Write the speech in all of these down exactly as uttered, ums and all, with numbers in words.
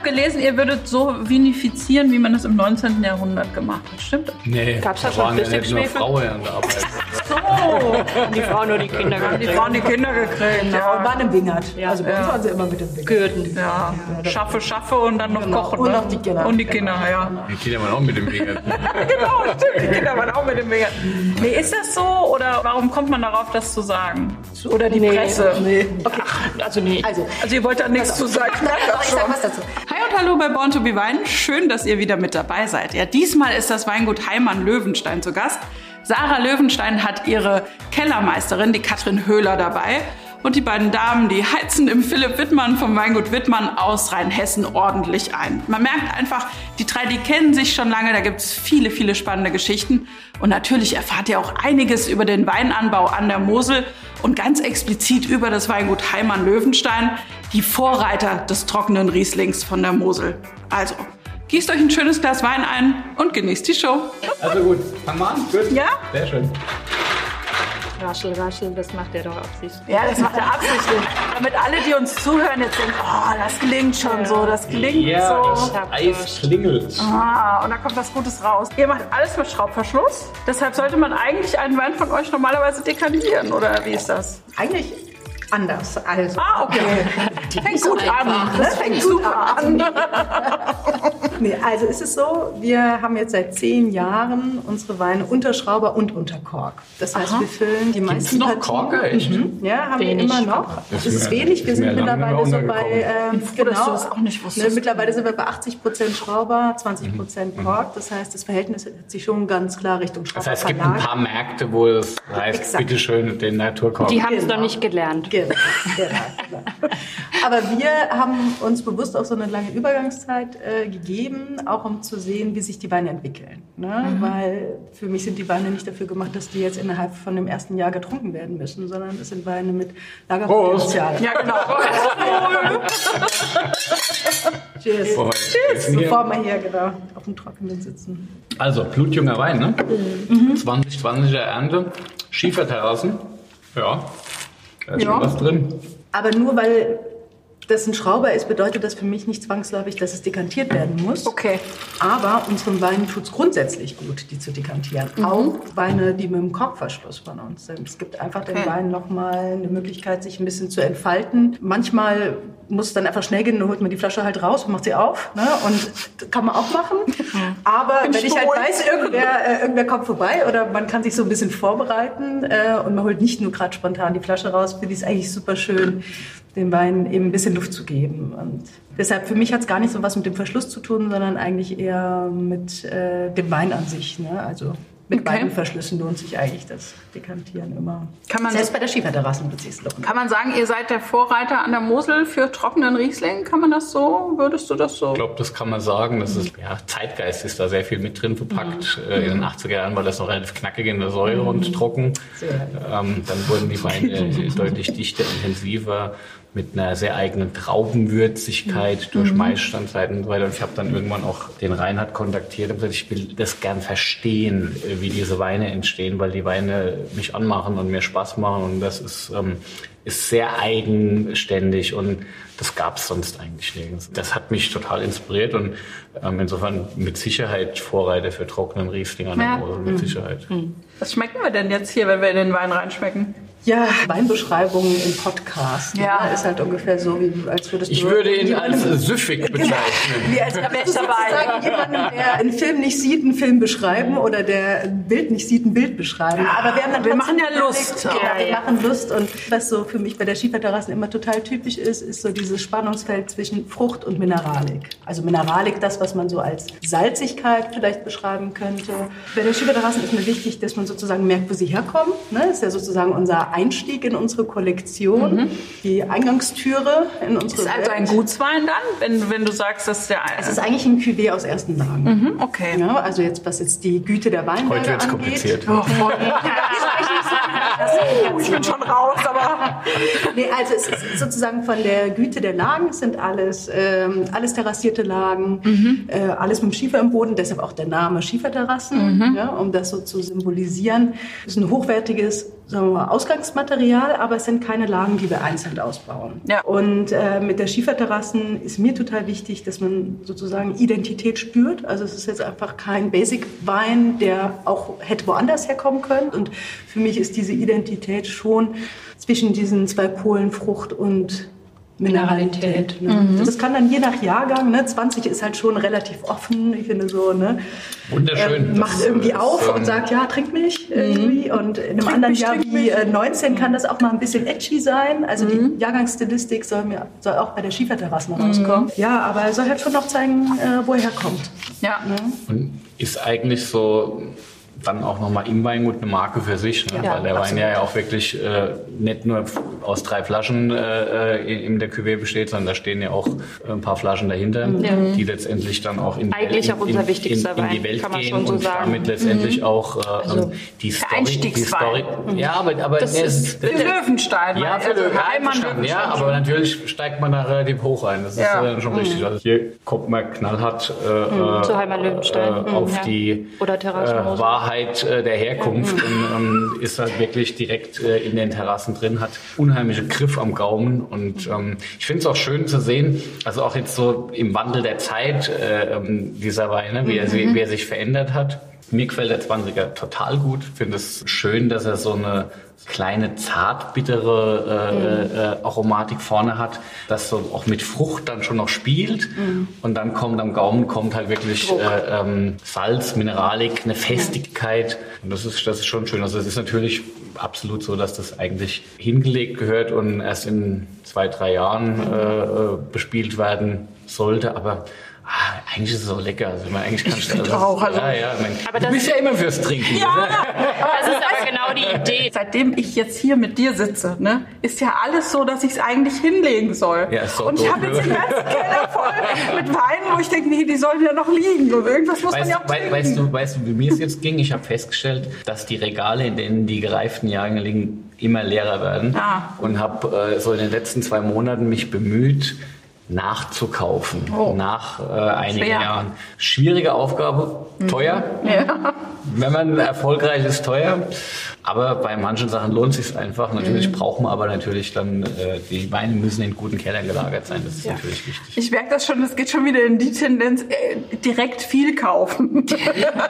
gelesen, ihr würdet so vinifizieren, wie man das im neunzehnten Jahrhundert gemacht hat. Stimmt das? Nee, Gab's da da schon waren ja nicht nur Flüssigschwefel? Frauen an der Arbeit. So, Haben die Frauen nur die Kinder haben die gekriegt. Frauen die Kinder gekriegt. Ja, und Ja, waren im Wingert. Ja. Also bei uns Ja. waren sie immer mit dem Wingert. Gürten. ja. Schaffe, schaffe und dann noch Genau. kochen. Und ne? noch die Kinder. Und die Kinder, ja. Die Kinder waren auch mit dem Weg. Genau, stimmt. Die Kinder waren auch mit dem Wingert. Nee, ist das so oder warum kommt man darauf, das zu sagen? Oder die Nee. Presse? Nee. Okay. Also nee. Also, Also ihr wollt da nichts zu sagen. Ich merke das ich sag schon. was dazu. Hi und hallo bei Born to be Wine. Schön, dass ihr wieder mit dabei seid. Ja, diesmal ist das Weingut Heimann Löwenstein zu Gast. Sarah Löwenstein hat ihre Kellermeisterin, die Katrin Höhler, dabei. Und die beiden Damen, die heizen im Philipp Wittmann vom Weingut Wittmann aus Rheinhessen ordentlich ein. Man merkt einfach, die drei, die kennen sich schon lange. Da gibt es viele, viele spannende Geschichten. Und natürlich erfahrt ihr auch einiges über den Weinanbau an der Mosel und ganz explizit über das Weingut Heimann Löwenstein, die Vorreiter des trockenen Rieslings von der Mosel. Also, gießt euch ein schönes Glas Wein ein und genießt die Show. Also gut, fangen wir an. Gut. Ja? Sehr schön. Raschel, raschel, das macht er doch absichtlich. Ja, das macht er absichtlich. Damit alle, die uns zuhören, jetzt denken, oh, das klingt schon so, das klingt Ja, so. hab Eis klingelt. Ah, und da kommt was Gutes raus. Ihr macht alles mit Schraubverschluss. Deshalb sollte man eigentlich einen Wein von euch normalerweise dekantieren, oder wie ist das? Eigentlich anders. Also. Ah, okay. Fängt gut an. Das fängt super an. Nee, also ist es so, wir haben jetzt seit zehn Jahren unsere Weine unter Schrauber und unter Kork. Das heißt, Aha. wir füllen die meisten noch Partien. Kork, echt? Mhm. Ja, haben Wenig wir immer noch. Das Es ist ist mir- wenig, wir ist mir sind lange mittlerweile so bei, untergekommen. ähm, froh, dass du das auch nicht wusstest. Ne, mittlerweile sind wir bei achtzig Prozent Schrauber, zwanzig Prozent Kork. Das heißt, das Verhältnis hat sich schon ganz klar Richtung Schrauber Das heißt, es gibt ein paar Märkte, wo es heißt, Exakt. bitteschön den Naturkork. Die haben es Genau. noch nicht gelernt. Genau, genau, genau. Aber wir haben uns bewusst auch so eine lange Übergangszeit äh, gegeben, auch um zu sehen, wie sich die Weine entwickeln. Ne? Mhm. Weil für mich sind die Weine nicht dafür gemacht, dass die jetzt innerhalb von dem ersten Jahr getrunken werden müssen, sondern es sind Weine mit Lagerpotenzial. Ja, genau. Cheers. Boah, Cheers. hier. Bevor wir hier genau auf dem Trockenen sitzen. Also, blutjunger Wein, ne? Mhm. zwanzig zwanziger Ernte, Schieferterrassen. Ja, da ist Ja. schon was drin. Aber nur weil das ein Schrauber ist, bedeutet das für mich nicht zwangsläufig, dass es dekantiert werden muss. Okay. Aber unseren Weinen tut es grundsätzlich gut, die zu dekantieren. Auch Weine, die mit dem Korkverschluss von uns sind. Es gibt einfach den Okay. Wein nochmal eine Möglichkeit, sich ein bisschen zu entfalten. Manchmal muss es dann einfach schnell gehen, dann holt man die Flasche halt raus und macht sie auf. Ne? Und das kann man auch machen. Aber Bin wenn ich ich halt beruhigt. weiß, irgendwer, äh, irgendwer kommt vorbei oder man kann sich so ein bisschen vorbereiten äh, und man holt nicht nur gerade spontan die Flasche raus, finde ich es eigentlich super schön, dem Wein eben ein bisschen Luft zu geben. Und deshalb, für mich hat es gar nicht so was mit dem Verschluss zu tun, sondern eigentlich eher mit äh, dem Wein an sich. Ne? Also mit Okay. beiden Verschlüssen lohnt sich eigentlich das Dekantieren immer. Kann man- Selbst bei der Schieferterrassen wird es sich lohnen. Kann man sagen, ihr seid der Vorreiter an der Mosel für trockenen Riesling? Kann man das so? Würdest du das so? Ich glaube, das kann man sagen. Das ist, ja, Zeitgeist ist da sehr viel mit drin verpackt. Äh, in den achtziger Jahren war das noch relativ knackig in der Säure und trocken. Sehr. Ähm, dann wurden die Weine deutlich dichter, intensiver, mit einer sehr eigenen Traubenwürzigkeit durch Maisstandzeiten und so weiter. Und ich habe dann irgendwann auch den Reinhard kontaktiert und gesagt, ich will das gern verstehen, äh, wie diese Weine entstehen, weil die Weine mich anmachen und mir Spaß machen. Und das ist, ähm, ist sehr eigenständig und das gab es sonst eigentlich nirgends. Das hat mich total inspiriert und ähm, insofern mit Sicherheit Vorreiter für trockenen Riesling an der Ja. Mosel, mit Sicherheit. Was schmecken wir denn jetzt hier, wenn wir in den Wein reinschmecken? Ja, Weinbeschreibungen im Podcast. Ja. Ne? Ist halt ungefähr so, wie als würdest du... Ich würde ihn als jemandem- süffig bezeichnen. Wie als wär ich würdest du dabei. sozusagen jemanden, der einen Film nicht sieht, einen Film beschreiben oder der ein Bild nicht sieht, ein Bild beschreiben. Aber wir haben dann wir trotzdem machen ja überlegt, Lust. Genau, Ja, wir ja. machen Lust. Und was so für mich bei der Schieferterrassen immer total typisch ist, ist so dieses Spannungsfeld zwischen Frucht und Mineralik. Also Mineralik, das, was man so als Salzigkeit vielleicht beschreiben könnte. Bei der Schieferterrassen ist mir wichtig, dass man sozusagen merkt, wo sie herkommen. Ne? Das ist ja sozusagen unser Einstieg in unsere Kollektion, die Eingangstüre in unsere Ist also ein Welt. Gutswein dann, wenn, wenn du sagst, dass der... Es ist eigentlich ein Cuvée aus ersten Lagen. Mhm, okay. Ja, also jetzt, was jetzt die Güte der Weinberge Heute wird's angeht. kompliziert. Oh, voll. Ich bin schon raus, aber... Nee, also es ist sozusagen von der Güte der Lagen, es sind alles, ähm, alles terrassierte Lagen, äh, alles mit dem Schiefer im Boden, deshalb auch der Name Schieferterrassen, ja, um das so zu symbolisieren. Es ist ein hochwertiges, sagen wir mal, Ausgangsmaterial, aber es sind keine Lagen, die wir einzeln ausbauen. Ja. Und äh, mit der Schieferterrassen ist mir total wichtig, dass man sozusagen Identität spürt. Also es ist jetzt einfach kein Basic-Wein, der auch hätte woanders herkommen können. Und für mich ist diese Identität schon zwischen diesen zwei Polen Frucht und Mineralität. Ne? Mhm. Das kann dann je nach Jahrgang, ne? zwanzig ist halt schon relativ offen, ich finde so, ne? Wunderschön. Äh, macht das, irgendwie das, auf ähm, und sagt, ja, trink mich irgendwie. Und in einem trink anderen mich, Jahr trink wie mich. äh, neunzehn kann das auch mal ein bisschen edgy sein. Also Mhm. die Jahrgangsstilistik soll, mir, soll auch bei der Schieferterrassen rauskommen. Mhm. Ja, aber er soll halt schon noch zeigen, äh, wo er herkommt. Ja. Ne? Und ist eigentlich so dann auch nochmal im Weingut eine Marke für sich, ne? Ja, Weil der absolut. Wein ja auch wirklich äh, nicht nur aus drei Flaschen äh, in der Cuvée besteht, sondern da stehen ja auch ein paar Flaschen dahinter, Ja. die letztendlich dann auch in, Eigentlich in, auch unser in, wichtigster in, in die Wein, Welt kann man gehen schon so und sagen. damit letztendlich auch äh, Also, die Story, die Einstiegswein. Story. Ja, aber, aber Das ne, ist es- Für Löwenstein. ja, weil- für also Löwen, Heimann einverstanden, ja, Löwenstein. aber natürlich steigt man da relativ hoch ein. Das ist Ja. äh, schon richtig. Also hier kommt man knallhart äh, Zu Heimann Löwenstein. äh, Mhm, auf ja. die Oder äh, Terrassenmose. Wahrheit äh, der Herkunft und ähm, ist halt wirklich direkt äh, in den Terrassen drin, hat unheimliche Griff am Gaumen und ähm, ich finde es auch schön zu sehen, also auch jetzt so im Wandel der Zeit äh, ähm, dieser Wein, ne, wie, er, si- wie er sich verändert hat. Mir gefällt der zwanziger total gut. Ich finde es schön, dass er so eine kleine zart bittere äh, äh, Aromatik vorne hat, das so auch mit Frucht dann schon noch spielt und dann kommt am Gaumen kommt halt wirklich äh, ähm, Salz, Mineralik, eine Festigkeit und das ist das ist schon schön. Also es ist natürlich absolut so, dass das eigentlich hingelegt gehört und erst in zwei, drei Jahren äh, äh, bespielt werden sollte, aber ah, eigentlich ist es so lecker. Also, ich meine, eigentlich kannst du find auch, also- ja, ja, ich meine, Aber du das- bist ja immer fürs Trinken. Ja. Das ist aber genau die Idee. Seitdem ich jetzt hier mit dir sitze, ne, ist ja alles so, dass ich es eigentlich hinlegen soll. Ja, ist doch und ich doof, habe jetzt ne? den ganzen Keller voll mit Weinen, wo ich denke, nee, die sollen ja noch liegen. Und irgendwas muss man Weißt, ja auch wei- trinken. weißt, du, weißt du, wie mir es jetzt ging? Ich habe festgestellt, dass die Regale, in denen die gereiften Jahrgänge liegen, immer leerer werden. Ah. Und habe äh, so in den letzten zwei Monaten mich bemüht, nachzukaufen. Oh. Nach äh, einigen Schwer. Jahren. Schwierige Aufgabe, teuer. Ja. Wenn man erfolgreich ist, teuer. Aber bei manchen Sachen lohnt es sich einfach. Natürlich braucht man aber natürlich dann, äh, die Weine müssen in guten Kellern gelagert sein. Das ist Ja. natürlich wichtig. Ich merke das schon, es geht schon wieder in die Tendenz, äh, direkt viel kaufen. Ich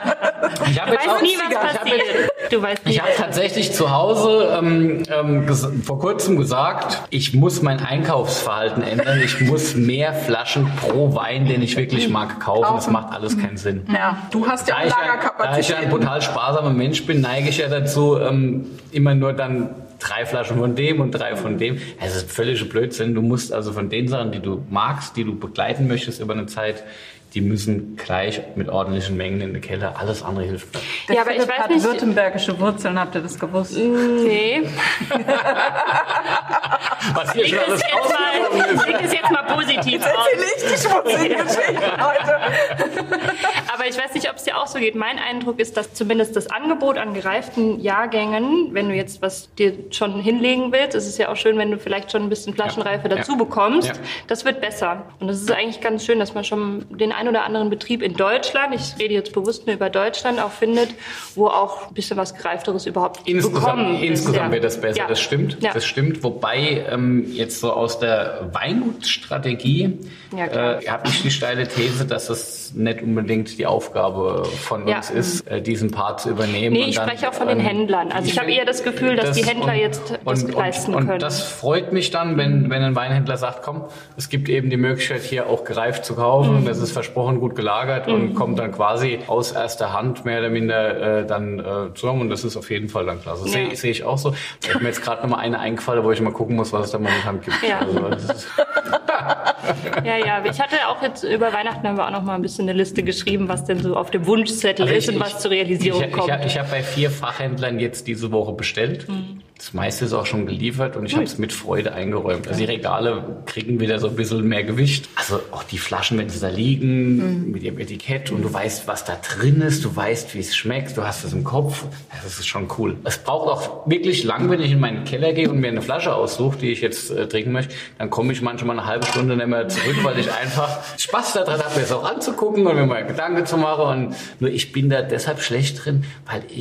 habe Du jetzt auch- weißt nie, ich was hab jetzt- passiert. Du weißt nie. Ich habe tatsächlich zu Hause ähm, ähm, ges- vor kurzem gesagt, ich muss mein Einkaufsverhalten ändern. Ich muss mehr Flaschen pro Wein, den ich wirklich mag, kaufen. Das macht alles keinen Sinn. Ja, du hast ja Da ich ja, da ich ja ein Lagerkapazität. total sparsamer Mensch bin, neige ich ja dazu, ähm, immer nur dann drei Flaschen von dem und drei von dem. Es ist völliger Blödsinn. Du musst also von den Sachen, die du magst, die du begleiten möchtest über eine Zeit, die müssen gleich mit ordentlichen Mengen in den Keller. Alles andere hilft nicht. Der Ja, aber ich Philipp weiß hat nicht- württembergische Wurzeln, habt ihr das gewusst? Nee. Was hier Leg schon es alles jetzt ausgekommen mal, ist. leg es jetzt mal positiv aus. nicht die schmutzigen Geschichten heute. Aber ich weiß nicht, ob es dir auch so geht. Mein Eindruck ist, dass zumindest das Angebot an gereiften Jahrgängen, wenn du jetzt was dir schon hinlegen willst, es ist ja auch schön, wenn du vielleicht schon ein bisschen Flaschenreife Ja. dazu Ja. bekommst, Ja. das wird besser. Und das ist eigentlich ganz schön, dass man schon den ein oder anderen Betrieb in Deutschland, ich rede jetzt bewusst nur über Deutschland, auch findet, wo auch ein bisschen was Gereifteres überhaupt bekommen Insgesamt, ist. insgesamt Ja. wird das besser, Ja. das stimmt. Ja. Das stimmt. Wobei ähm, jetzt so aus der Weingutstrategie Ja, klar. äh, habe ich die steile These, dass es nicht unbedingt die Aufgabe von Ja. uns ist, äh, diesen Part zu übernehmen. Nee, und ich dann, spreche auch von den ähm, Händlern. Also ich habe eher das Gefühl, dass die Händler jetzt das und, leisten und, können. Und das freut mich dann, wenn, wenn ein Weinhändler sagt, komm, es gibt eben die Möglichkeit, hier auch gereift zu kaufen. Mhm. Das ist versprochen gut gelagert und kommt dann quasi aus erster Hand mehr oder minder äh, dann äh, zusammen. Und das ist auf jeden Fall dann klasse. Das Ja. sehe seh ich auch so. Ich habe mir jetzt gerade noch mal eine eingefallen, wo ich mal gucken muss, was es da momentan gibt. Ja. Also, das ist, Ja, ja. Ich hatte auch jetzt über Weihnachten haben wir auch noch mal ein bisschen eine Liste geschrieben, was denn so auf dem Wunschzettel Also ist und was zur Realisierung ich, kommt. Ich, ich habe bei vier Fachhändlern jetzt diese Woche bestellt. Mhm. Das meiste ist auch schon geliefert und ich habe es mit Freude eingeräumt. Also die Regale kriegen wieder so ein bisschen mehr Gewicht. Also auch die Flaschen, wenn sie da liegen, Mhm. mit ihrem Etikett und du weißt, was da drin ist, du weißt, wie es schmeckt, du hast es im Kopf. Das ist schon cool. Es braucht auch wirklich lang, wenn ich in meinen Keller gehe und mir eine Flasche aussuche, die ich jetzt äh, trinken möchte, dann komme ich manchmal eine halbe Stunde nicht mehr zurück, weil ich einfach Spaß daran habe, mir es auch anzugucken und mir mal Gedanken zu machen. Und nur ich bin da deshalb schlecht drin, weil ich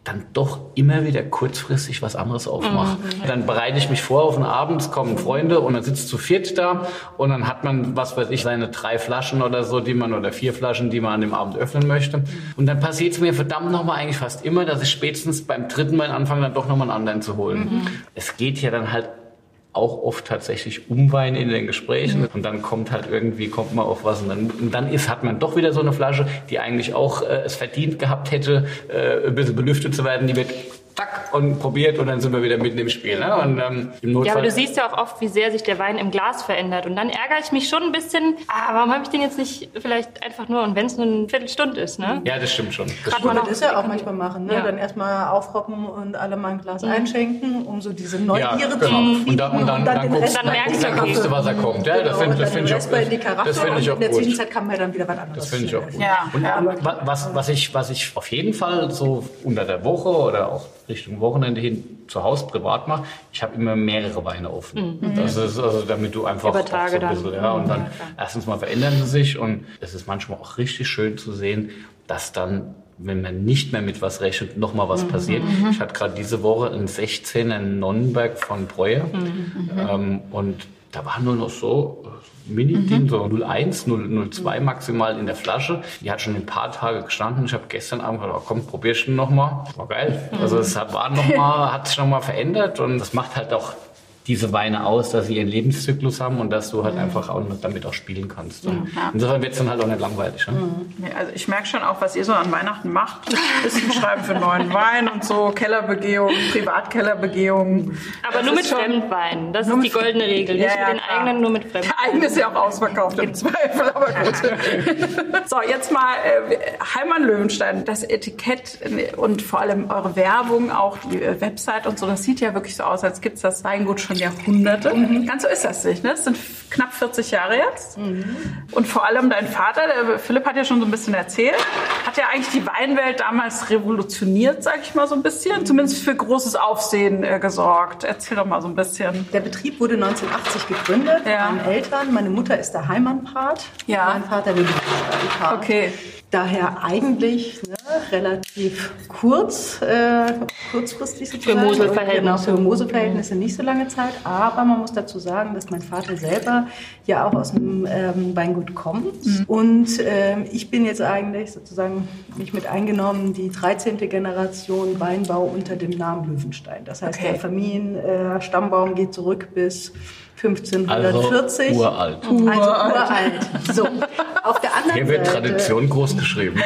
dann doch immer wieder kurzfristig was anderes aufmache. Mhm. Dann bereite ich mich vor auf einen Abend, es kommen Freunde und dann sitzt zu viert da und dann hat man, was weiß ich, seine drei Flaschen oder so, die man oder vier Flaschen, die man an dem Abend öffnen möchte. Und dann passiert es mir verdammt nochmal eigentlich fast immer, dass ich spätestens beim dritten Mal anfange, dann doch nochmal einen anderen zu holen. Mhm. Es geht ja dann halt auch oft tatsächlich um Wein in den Gesprächen mhm. und dann kommt halt irgendwie, kommt man auf was und dann, und dann ist, hat man doch wieder so eine Flasche, die eigentlich auch äh, es verdient gehabt hätte, äh, ein bisschen belüftet zu werden, die wird zack und probiert und dann sind wir wieder mitten im Spiel. Ne? Und, ähm, im Notfall, ja, aber du siehst ja auch oft, wie sehr sich der Wein im Glas verändert und dann ärgere ich mich schon ein bisschen, ah, warum habe ich den jetzt nicht vielleicht einfach nur, und wenn es nur eine Viertelstunde ist, ne? Ja, das stimmt schon. Das kann man das ja auch manchmal machen, ne? Ja. Dann erstmal aufroppen und alle mal ein Glas mhm. einschenken, um so diese Neugierde ja, zu genau. kriegen. Und dann, und dann, und dann, dann, den guckst, dann, dann, merkst dann du, guckst du, was er kommt. Ja, das finde genau, find ich auch in die Karacho, das find ich auch und in der gut. Zwischenzeit kann man dann wieder was anderes. Das finde ich auch gut. Ja, und ja. und was, was, ich, was ich auf jeden Fall so unter der Woche oder auch Richtung Wochenende hin zu Hause privat mache, ich habe immer mehrere Weine offen. Mhm. Das ist also, damit du einfach über Tage so ein bisschen, dann. ja, und dann ja, erstens mal verändern sie sich und es ist manchmal auch richtig schön zu sehen, dass dann, wenn man nicht mehr mit was rechnet, noch mal was mhm. passiert. Mhm. Ich hatte gerade diese Woche einen sechzehner in Nonnenberg von Breuer mhm. ähm, und da war nur noch so Mini-Ding, mhm. so null eins, null zwei maximal in der Flasche. Die hat schon ein paar Tage gestanden. Ich habe gestern Abend gesagt, oh, komm, probierst du noch mal. War geil. Mhm. Also es hat, war noch mal, hat sich noch mal verändert und das macht halt auch diese Weine aus, dass sie ihren Lebenszyklus haben und dass du halt mhm. einfach auch damit auch spielen kannst. Und ja. insofern wird es dann halt auch nicht langweilig. Ne? Mhm. Also ich merke schon auch, was ihr so an Weihnachten macht. Bisschen schreiben für neuen Wein und so, Kellerbegehung, Privatkellerbegehung. Aber das nur mit Fremdwein. Das ist die goldene Regel. Nicht ja, mit den klar. eigenen, nur mit Fremdwein. Der eigene ist ja auch ausverkauft im Zweifel, aber gut. So, jetzt mal äh, Heimann Löwenstein, das Etikett und vor allem eure Werbung, auch die Website und so, das sieht ja wirklich so aus, als gibt es das Weingut schon Jahrhunderte. Mhm. Ganz so ist das nicht. Ne? Das sind knapp vierzig Jahre jetzt. Mhm. Und vor allem dein Vater, der Philipp hat ja schon so ein bisschen erzählt, hat ja eigentlich die Weinwelt damals revolutioniert, sag ich mal so ein bisschen. Mhm. Zumindest für großes Aufsehen äh, gesorgt. Erzähl doch mal so ein bisschen. Der Betrieb wurde neunzehnhundertachtzig gegründet von ja. meinen Eltern. Meine Mutter ist der Heimann-Part. Ja. Mein Vater der Löwenstein-Part. Okay. Daher eigentlich ne, relativ kurz, äh, kurzfristig sozusagen. Für Moselverhältnisse. Genau, für Moselverhältnisse nicht so lange Zeit. Aber man muss dazu sagen, dass mein Vater selber ja auch aus dem ähm, Weingut kommt. Mhm. Und ähm, ich bin jetzt eigentlich sozusagen nicht mit eingenommen, die dreizehnte Generation Weinbau unter dem Namen Löwenstein. Das heißt, okay. der Familienstammbaum äh, geht zurück bis fünfzehnhundertvierzig. Also uralt. Also uralt. So. Auf der anderen Hier wird Seite, Tradition groß geschrieben.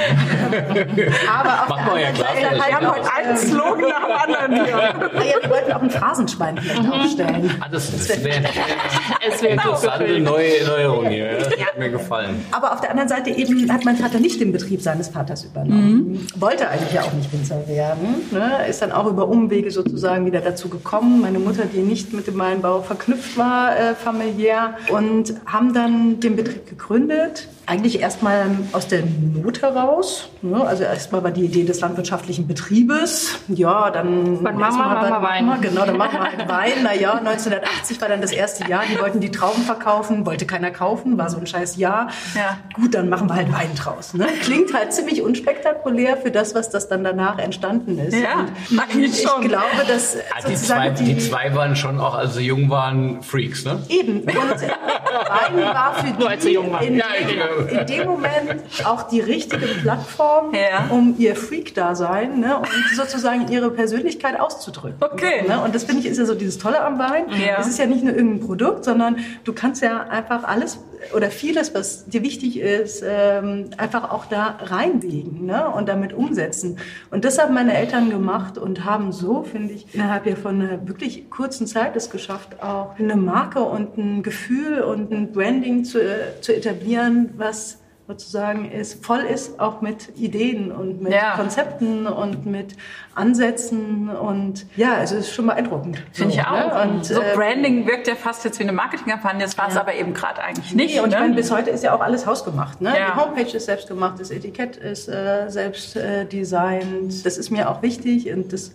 Aber auf Machen wir ja klar. Wir haben heute einen Slogan nach dem anderen hier. Ja, wir wollten auch ein Phrasenschwein vielleicht mhm. aufstellen. Ah, das das wäre eine interessante neue Neuerung hier. Das hat mir gefallen. Aber auf der anderen Seite eben hat mein Vater nicht den Betrieb seines Vaters übernommen. Mhm. Wollte eigentlich ja auch nicht Winzer werden. Ne? Ist dann auch über Umwege sozusagen wieder dazu gekommen. Meine Mutter, die nicht mit dem Weinbau verknüpft war, äh, familiär, und haben dann den Betrieb gegründet. Eigentlich erstmal aus der Not heraus. Ne? Also erstmal war die Idee des landwirtschaftlichen Betriebes. Ja, dann machen wir mal Wein. Genau, dann machen wir halt Wein. Naja, neunzehnhundertachtzig war dann das erste Jahr. Die wollten die Trauben verkaufen, wollte keiner kaufen, war so ein scheiß Jahr. Ja. Gut, dann machen wir halt Wein draus. Ne? Klingt halt ziemlich unspektakulär für das, was das dann danach entstanden ist. Ja, und ich schon. glaube, dass ah, die, zwei, die, die zwei waren schon auch, als sie jung waren, Freaks, ne? Eben. Und Wein war für die Nur als sie jung waren. In, ja, in dem Moment auch die richtige Plattform, ja. um ihr Freak-Dasein, ne, und sozusagen ihre Persönlichkeit auszudrücken. Okay. Ne? Und das finde ich ist ja so dieses Tolle am Wein. Ja. Es ist ja nicht nur irgendein Produkt, sondern du kannst ja einfach alles oder vieles, was dir wichtig ist, ähm, einfach auch da reinlegen, ne, und damit umsetzen. Und das haben meine Eltern gemacht und haben so, finde ich, innerhalb ja von einer wirklich kurzen Zeit es geschafft, auch eine Marke und ein Gefühl und ein Branding zu, äh, zu etablieren, was sozusagen ist, voll ist, auch mit Ideen und mit ja. Konzepten und mit Ansätzen, und ja, also es ist schon beeindruckend. Finde so, ich auch. Ne? Und, so äh, Branding wirkt ja fast jetzt wie eine Marketingkampagne, das war es ja. aber eben gerade eigentlich nicht. Nee, und ne? ich meine, bis heute ist ja auch alles hausgemacht. Ne? Ja. Die Homepage ist selbst gemacht, das Etikett ist äh, selbst äh, designt. Das ist mir auch wichtig und das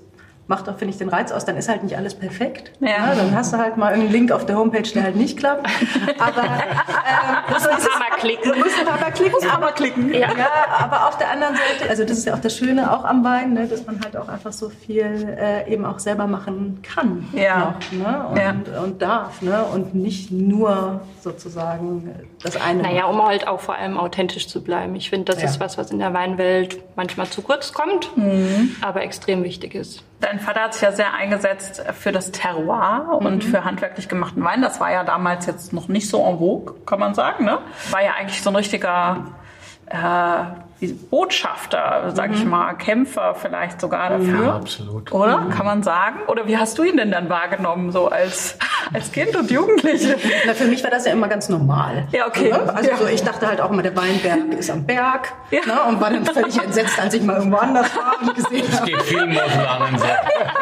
macht auch, finde ich, den Reiz aus. Dann ist halt nicht alles perfekt. Ja. Ja, dann hast du halt mal einen Link auf der Homepage, der halt nicht klappt. Aber ähm, Muss ein paar Mal klicken. Du musst ein paar Mal klicken. Aber klicken. Ja. ja, aber auf der anderen Seite, also das ist ja auch das Schöne auch am Wein, ne, dass man halt auch einfach so viel äh, eben auch selber machen kann. Ja. Noch, ne, und, Ja. und darf. Ne, und nicht nur sozusagen das eine. Naja, um halt auch vor allem authentisch zu bleiben. Ich finde, das Ja. ist was, was in der Weinwelt manchmal zu kurz kommt, Mhm. aber extrem wichtig ist. Dein Vater hat sich ja sehr eingesetzt für das Terroir und für handwerklich gemachten Wein. Das war ja damals jetzt noch nicht so en vogue, kann man sagen. Ne? War ja eigentlich so ein richtiger äh, wie Botschafter, sag ich mal, Kämpfer vielleicht sogar dafür. Ja, absolut. Oder? Kann man sagen? Oder wie hast du ihn denn dann wahrgenommen, so als, als Kind und Jugendliche? Na, für mich war das ja immer ganz normal. Ja, okay. Ne? Also Ja. so, ich dachte halt auch immer, der Weinberg ist am Berg. Ja. Ne? Und war dann völlig entsetzt, als ich mal irgendwo anders war und gesehen Es habe, geht viel Moseln so.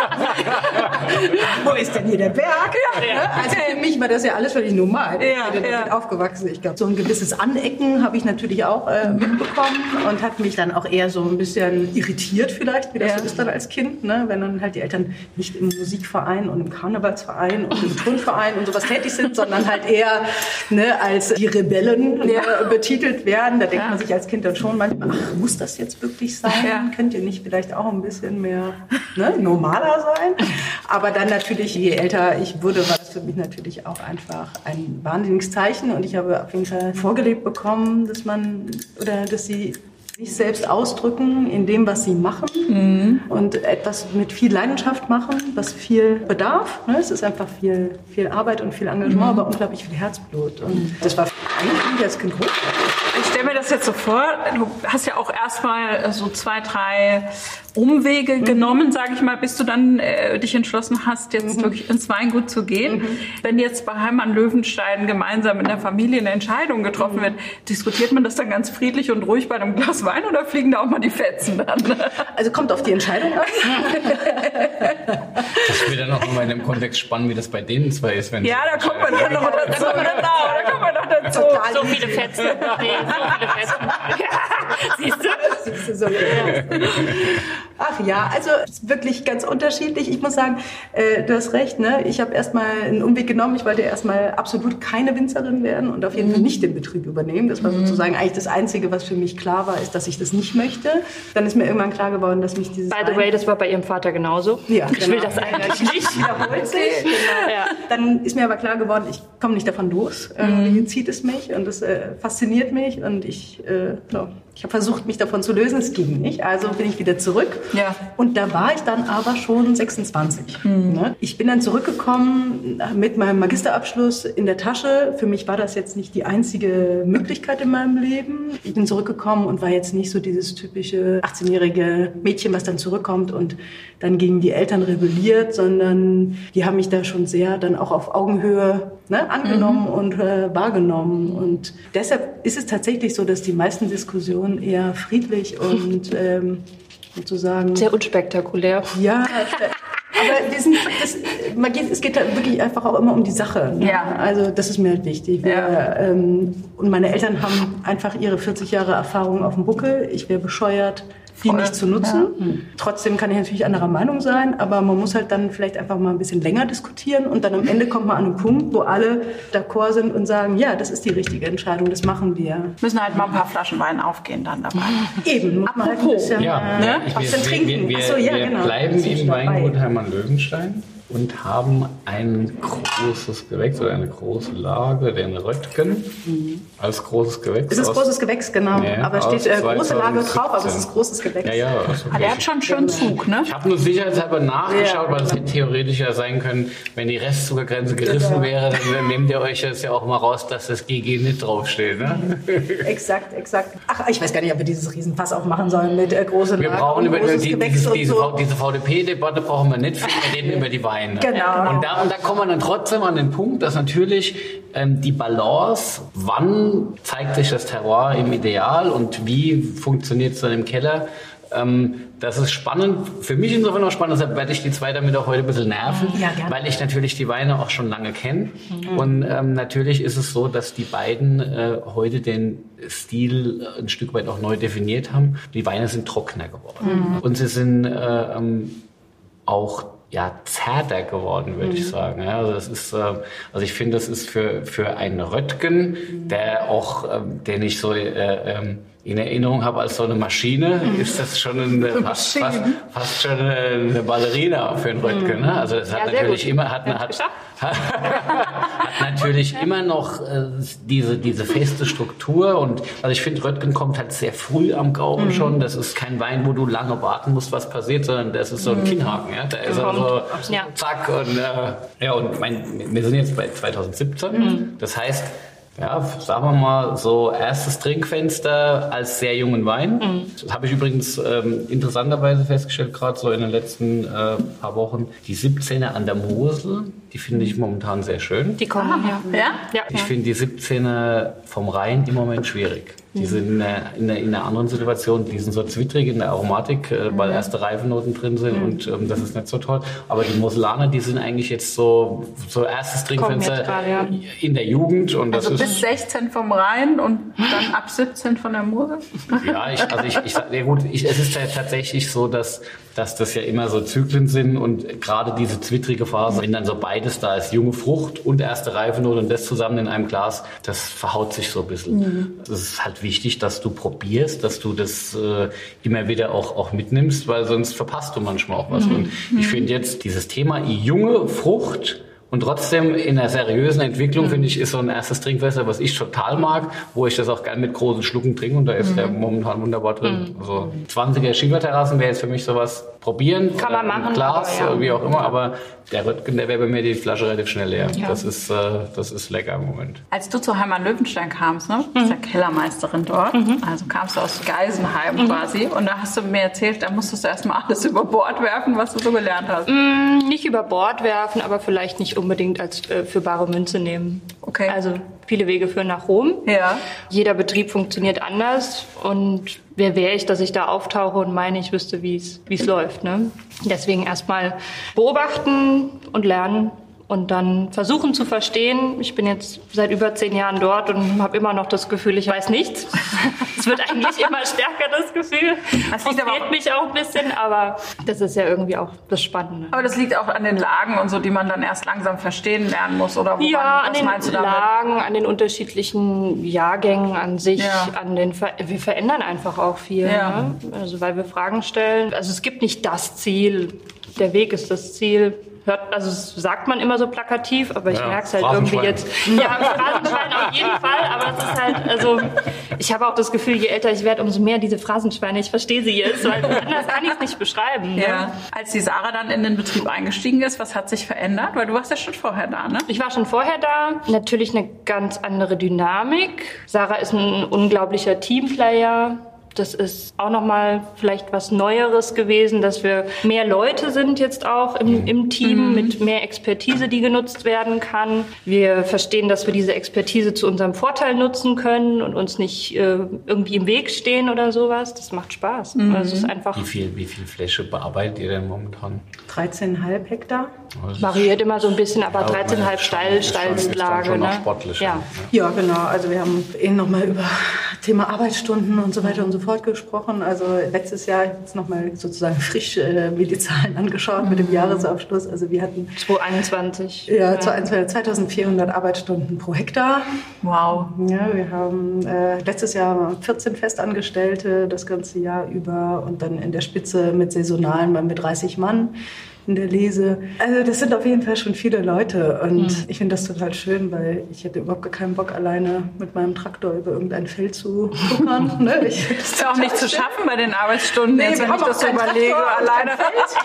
wo ist denn hier der Berg? Ja. Ne? Also für mich war das ja alles völlig normal. Ja, Ich bin ja. damit aufgewachsen. Ich glaube, so ein gewisses Anecken habe ich natürlich auch äh, mitbekommen und hat mich dann auch eher so ein bisschen irritiert vielleicht, wie das Ja. so ist dann als Kind, ne? Wenn dann halt die Eltern nicht im Musikverein und im Karnevalsverein und im Turnverein und sowas tätig sind, sondern halt eher ne, als die Rebellen Ja. äh, betitelt werden. Da denkt Ja. man sich als Kind dann schon manchmal, ach, muss das jetzt wirklich sein? Ja. Könnt ihr nicht vielleicht auch ein bisschen mehr ne, normaler sein? Aber dann natürlich, je älter ich wurde, war das für mich natürlich auch einfach ein wahnsinniges Zeichen. Und ich habe auf jeden Fall vorgelebt bekommen, dass man oder dass sie sich selbst ausdrücken in dem, was sie machen Mhm. und etwas mit viel Leidenschaft machen, was viel bedarf. Ne? Es ist einfach viel, viel Arbeit und viel Engagement, Mhm. aber unglaublich viel Herzblut. Und das war eigentlich für mich als Kind groß. Ich stelle mir das jetzt so vor, du hast ja auch erstmal so zwei, drei Umwege Mhm. genommen, sage ich mal, bis du dann äh, dich entschlossen hast, jetzt Mhm. wirklich ins Weingut zu gehen. Mhm. Wenn jetzt bei Heimann Löwenstein gemeinsam in der Familie eine Entscheidung getroffen Mhm. wird, diskutiert man das dann ganz friedlich und ruhig bei einem Glas Wein oder fliegen da auch mal die Fetzen dann? Also kommt auf die Entscheidung an. Das wird dann auch immer in dem Kontext spannend, wie das bei denen zwei ist. Wenn Ja, da kommt man dann noch dazu. Da kommt man Genau, da kommt man noch dazu. Total. So viele Fetzen. Nee, so viele Fetzen. Siehst du? Siehst du so, ja. Ach ja, also es ist wirklich ganz unterschiedlich. Ich muss sagen, äh, du hast recht, ne? Ich habe erstmal einen Umweg genommen. Ich wollte erstmal absolut keine Winzerin werden und auf jeden Fall nicht den Betrieb übernehmen. Das war sozusagen eigentlich das Einzige, was für mich klar war, ist, dass ich das nicht möchte. Dann ist mir irgendwann klar geworden, dass mich dieses By the way, das war bei ihrem Vater genauso. Ja, Ich will genau. das eigentlich nicht. wiederholt sich. Genau. Ja. Dann ist mir aber klar geworden, ich komme nicht davon los. Irgendwie zieht es mich und es äh, fasziniert mich und ich, äh, so. ich habe versucht, mich davon zu lösen. Es ging nicht. Also bin ich wieder zurück. Ja. Und da war ich dann aber schon sechsundzwanzig. Ne? Ich bin dann zurückgekommen mit meinem Magisterabschluss in der Tasche. Für mich war das jetzt nicht die einzige Möglichkeit in meinem Leben. Ich bin zurückgekommen und war jetzt nicht so dieses typische achtzehnjährige Mädchen, was dann zurückkommt und dann gegen die Eltern rebelliert, sondern die haben mich da schon sehr dann auch auf Augenhöhe ne, angenommen und äh, wahrgenommen. Und deshalb ist es tatsächlich so, dass die meisten Diskussionen eher friedlich und ähm, sozusagen Sehr unspektakulär. ja, aber wir sind, das, man geht, es geht halt wirklich einfach auch immer um die Sache. Ne? Ja. Also das ist mir halt wichtig. Wir, Ja. ähm, und meine Eltern haben einfach ihre vierzig Jahre Erfahrung auf dem Buckel. Ich wäre bescheuert, die Voll. nicht zu nutzen. Trotzdem kann ich natürlich anderer Meinung sein, aber man muss halt dann vielleicht einfach mal ein bisschen länger diskutieren und dann am Ende kommt man an einen Punkt, wo alle d'accord sind und sagen, ja, das ist die richtige Entscheidung, das machen wir. Müssen halt mal ein paar Flaschen Wein aufgehen dann dabei. Eben, muss man halt ein bisschen Ja, äh, Ne? ich, was wir, denn trinken. wir, wir, Ach so, ja, wir genau. bleiben Das ist im dabei. Weingut Heimann-Löwenstein und haben ein großes Gewächs oder eine große Lage, den Röttgen, als großes Gewächs. Es ist aus- großes Gewächs, genau. Ja, aber es aus steht äh, große Lage zweitausendsiebzehn. drauf, aber es ist großes Gewächs. Ja, ja. ist Ah, okay. der hat schon einen schönen Zug, ne? Ich habe nur sicherheitshalber nachgeschaut, Ja. weil es hätte theoretisch ja sein können, wenn die Restzuckergrenze gerissen Ja. wäre, dann nehmt ihr euch das ja auch mal raus, dass das G G nicht draufsteht. Ne? Exakt, exakt. Ach, ich weiß gar nicht, ob wir dieses Riesenfass aufmachen sollen mit äh, große Wir Lage brauchen und über großes die, Gewächs diese, und diese, so. diese V D P-Debatte brauchen wir nicht führen, wir reden über die Weine. Genau. Und da, und da kommen wir dann trotzdem an den Punkt, dass natürlich ähm, die Balance, wann zeigt sich das Terroir im Ideal und wie funktioniert es dann im Keller, ähm, das ist spannend, für mich insofern auch spannend, deshalb werde ich die zwei damit auch heute ein bisschen nerven, Ja, gerne. weil ich natürlich die Weine auch schon lange kenne. Und ähm, natürlich ist es so, dass die beiden äh, heute den Stil ein Stück weit auch neu definiert haben. Die Weine sind trockener geworden. Und sie sind äh, ähm, auch ja zärter geworden, würde mhm. ich sagen. Ja, also das ist, äh, also ich finde, das ist für für einen Röttgen, mhm. der auch, ähm, den ich so äh, ähm, in Erinnerung habe als so eine Maschine, mhm. ist das schon eine, fast, fast, fast schon eine Ballerina für einen Röttgen. Ne? Also das hat ja, natürlich immer hat, hat, hat, hat natürlich immer noch äh, diese diese feste Struktur und also ich finde Röttgen kommt halt sehr früh am Gaumen mhm. schon. Das ist kein Wein, wo du lange warten musst, was passiert, sondern das ist so ein mhm. Kinnhaken. Ja? Da ist er so ja. zack und äh, ja und mein, wir sind jetzt bei zwanzig siebzehn. Mhm. Das heißt ja, sagen wir mal, so erstes Trinkfenster als sehr jungen Wein. Mhm. Das habe ich übrigens ähm, interessanterweise festgestellt, gerade so in den letzten äh, paar Wochen. Die siebzehner an der Mosel, die finde ich momentan sehr schön. Die kommen, ah, ja. ja? Ich finde die siebzehner vom Rhein im Moment schwierig. Die sind in einer, in, einer, in einer anderen Situation, die sind so zwittrig in der Aromatik, äh, weil erste Reifenoten drin sind mhm. und ähm, das ist nicht so toll. Aber die Moselaner, die sind eigentlich jetzt so, so erstes Trinkfenster grad, ja. in der Jugend. Und das also ist bis sechzehn vom Rhein und dann ab siebzehn von der Mosel? Ja, ich, also ich, ich ja gut, ich, es ist ja tatsächlich so, dass dass das ja immer so Zyklen sind und gerade diese zwittrige Phase, wenn dann so beides da ist, junge Frucht und erste Reifenote und das zusammen in einem Glas, das verhaut sich so ein bisschen. Mhm. Es ist halt wichtig, dass du probierst, dass du das äh, immer wieder auch, auch mitnimmst, weil sonst verpasst du manchmal auch was. Mhm. Und ich finde jetzt dieses Thema junge Frucht und trotzdem in einer seriösen Entwicklung, mhm. finde ich, ist so ein erstes Trinkwasser, was ich total mag, wo ich das auch gerne mit großen Schlucken trinke und da ist mhm. der momentan wunderbar drin. Mhm. Also zwanziger Schieferterrassen wäre jetzt für mich sowas probieren. Kann man machen. Glas, ja. wie auch immer, aber der Röttgen, der wäre bei mir die Flasche relativ schnell leer. Ja. Das ist, äh, das ist lecker im Moment. Als du zu Heimann Löwenstein kamst, ne? Du bist ja Kellermeisterin dort, mhm. also kamst du aus Geisenheim mhm. quasi und da hast du mir erzählt, da musstest du erstmal alles über Bord werfen, was du so gelernt hast. Mm, nicht über Bord werfen, aber vielleicht nicht unbedingt als äh, für bare Münze nehmen. Okay. Also viele Wege führen nach Rom. Ja. Jeder Betrieb funktioniert anders und wer wäre ich, dass ich da auftauche und meine, ich wüsste, wie es wie es läuft. Ne? Deswegen erstmal beobachten und lernen und dann versuchen zu verstehen. Ich bin jetzt seit über zehn Jahren dort und habe immer noch das Gefühl, ich weiß nichts. Es wird eigentlich immer stärker, das Gefühl. Das frustriert mich auch ein bisschen, aber das ist ja irgendwie auch das Spannende. Aber das liegt auch an den Lagen und so, die man dann erst langsam verstehen lernen muss, oder woran, ja, was an meinst den du damit? Lagen, an den unterschiedlichen Jahrgängen an sich, Ja. an den Ver- wir verändern einfach auch viel, Ja. ne? Also weil wir Fragen stellen. Also es gibt nicht das Ziel, der Weg ist das Ziel. Hört, also das sagt man immer so plakativ, aber ich Ja, merke es halt irgendwie jetzt. Ja, Phrasenschwein auf jeden Fall, aber es ist halt, also ich habe auch das Gefühl, je älter ich werde, umso mehr diese Phrasenschweine, ich verstehe sie jetzt, weil anders kann ich es nicht beschreiben. Ne? Ja. Als die Sarah dann in den Betrieb eingestiegen ist, was hat sich verändert? Weil du warst ja schon vorher da, ne? Ich war schon vorher da. Natürlich eine ganz andere Dynamik. Sarah ist ein unglaublicher Teamplayer. Das ist auch nochmal vielleicht was Neueres gewesen, dass wir mehr Leute sind jetzt auch im, im Team mhm. mit mehr Expertise, die genutzt werden kann. Wir verstehen, dass wir diese Expertise zu unserem Vorteil nutzen können und uns nicht äh, irgendwie im Weg stehen oder sowas. Das macht Spaß. Mhm. Also es ist einfach Wie viel, wie viel Fläche bearbeitet ihr denn momentan? dreizehn Komma fünf Hektar. variiert immer so ein bisschen, aber Ja, dreizehn Komma fünf Stall, Stallslage. Schon Ne? auch sportlich. Ja. Ja, genau. Also wir haben eben nochmal über Thema Arbeitsstunden und so weiter und so fort gesprochen. Also letztes Jahr jetzt nochmal sozusagen frisch äh, mir die Zahlen angeschaut mit dem Jahresabschluss. Also wir hatten zwanzig einundzwanzig. Ja, zweitausendvierhundert Arbeitsstunden pro Hektar. Wow. Ja, wir haben äh, letztes Jahr vierzehn Festangestellte das ganze Jahr über und dann in der Spitze mit Saisonalen waren wir dreißig Mann in der Lese. Also das sind auf jeden Fall schon viele Leute und mhm. ich finde das total schön, weil ich hätte überhaupt gar keinen Bock, alleine mit meinem Traktor über irgendein Feld zu tuckern. Ne? Ich Das ist ja auch nicht zu schaffen bei den Arbeitsstunden, Nee, jetzt, wir wenn ich haben das so auch keinen überlege, Traktor und alleine.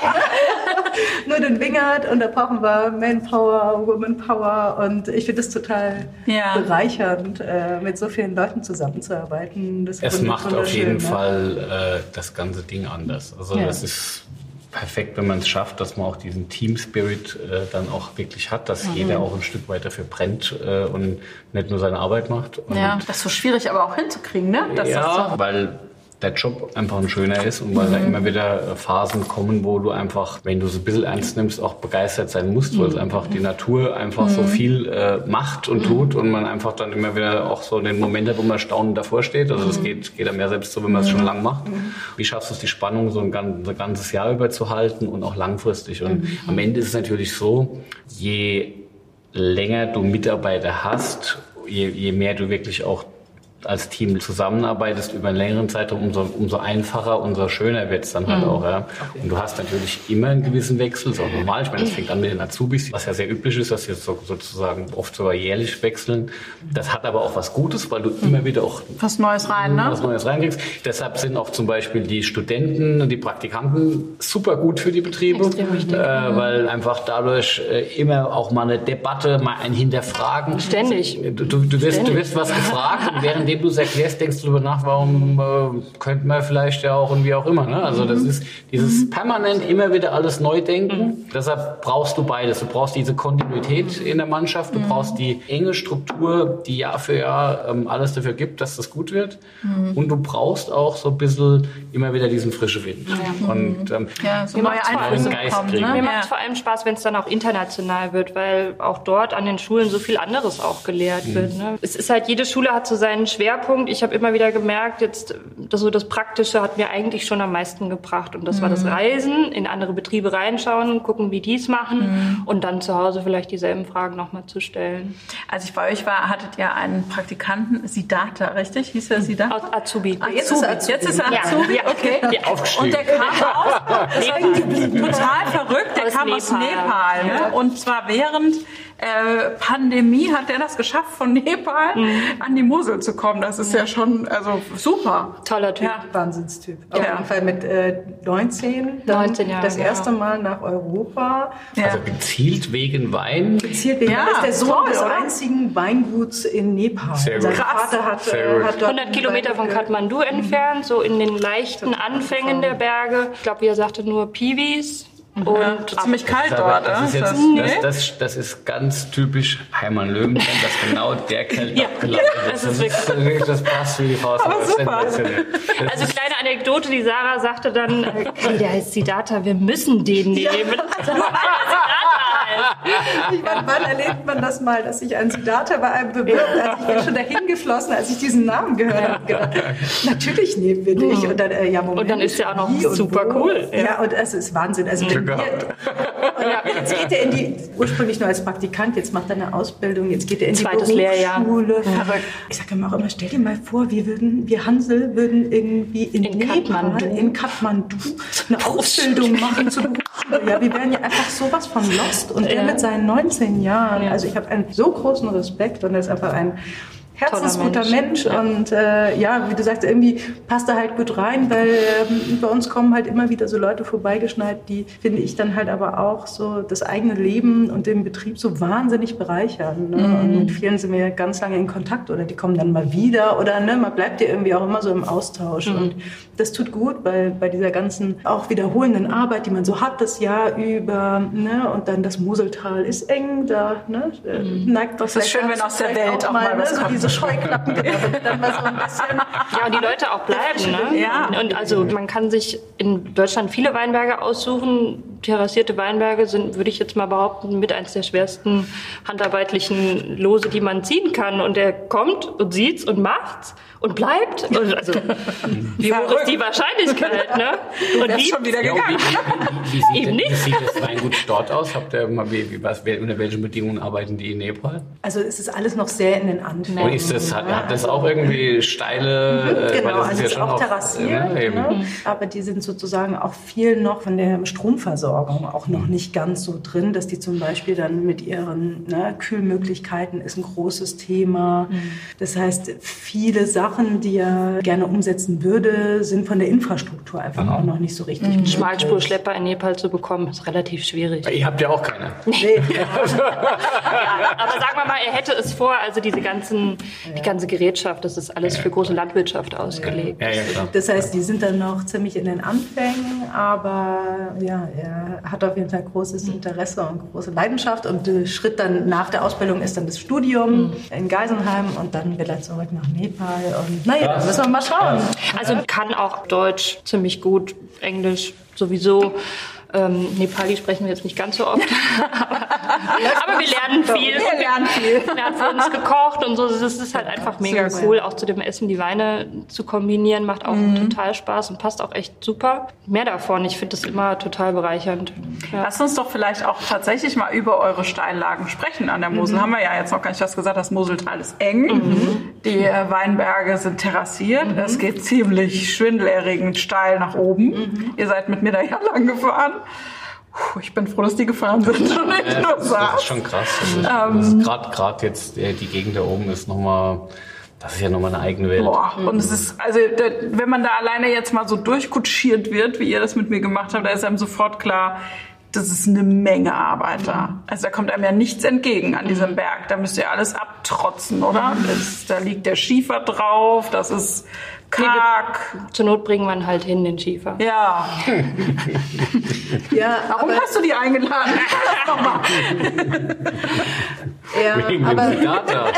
Nur den Wingert und da brauchen wir Manpower, Womanpower und ich finde das total Ja. bereichernd, äh, mit so vielen Leuten zusammenzuarbeiten. Das Es ist macht auf wunderschön, jeden ne? Fall äh, das ganze Ding anders. Also Ja. das ist perfekt, wenn man es schafft, dass man auch diesen Team-Spirit äh, dann auch wirklich hat, dass mhm. jeder auch ein Stück weit dafür brennt äh, und nicht nur seine Arbeit macht. Und Ja, das ist so schwierig aber auch hinzukriegen, ne? Dass ja, das so weil der Job einfach ein schöner ist und weil mhm. da immer wieder Phasen kommen, wo du einfach, wenn du es ein bisschen ernst nimmst, auch begeistert sein musst, mhm. weil es einfach die Natur einfach mhm. so viel äh, macht und mhm. tut und man einfach dann immer wieder auch so den Moment hat, wo man staunend davor steht. Also das mhm. geht, geht einem ja selbst so, wenn man es mhm. schon lang macht. Mhm. Wie schaffst du es, die Spannung so ein, ganz, ein ganzes Jahr über zu halten und auch langfristig? Und mhm. am Ende ist es natürlich so, je länger du Mitarbeiter hast, je, je mehr du wirklich auch als Team zusammenarbeitest über einen längeren Zeitraum, umso, umso einfacher, umso schöner wird es dann halt mhm. auch. Ja. Und du hast natürlich immer einen gewissen Wechsel, ist auch normal. Ich meine, das fängt an mit den Azubis, was ja sehr üblich ist, dass sie jetzt so, sozusagen oft sogar jährlich wechseln. Das hat aber auch was Gutes, weil du mhm. immer wieder auch was Neues rein, ne? was Neues reinkriegst. Deshalb sind auch zum Beispiel die Studenten und die Praktikanten super gut für die Betriebe, äh, weil einfach dadurch äh, immer auch mal eine Debatte, mal ein Hinterfragen. Ständig. Du, du, du, wirst, du wirst was gefragt und während indem du es erklärst, denkst du darüber nach, warum äh, könnte man vielleicht ja auch und wie auch immer. Ne? Also das ist dieses permanent immer wieder alles neu denken. Mhm. Deshalb brauchst du beides. Du brauchst diese Kontinuität in der Mannschaft, du mhm. brauchst die enge Struktur, die Jahr für Jahr ähm, alles dafür gibt, dass das gut wird. Mhm. Und du brauchst auch so ein bisschen immer wieder diesen frischen Wind. Ja. Und ähm, ja, so neue Einflüsse bekommen. Ne? Mir macht es vor allem Spaß, wenn es dann auch international wird, weil auch dort an den Schulen so viel anderes auch gelehrt mhm. wird. Ne? Es ist halt, jede Schule hat so seinen Schwerpunkt. Ich habe immer wieder gemerkt, jetzt das, so das Praktische hat mir eigentlich schon am meisten gebracht. Und das mhm. war das Reisen, in andere Betriebe reinschauen, gucken, wie die es machen mhm. und dann zu Hause vielleicht dieselben Fragen nochmal zu stellen. Als ich bei euch war, hattet ihr einen Praktikanten, Siddhartha, richtig? Hieß der Siddhartha? Azubi. Ah, jetzt, Azubi. Ist Azubi. Jetzt ist er Azubi, ja. Okay. Ja. Aufgestiegen. Und der kam aus, ist hängen geblieben. Total verrückt, der aus kam Nepal. aus Nepal. Ne? Ja. Und zwar während Äh, Pandemie hat der das geschafft, von Nepal mhm. an die Mosel zu kommen. Das ist ja, ja schon, also super. Toller Typ. Ja. Wahnsinnstyp. Auf ja. jeden Fall mit äh, neunzehn, dann neunzehn Jahre, das erste ja. Mal nach Europa. Ja. Also gezielt wegen Wein? Gezielt wegen Wein. Ja, das ist der Sohn toll, des oder? einzigen Weinguts in Nepal. Sehr Sein gut. Vater hat, äh, hat dort hundert Kilometer von Kathmandu entfernt, so in den leichten Anfängen der Berge. Ich glaube, wie er sagte, nur Piwis. Und ja, ziemlich kalt das dort. Das, ist jetzt, das, das, das, das ist ganz typisch Heimann Löwenstein, dass genau der Kerl ja, abgelandet ja, ist. Das, das, ist wirklich, das passt wie die Faust. Aber super. Also kleine Anekdote, die Sarah sagte dann, okay, der heißt Siddhartha, wir müssen den nehmen. Ja. Ich meine, wann erlebt man das mal, dass sich ein Siddhartha bei einem bewirbt? Also ich bin schon dahin geflossen, als ich diesen Namen gehört ja. habe. Gedacht, natürlich nehmen wir dich. Mhm. Und, dann, äh, ja, Moment, und dann ist er auch noch super cool. Ja. ja, und es ist Wahnsinn. Also wenn wir, und jetzt geht er in die, ursprünglich nur als Praktikant, jetzt macht er eine Ausbildung, jetzt geht er in die Zweites Berufsschule. Lehrjahr. Ich sage immer auch immer, stell dir mal vor, wir würden, wir Hansel würden irgendwie in, in Nepal, Kathmandu, in Kathmandu eine Ausbildung machen zur Berufsschule. Ja, wir wären ja einfach sowas von lost. Und er mit seinen neunzehn Jahren, ja. also ich habe einen so großen Respekt und er ist einfach ein herzensguter Mensch, Mensch. Ja. Und äh, ja, wie du sagst, irgendwie passt er halt gut rein, weil ähm, bei uns kommen halt immer wieder so Leute vorbeigeschneit, die, finde ich, dann halt aber auch so das eigene Leben und den Betrieb so wahnsinnig bereichern. Ne? Mhm. Und mit vielen sind wir ganz lange in Kontakt oder die kommen dann mal wieder oder ne, man bleibt ja irgendwie auch immer so im Austausch. Mhm. Und das tut gut, weil bei dieser ganzen auch wiederholenden Arbeit, die man so hat, das Jahr über, ne, und dann das Moseltal ist eng, da ne, mhm. neigt das ist schön, wenn aus der Welt auch, auch mal was ne, kommt. So Scheuklappen dann mal so ein bisschen. Ja, und die Leute auch bleiben. Ne? Ja. Und also man kann sich in Deutschland viele Weinberge aussuchen. Terrassierte Weinberge sind, würde ich jetzt mal behaupten, mit eins der schwersten handarbeitlichen Lose, die man ziehen kann. Und der kommt und sieht's und macht's und bleibt. Und also, wie hoch ist die Wahrscheinlichkeit, ne? Und die schon wieder gegangen. Wie, wie, wie, sieht, wie sieht das Weingut dort aus? Habt ihr mal, wie, wie, was, unter welchen Bedingungen arbeiten die in Nepal? Also es ist alles noch sehr in den Anfängen. Und ist das, hat, hat das auch irgendwie steile... Mhm, genau, das also ist es ist ja auch noch, terrassiert, ne, ne? Aber die sind sozusagen auch viel noch von der Stromversorgung auch noch nicht ganz so drin, dass die zum Beispiel dann mit ihren ne, Kühlmöglichkeiten ist ein großes Thema. Mhm. Das heißt, viele Sachen, die er gerne umsetzen würde, sind von der Infrastruktur einfach mhm. auch noch nicht so richtig. Mhm. Schmalspurschlepper in Nepal zu bekommen, ist relativ schwierig. Ihr habt ja auch keine. Nee. Ja, aber sagen wir mal, er hätte es vor, also diese ganzen, ja. die ganze Gerätschaft, das ist alles ja, für große Landwirtschaft ausgelegt. Ja, ja, klar. Das heißt, die sind dann noch ziemlich in den Anfängen, aber ja, er der hat auf jeden Fall großes Interesse und große Leidenschaft. Und der Schritt dann nach der Ausbildung ist dann das Studium in Geisenheim und dann will er zurück nach Nepal. Und naja, da müssen wir mal schauen. Also kann auch Deutsch ziemlich gut, Englisch sowieso. Ähm, Nepali sprechen wir jetzt nicht ganz so oft. Aber wir lernen viel. Wir lernen viel. Er hat für uns gekocht und so. Das ist halt einfach mega cool, auch zu dem Essen die Weine zu kombinieren. Macht auch mhm. total Spaß und passt auch echt super. Mehr davon. Ich finde das immer total bereichernd. Ja. Lasst uns doch vielleicht auch tatsächlich mal über eure Steillagen sprechen an der Mosel. Mhm. Haben wir ja jetzt noch gar nicht was gesagt. Das Moseltal ist eng. Mhm. Die äh, Weinberge sind terrassiert. Mhm. Es geht ziemlich schwindelerregend steil nach oben. Mhm. Ihr seid mit mir da ja lang gefahren. Puh, ich bin froh, dass die gefahren sind. Und nicht ja, nur das, das ist schon krass. Ähm, Gerade jetzt äh, die Gegend da oben ist nochmal, das ist ja nochmal eine eigene Welt. Boah, mhm. und es ist, also wenn man da alleine jetzt mal so durchkutschiert wird, wie ihr das mit mir gemacht habt, da ist einem sofort klar, das ist eine Menge Arbeit da. Also da kommt einem ja nichts entgegen an diesem Berg. Da müsst ihr alles abtrotzen, oder? Das, da liegt der Schiefer drauf, das ist karg. Nee, zur Not bringen wir ihn halt hin, den Schiefer. Ja. ja Warum hast du die eingeladen? Nochmal. Ja, Wegen aber, dem Data.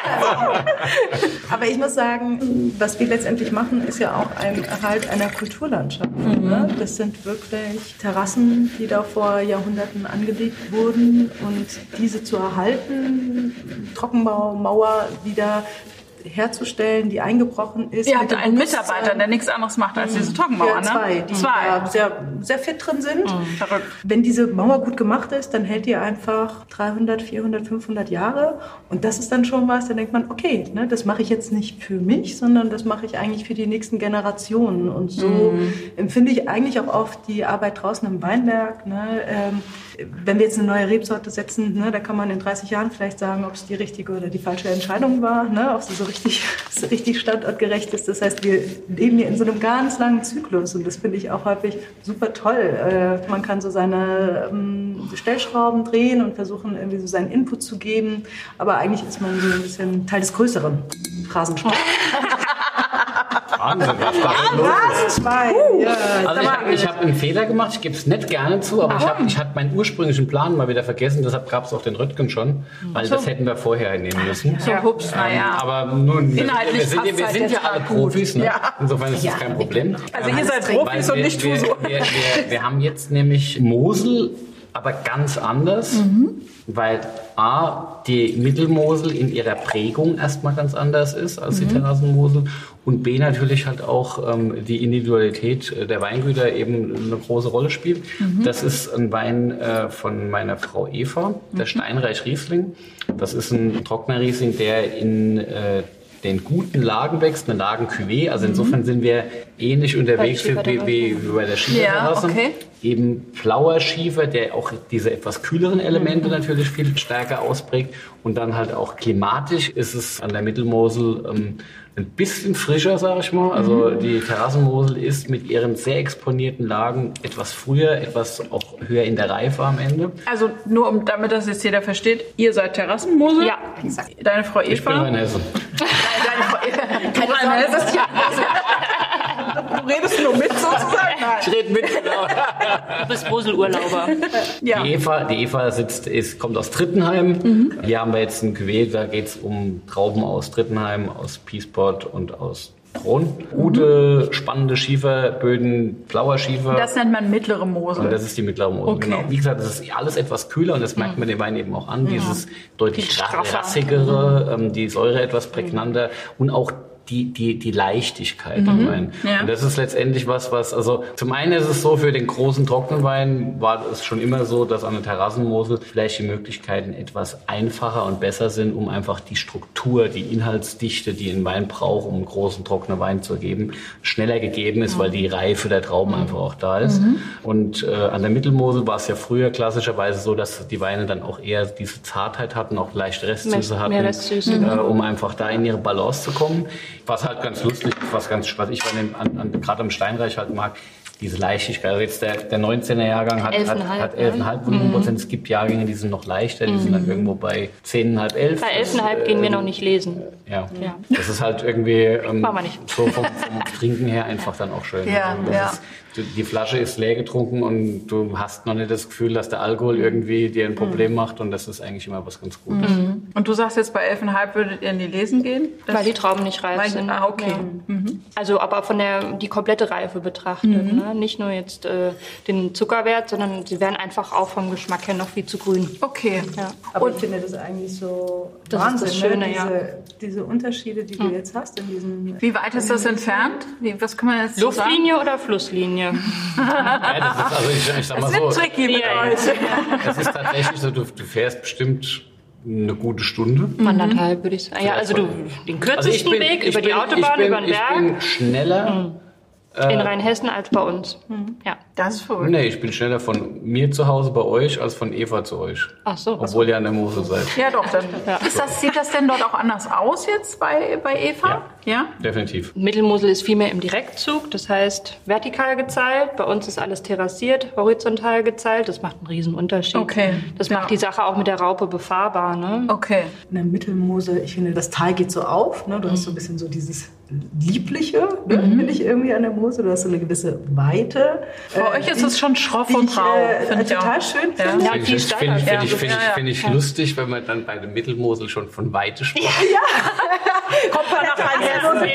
aber ich muss sagen, was wir letztendlich machen, ist ja auch ein Erhalt einer Kulturlandschaft. Mhm. Ne? Das sind wirklich Terrassen, die da vor Jahrhunderten angelegt wurden. Und diese zu erhalten, Trockenbaumauer wieder herzustellen, die eingebrochen ist. Ihr habt einen Mitarbeiter, der nichts anderes macht als diese Trockenmauer, ja, zwei, ne? die zwei. Da sehr, sehr fit drin sind. Mhm. Verrückt. Wenn diese Mauer gut gemacht ist, dann hält die einfach dreihundert, vierhundert, fünfhundert Jahre. Und das ist dann schon was, da denkt man, okay, ne, das mache ich jetzt nicht für mich, sondern das mache ich eigentlich für die nächsten Generationen. Und so mhm. empfinde ich eigentlich auch oft die Arbeit draußen im Weinberg. Ne, ähm, wenn wir jetzt eine neue Rebsorte setzen, ne, da kann man in dreißig Jahren vielleicht sagen, ob es die richtige oder die falsche Entscheidung war, ne, ob sie so richtig, so richtig standortgerecht ist. Das heißt, wir leben hier in so einem ganz langen Zyklus und das finde ich auch häufig super toll. Äh, man kann so seine ähm, Stellschrauben drehen und versuchen, irgendwie so seinen Input zu geben, aber eigentlich ist man so ein bisschen Teil des Größeren. Rasenschwein. Wahnsinn, was da Rasenschwein! Uh, ja, also ich habe ich hab einen Fehler gemacht, ich gebe es nicht gerne zu, aber Aha. ich habe ich hab meinen ursprünglichen Plan mal wieder vergessen, deshalb gab es auch den Röttgen schon, weil so. das hätten wir vorher nehmen müssen. So, hups, naja. Ähm, aber nun, wir, wir sind, wir sind ja alle Profis, ne? ja. insofern ist das ja. kein Problem. Also ihr seid Profis und nicht wir, so. Wir, wir, wir haben jetzt nämlich Mosel, aber ganz anders, mhm. weil A, die Mittelmosel in ihrer Prägung erstmal ganz anders ist als mhm. die Terrassenmosel und B, natürlich halt auch ähm, die Individualität der Weingüter eben eine große Rolle spielt. Mhm. Das ist ein Wein äh, von meiner Frau Eva, der mhm. Steinreich Riesling. Das ist ein trockener Riesling, der in äh, den guten Lagen wächst, eine Lagen-Cuvée. Also insofern sind wir ähnlich unterwegs wie, wie, wie bei der Schieferterrasse. Ja, okay. Eben blauer Schiefer, der auch diese etwas kühleren Elemente mhm. natürlich viel stärker ausprägt. Und dann halt auch klimatisch ist es an der Mittelmosel ähm, ein bisschen frischer, sage ich mal. Also mhm. die Terrassenmosel ist mit ihren sehr exponierten Lagen etwas früher, etwas auch höher in der Reife am Ende. Also nur um, damit das jetzt jeder versteht, ihr seid Terrassenmosel? Ja, exakt. Deine Frau Eva? Ich bin Rheinhessen. Deine Frau Eva. Keine Rheinhessen. Du redest nur mit sozusagen? Nein. Ich rede mit, genau. Du bist Moselurlauber. Ja. Die Eva, die Eva sitzt, ist, kommt aus Trittenheim. Mhm. Hier haben wir jetzt ein Cuvée, da geht es um Trauben aus Trittenheim, aus Peaceport und aus Thron. Gute, spannende Schieferböden, blauer Schiefer. Das nennt man mittlere Mosel. Und das ist die mittlere Mosel, okay. genau. Wie gesagt, das ist alles etwas kühler und das merkt man den Wein eben auch an. Mhm. Dieses deutlich straffer. rassigere, ähm, die Säure etwas prägnanter mhm. und auch Die, die, die Leichtigkeit mhm. im Wein. Ja. Und das ist letztendlich was, was, also zum einen ist es so, für den großen trockenen Wein war es schon immer so, dass an der Terrassenmosel vielleicht die Möglichkeiten etwas einfacher und besser sind, um einfach die Struktur, die Inhaltsdichte, die ein Wein braucht, um einen großen trockenen Wein zu ergeben, schneller gegeben ist, mhm. weil die Reife der Trauben mhm. einfach auch da ist. Mhm. Und äh, an der Mittelmosel war es ja früher klassischerweise so, dass die Weine dann auch eher diese Zartheit hatten, auch leicht Restsüße hatten, mehr Restsüße, äh, um einfach da in ihre Balance zu kommen. Was halt ganz lustig ist, was, ganz, was ich an, an, gerade am Steinreich halt mag, diese Leichtigkeit. Also jetzt der, der neunzehner Jahrgang hat elf Komma hat, fünf, hat elf Komma fünf Volumenprozent. Mhm. Es gibt Jahrgänge, die sind noch leichter, die mhm. sind dann irgendwo bei zehn Komma fünf, elf. Bei elf Komma fünf äh, gehen wir noch nicht lesen. Ja, ja. Das ist halt irgendwie ähm, Machen wir nicht. so vom, vom Trinken her einfach dann auch schön. Ja, also ja. Ist, die Flasche ist leer getrunken und du hast noch nicht das Gefühl, dass der Alkohol irgendwie dir ein Problem mhm. macht und das ist eigentlich immer was ganz Gutes. Mhm. Und du sagst jetzt, bei elf Komma fünf würdet ihr in die Lesen gehen? Das weil die Trauben nicht reif weil, sind. Ah, okay. Ja. Mhm. Also aber von der die komplette Reife betrachtet. Mhm. Ne? Nicht nur jetzt äh, den Zuckerwert, sondern sie werden einfach auch vom Geschmack her noch viel zu grün. Okay. Ja. Aber und ich finde das eigentlich so das Wahnsinn, ist das Schöne, ne? diese, ja. diese Unterschiede, die mhm. du jetzt hast in diesen... Wie weit ist das entfernt? Wie, was kann man jetzt Luftlinie sagen? Oder Flusslinie? Ja, das ist, also ich, ich sag mal das wird so, tricky mit ja, euch. Das ist tatsächlich so, du, du fährst bestimmt eine gute Stunde. Mhm. Anderthalb würde ich sagen. Ja, also du, den kürzesten also ich bin, Weg ich über bin, die Autobahn, bin, über den Berg. Ich bin schneller... Mhm. In Rheinhessen als bei uns. Mhm. Ja. Das ist verrückt. Nee, ich bin schneller von mir zu Hause bei euch als von Eva zu euch. Ach so. Obwohl ihr an der Mosel seid. Ja, doch. Dann Ja. Ist das, sieht das denn dort auch anders aus jetzt bei, bei Eva? Ja. Ja? Definitiv. Mittelmosel ist viel mehr im Direktzug, das heißt vertikal gezeilt. Bei uns ist alles terrassiert, horizontal gezeilt. Das macht einen riesen Unterschied. Okay. Das Ja. macht die Sache auch mit der Raupe befahrbar. Ne? Okay. In der Mittelmosel, ich finde, das Tal geht so auf. Ne? Du mhm. hast so ein bisschen so dieses Liebliche, ne? mhm. finde ich irgendwie an der Mosel. Du hast so eine gewisse Weite. Bei äh, euch ist es schon schroff und ich, rau. Äh, Finde ich total auch. schön. Ja. Finde Ja, Finde viel ich, steiler. find, find ich, Ja. find ich, Ja, ja. find ich lustig, wenn man dann bei der Mittelmosel schon von Weite spricht. Kommt man nach Rheinhessen.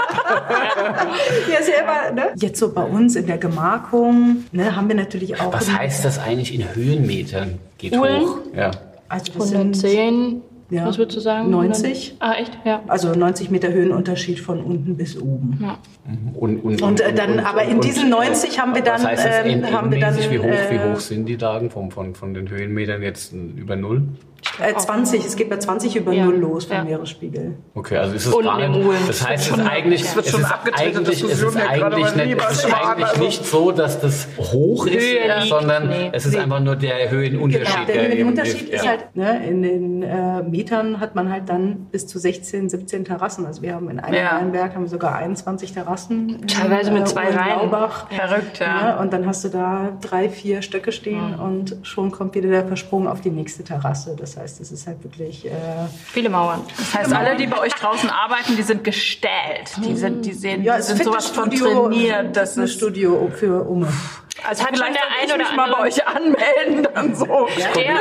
Ja, selber, ne? Jetzt so bei uns in der Gemarkung ne, haben wir natürlich auch... Was heißt das eigentlich in Höhenmetern? Geht Uhlen? hoch. Ja. Also das sind, hundertzehn, ja, was würdest du sagen? neunzig. Ah, echt? Ja. Also neunzig Meter Höhenunterschied von unten bis oben. Ja. Und, und, Und, äh, dann, und- aber in und- diesen neunzig haben wir dann... Was heißt das ähm, end- haben wir dann endmäßig? Wie hoch, wie äh, hoch sind die Dagen von, von, von den Höhenmetern jetzt über Null? äh, zwanzig, es geht bei zwanzig über Ja. Null los vom Ja. Meeresspiegel. Okay, also ist es Und gar im nicht. Uhlen. Das heißt, es schon- ist eigentlich, es wird es schon ist abgetreten, eigentlich, es ist Diskussion hier gerade, eigentlich, mein nicht, Lieber es ist Schwan, eigentlich also- nicht so, dass das hoch ist, Höhe liegt, sondern nee. es ist einfach nur der Höhenunterschied. Der der eben Höhenunterschied hilft, ist ja. halt, ne, in den äh, Metern hat man halt dann bis zu sechzehn, siebzehn Terrassen. Also wir haben in einem Ja. Weinberg haben wir sogar einundzwanzig Terrassen. Teilweise mit zwei Reihen. Laubach. Verrückt, ja. Ja, und dann hast du da drei, vier Stöcke stehen und schon kommt wieder der Versprung auf die nächste Terrasse. Das heißt, es ist halt wirklich... Äh, Viele Mauern. Das heißt, alle, die bei euch draußen arbeiten, die sind gestellt. Die sind, die sehen, ja, die es sind sowas von Fitnessstudio- trainiert. Das ist, Fitnessstudio für Umme. also hat schon vielleicht der sollte ein ich oder mich mal bei andere- euch anmelden, dann so. Der,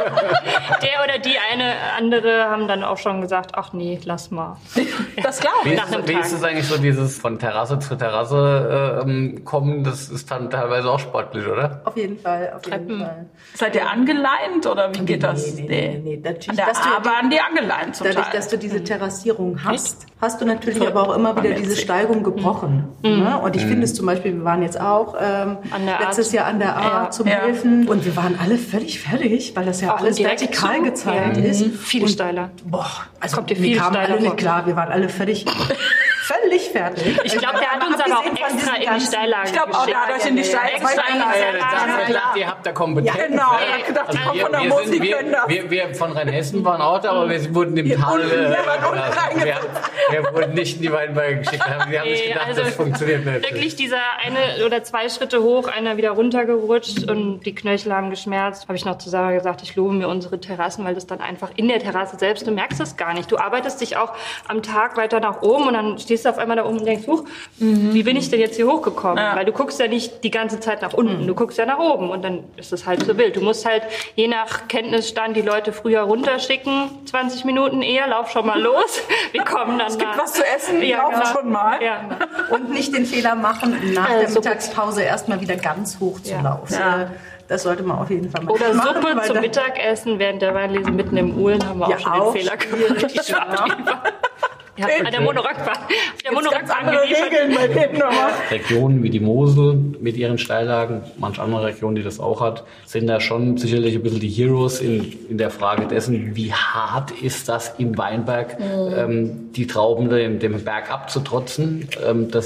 der oder die eine andere haben dann auch schon gesagt, ach nee, lass mal. Das glaube Wie ich. Nach einem ist, wie Tag. ist es eigentlich so, dieses von Terrasse zu Terrasse ähm, kommen, das ist dann teilweise auch sportlich, oder? Auf jeden Fall, auf Treppen. jeden Fall. Seid ihr angeleint oder wie geht das? Nee, nee, nee, nee. An Natürlich, der dass du A waren die angeleint zum Dadurch, Teil. dass du diese Terrassierung hast, hast du natürlich aber auch immer wieder diese Steigung gebrochen. Ne? Und ich finde es zum Beispiel, wir waren jetzt auch ähm, An der letztes A. Jahr an der A Ja. zum Ja. Helfen und wir waren alle völlig fertig, weil das ja Auch im alles vertikal Direktzug? gezeilt Ja. ist. Viel und, steiler. Boah, also Kommt dir wir viel kamen steiler alle vor. nicht klar, wir waren alle völlig, völlig fertig. Ich glaube, der hat uns aber auch Abgesehen von extra diesen in die ganzen- Steillage Ich glaube auch, der hat euch in die Steine Extra in die Ah, ja, Steillage. das haben wir gedacht, ihr habt da Kompetenz. Ja, Genau, ich hab gedacht, die Also kommen wir, von der wir, Musik, sind, die können das. wir, wir, wir von Rheinhessen waren auch da, aber wir wurden im Tal äh, unten, ja, waren unten gelassen. wir, wir wurden nicht in die Weinberge geschickt. Wir haben nicht Nee, gedacht, also das funktioniert nicht. Wirklich dieser eine oder zwei Schritte hoch, einer wieder runtergerutscht und die Knöchel haben geschmerzt. Habe ich noch zu Sarah gesagt, ich lobe mir unsere Terrassen, weil das dann einfach in der Terrasse selbst, du merkst es gar nicht. Du arbeitest dich auch am Tag weiter nach oben und dann stehst du auf einmal da oben und denkst, huch, wie bin ich denn jetzt hier hochgekommen? Ja. Weil du guckst ja nicht die ganze Zeit nach unten, du guckst ja nach oben und dann ist es halt so wild. Du musst halt je nach Kenntnisstand die Leute früher runterschicken, zwanzig Minuten eher, lauf schon mal los. Wir kommen dann Es gibt mal. was zu essen, Ja, laufen genau. schon mal. Ja. Und nicht den Fehler machen, nach Äh, der Suppe. Mittagspause erstmal wieder ganz hoch zu Ja. laufen. Ja. Äh, Das sollte man auf jeden Fall mal Oder machen. Suppe weil zum da- Mittagessen während der Weinlese mitten im Uhlen haben wir Ja, auch schon auch den Fehler gemacht. Die Schwarzwieber. Ja, an der Monorackbahn. Auf der Ganz Monorackbahn andere geliefert. Regeln bei denen nochmal. Regionen wie die Mosel mit ihren Steillagen, manch andere Regionen, die das auch hat, sind da schon sicherlich ein bisschen die Heroes in, in der Frage dessen, wie hart ist das im Weinberg, ähm, die Trauben dem, dem Berg abzutrotzen. Ähm, das ist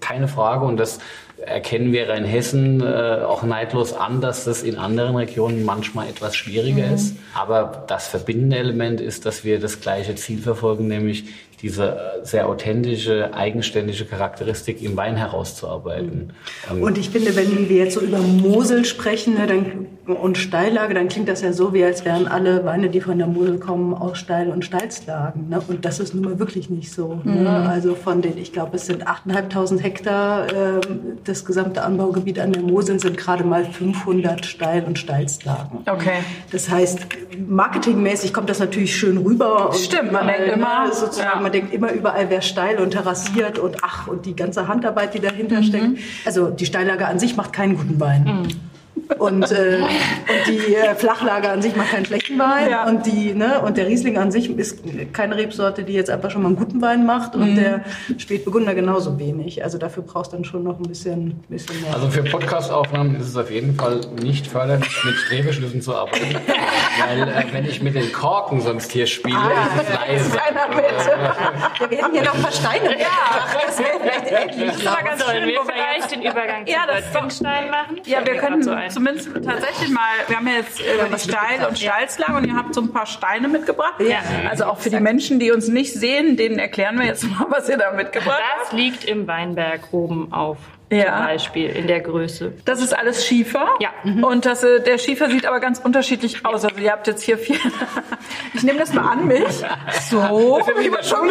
keine Frage. Und das erkennen wir in Hessen äh, auch neidlos an, dass das in anderen Regionen manchmal etwas schwieriger mhm. ist. Aber das verbindende Element ist, dass wir das gleiche Ziel verfolgen, nämlich diese sehr authentische, eigenständige Charakteristik im Wein herauszuarbeiten. Mhm. Und ich finde, wenn wir jetzt so über Mosel sprechen, ne, dann, und Steillage, dann klingt das ja so, wie als wären alle Weine, die von der Mosel kommen, aus Steil- und Steilslagen. Ne? Und das ist nun mal wirklich nicht so. Mhm. Ne? Also von den, ich glaube, es sind achttausendfünfhundert Hektar, äh, das gesamte Anbaugebiet an der Mosel sind gerade mal fünfhundert Steil- und Steilslagen. Okay. Das heißt, marketingmäßig kommt das natürlich schön rüber. Und stimmt, man denkt immer, ne, sozusagen, ja. man denkt immer überall, wer steil und terrassiert und ach, und die ganze Handarbeit, die dahinter mhm. steckt. Also die Steillage an sich macht keinen guten Wein. Mhm. Und, äh, und die äh, Flachlage an sich macht keinen schlechten Wein. Ja. Und, die, ne, und der Riesling an sich ist keine Rebsorte, die jetzt einfach schon mal einen guten Wein macht. Und mhm. der Spätburgunder genauso wenig. Also dafür brauchst du dann schon noch ein bisschen, bisschen mehr. Also für Podcast-Aufnahmen ist es auf jeden Fall nicht förderlich, mit Strebeschlüssen zu arbeiten. Weil äh, wenn ich mit den Korken sonst hier spiele, ah, ist es leise. Ja, wir hätten hier noch ein paar Steine. Ja, das wäre vielleicht endlich. Das war ganz schön, wir vielleicht den Übergang ja, zum Röttgenstein machen. Ja, wir können so zumindest tatsächlich mal, wir haben ja jetzt äh, die Steil- und Steilslagen und ihr habt so ein paar Steine mitgebracht. Ja. Also auch für die Menschen, die uns nicht sehen, denen erklären wir jetzt mal, was ihr da mitgebracht habt. Das liegt im Weinberg oben auf. Ja. Zum Beispiel in der Größe. Das ist alles Schiefer. Ja. Mhm. Und das, der Schiefer sieht aber ganz unterschiedlich aus. Also ihr habt jetzt hier vier. Ich nehme das mal an mich. So. Wie wir schon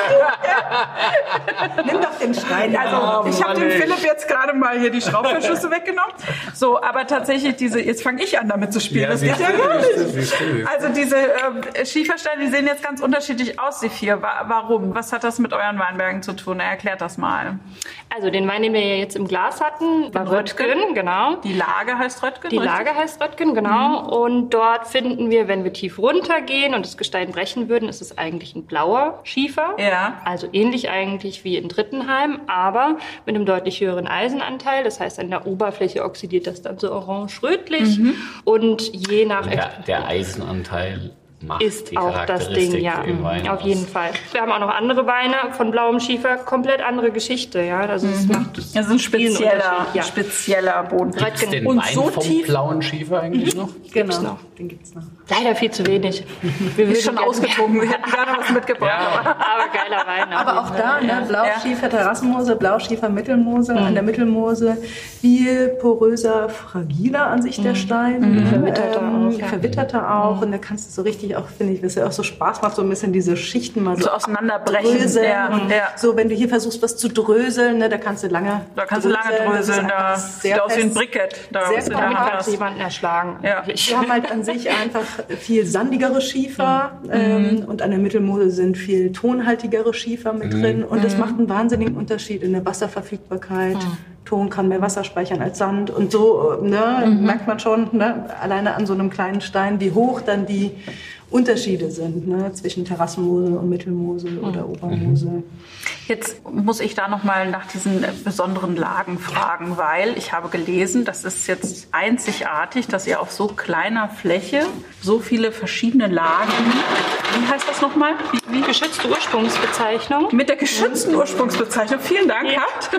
Nimm doch den Stein. Also ich habe dem Philipp jetzt gerade mal hier die Schraubverschlüsse weggenommen. So, aber tatsächlich diese. Jetzt fange ich an, damit zu spielen. Ja, das geht ja gar nicht. Also diese äh, Schiefersteine, die sehen jetzt ganz unterschiedlich aus, die vier. Warum? Was hat das mit euren Weinbergen zu tun? Er erklärt das mal. Also den Wein, den wir ja jetzt im Glas hatten, war Röttgen, Röttgen, genau. Die Lage heißt Röttgen? Die Lage richtig? heißt Röttgen, genau. Mhm. Und dort finden wir, wenn wir tief runtergehen und das Gestein brechen würden, ist es eigentlich ein blauer Schiefer. Ja. Also ähnlich eigentlich wie in Drittenheim, aber mit einem deutlich höheren Eisenanteil. Das heißt, an der Oberfläche oxidiert das dann so orange-rötlich. Mhm. Und je nach... Der, der Eisenanteil... Macht ist auch das Ding, ja, auf jeden Fall. Wir haben auch noch andere Weine von blauem Schiefer, komplett andere Geschichte, ja. Also es mhm. macht das ist ein spezieller, ja. spezieller Boden. Gibt es den und Wein so vom tief blauen Schiefer eigentlich mhm. noch? Genau, gibt's noch. Den gibt's noch. Leider viel zu wenig. Wir sind schon ausgezogen, wir hätten gerne was mitgebracht. Ja. Aber, aber geiler Wein. Aber auch da, ne, Blauschiefer, Terrassenmose, Blauschiefer, Mittelmose, mhm. an der Mittelmose viel poröser, fragiler an sich mhm. der Stein. Mhm. Verwitterter ähm, auch. Ja. Verwitterter auch. Mhm. Und da kannst du so richtig auch, finde ich, was ja auch so Spaß macht, so ein bisschen diese Schichten mal so, so auseinanderbrechen. Dröseln. Ja. Ja. So, wenn du hier versuchst, was zu dröseln, ne, da kannst du lange Da kannst dröseln. du lange dröseln. Da sieht aus wie ein Brikett. Da sehr damit kannst du jemanden erschlagen. Ja. Wir haben halt an sich einfach viel sandigere Schiefer mhm. ähm, und an der Mittelmose sind viel tonhaltigere Schiefer mit mhm. drin. Und das macht einen wahnsinnigen Unterschied in der Wasserverfügbarkeit. Mhm. Ton kann mehr Wasser speichern als Sand. Und so ne, mhm. merkt man schon, ne, alleine an so einem kleinen Stein, wie hoch dann die Unterschiede sind, ne, zwischen Terrassenmose und Mittelmose mhm. oder Obermose. Jetzt muss ich da noch mal nach diesen besonderen Lagen fragen, weil ich habe gelesen, das ist jetzt einzigartig, dass ihr auf so kleiner Fläche so viele verschiedene Lagen, wie heißt das nochmal? Wie, wie geschützte Ursprungsbezeichnung? Mit der geschützten Ursprungsbezeichnung, vielen Dank, ja. habt.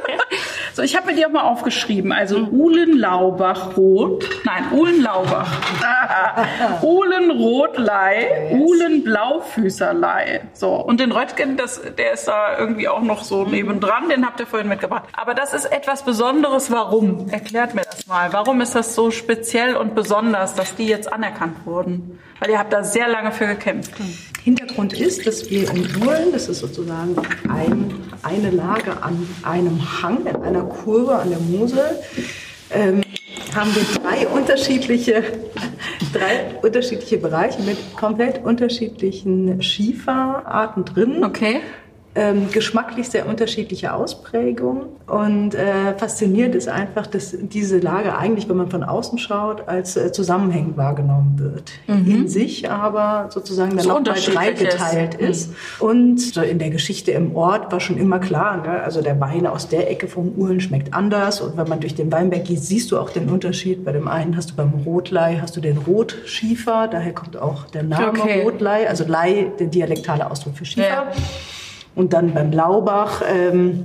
So, ich habe mir die auch mal aufgeschrieben. Also Uhlenlaubach-Rot, nein, Uhlenlaubach, Uhlenrotlei, Uhlenblaufüßerlei. So, und den Röttgen, das, der ist da irgendwie auch noch so nebendran, den habt ihr vorhin mitgebracht. Aber das ist etwas Besonderes. Warum? Erklärt mir das mal. Warum ist das so speziell und besonders, dass die jetzt anerkannt wurden? Weil ihr habt da sehr lange für gekämpft. Hintergrund ist, dass wir in Uhlen, das ist sozusagen ein, eine Lage an einem Hang, in einer Kurve an der Mosel, ähm, haben wir drei unterschiedliche, drei unterschiedliche Bereiche mit komplett unterschiedlichen Schieferarten drin. Okay. Ähm, geschmacklich sehr unterschiedliche Ausprägungen und äh, fasziniert ist einfach, dass diese Lage eigentlich, wenn man von außen schaut, als äh, zusammenhängend wahrgenommen wird. Mhm. In sich aber sozusagen dann so noch mal drei geteilt ist. Mhm. Und so in der Geschichte im Ort war schon immer klar, ne? Also der Wein aus der Ecke vom Uhlen schmeckt anders und wenn man durch den Weinberg geht, siehst du auch den Unterschied. Bei dem einen hast du beim Rotlei, hast du den Rotschiefer, daher kommt auch der Name okay. Rotlei, also Lei, der dialektale Ausdruck für Schiefer. Ja. Und dann beim Laubach ähm,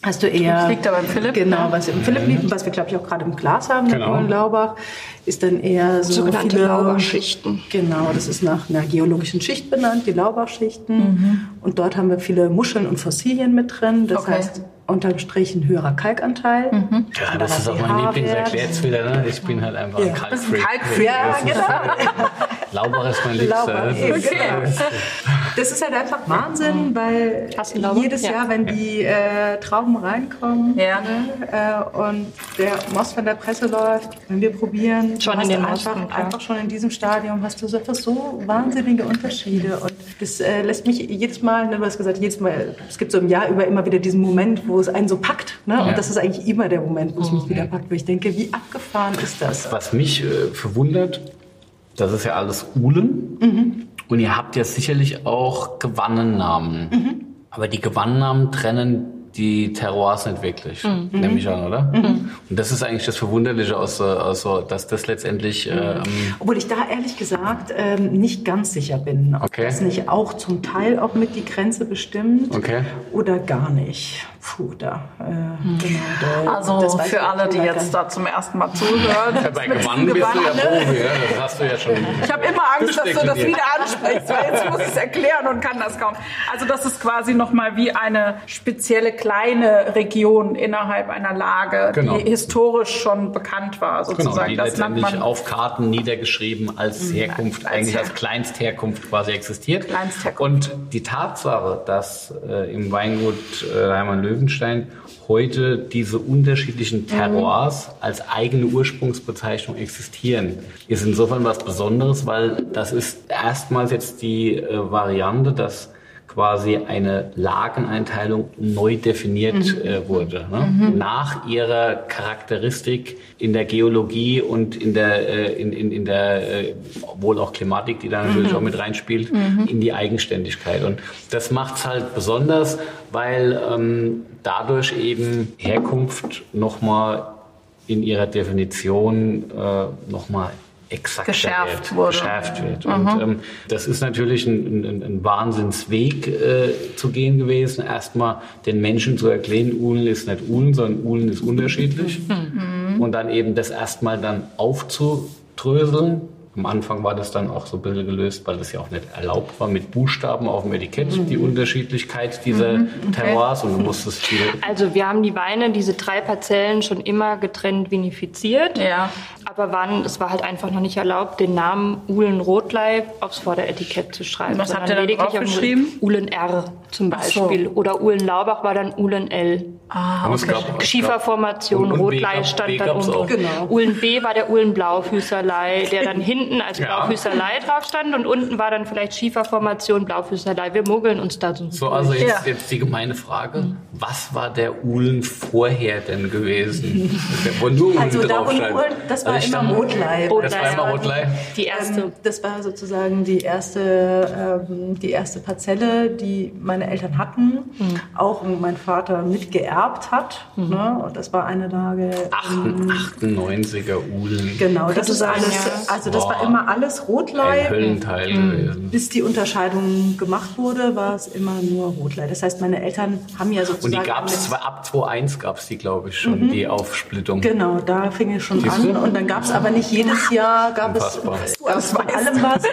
hast du eher... Das liegt da beim Philipp. Genau, was im Philipp liegt und was wir, glaube ich, auch gerade im Glas haben, genau. in Hohenlaubach, ist dann eher so sogenannte viele... Laubachschichten. Genau, das ist nach einer geologischen Schicht benannt, die Laubachschichten. Mhm. Und dort haben wir viele Muscheln und Fossilien mit drin. Das okay. heißt, unterm Strich ein höherer Kalkanteil. Mhm. Ja, das ist auch mein Lieblingserklärt's wieder. Ne? Ich bin halt einfach ja. ein Kalkfreak. Kalkfreak. Ja, genau. Laubach ist mein Liebster. Laubach, eben, genau. Das ist halt einfach Wahnsinn, weil jedes ja. Jahr, wenn die äh, Trauben reinkommen ja. ne, äh, und der Most von der Presse läuft, wenn wir probieren, schon in den einfach, Mosten, einfach schon in diesem Stadium hast du so, einfach so wahnsinnige Unterschiede. Und das äh, lässt mich jedes Mal, ne, du hast gesagt, jedes Mal, es gibt so im Jahr über immer wieder diesen Moment, wo es einen so packt. Ne? Und ja. das ist eigentlich immer der Moment, wo es mich wieder packt, wo ich denke, wie abgefahren ist das? Was mich äh, verwundert, das ist ja alles Ulen. Mhm. Und ihr habt ja sicherlich auch Gewannennamen. Mhm. Aber die Gewannennamen trennen die Terroirs nicht wirklich, mhm. nehme ich an, oder? Mhm. Und das ist eigentlich das Verwunderliche, aus, aus, dass das letztendlich... Mhm. Ähm Obwohl ich da ehrlich gesagt ähm, nicht ganz sicher bin, ob okay. das nicht auch zum Teil auch mit die Grenze bestimmt okay. oder gar nicht. Puh, da, äh, mhm. genau, da, also für alle, die jetzt da zum ersten Mal zuhören. Ja, bei Gewannen bist du ja Profi, ja? Das hast du ja schon. Ich habe immer Angst, dass du das wieder ansprichst, weil jetzt muss ich es erklären und kann das kaum. Also das ist quasi nochmal wie eine spezielle kleine Region innerhalb einer Lage, genau. die historisch schon bekannt war, sozusagen. Genau, die das letztendlich auf Karten niedergeschrieben als Herkunft, als eigentlich Her- als Kleinstherkunft quasi existiert. Kleinstherkunft. Und die Tatsache, dass äh, im Weingut äh, Heimann-Löwenstein heute diese unterschiedlichen Terroirs mhm. als eigene Ursprungsbezeichnung existieren, ist insofern was Besonderes, weil das ist erstmals jetzt die äh, Variante, dass quasi eine Lageneinteilung neu definiert mhm. äh, wurde. Ne? Mhm. Nach ihrer Charakteristik in der Geologie und in der, äh, in, in, in der äh, wohl auch Klimatik, die da natürlich mhm. auch mit reinspielt, mhm. in die Eigenständigkeit. Und das macht es halt besonders, weil ähm, dadurch eben Herkunft nochmal in ihrer Definition äh, nochmal exakt geschärft wurde. Geschärft wird. Mhm. Und ähm, das ist natürlich ein, ein, ein Wahnsinnsweg äh, zu gehen gewesen. Erstmal den Menschen zu erklären, Ulen ist nicht Ulen, sondern Ulen ist unterschiedlich. Mhm. Und dann eben das erstmal dann aufzudröseln. Am Anfang war das dann auch so ein bisschen gelöst, weil das ja auch nicht erlaubt war, mit Buchstaben auf dem Etikett, mhm. die Unterschiedlichkeit dieser mhm. okay. Terroirs. Und du musstest viel also wir haben die Weine, diese drei Parzellen, schon immer getrennt vinifiziert. Ja. Aber waren, es war halt einfach noch nicht erlaubt, den Namen Ulen Rotlei aufs Vorderetikett zu schreiben. Was habt ihr dann drauf geschrieben? Ulen R zum Beispiel. So. Oder Ulen Laubach war dann Ulen L. Ah, okay. Gab, Schieferformation, Rotlei stand dann unten. Genau. Ulen B war der Ulen Blaufüßerlei, der dann hinten als ja. Blaufüßerlei drauf stand und unten war dann vielleicht Schieferformation, Blaufüßerlei. Wir mogeln uns da so. So, also jetzt, ja. jetzt die gemeine Frage. Mhm. Was war der Ulen vorher denn gewesen? Wo nur Ulen also drauf da Ulen, das war also immer Rotlei. Das war immer Rotlei? Die erste. Ähm, das war sozusagen die erste, ähm, die erste Parzelle, die meine Eltern hatten. Mhm. Auch mein Vater mitgeerbt hat. Mhm. Ne? Und das war eine Lage... achtundneunziger Ulen. Genau, das ist alles... Also das war immer alles Rotlei. Ein Höllenteil gewesen. Bis die Unterscheidung gemacht wurde, war es immer nur Rotlei. Das heißt, meine Eltern haben ja sozusagen... Und die gab es, ab zweitauneins gab es die, glaube ich, schon, mhm. die Aufsplittung. Genau, da fing es schon Siehst an. Du? Und dann gab es aber nicht jedes Jahr, gab Unfassbar. es... Gab es von allem was.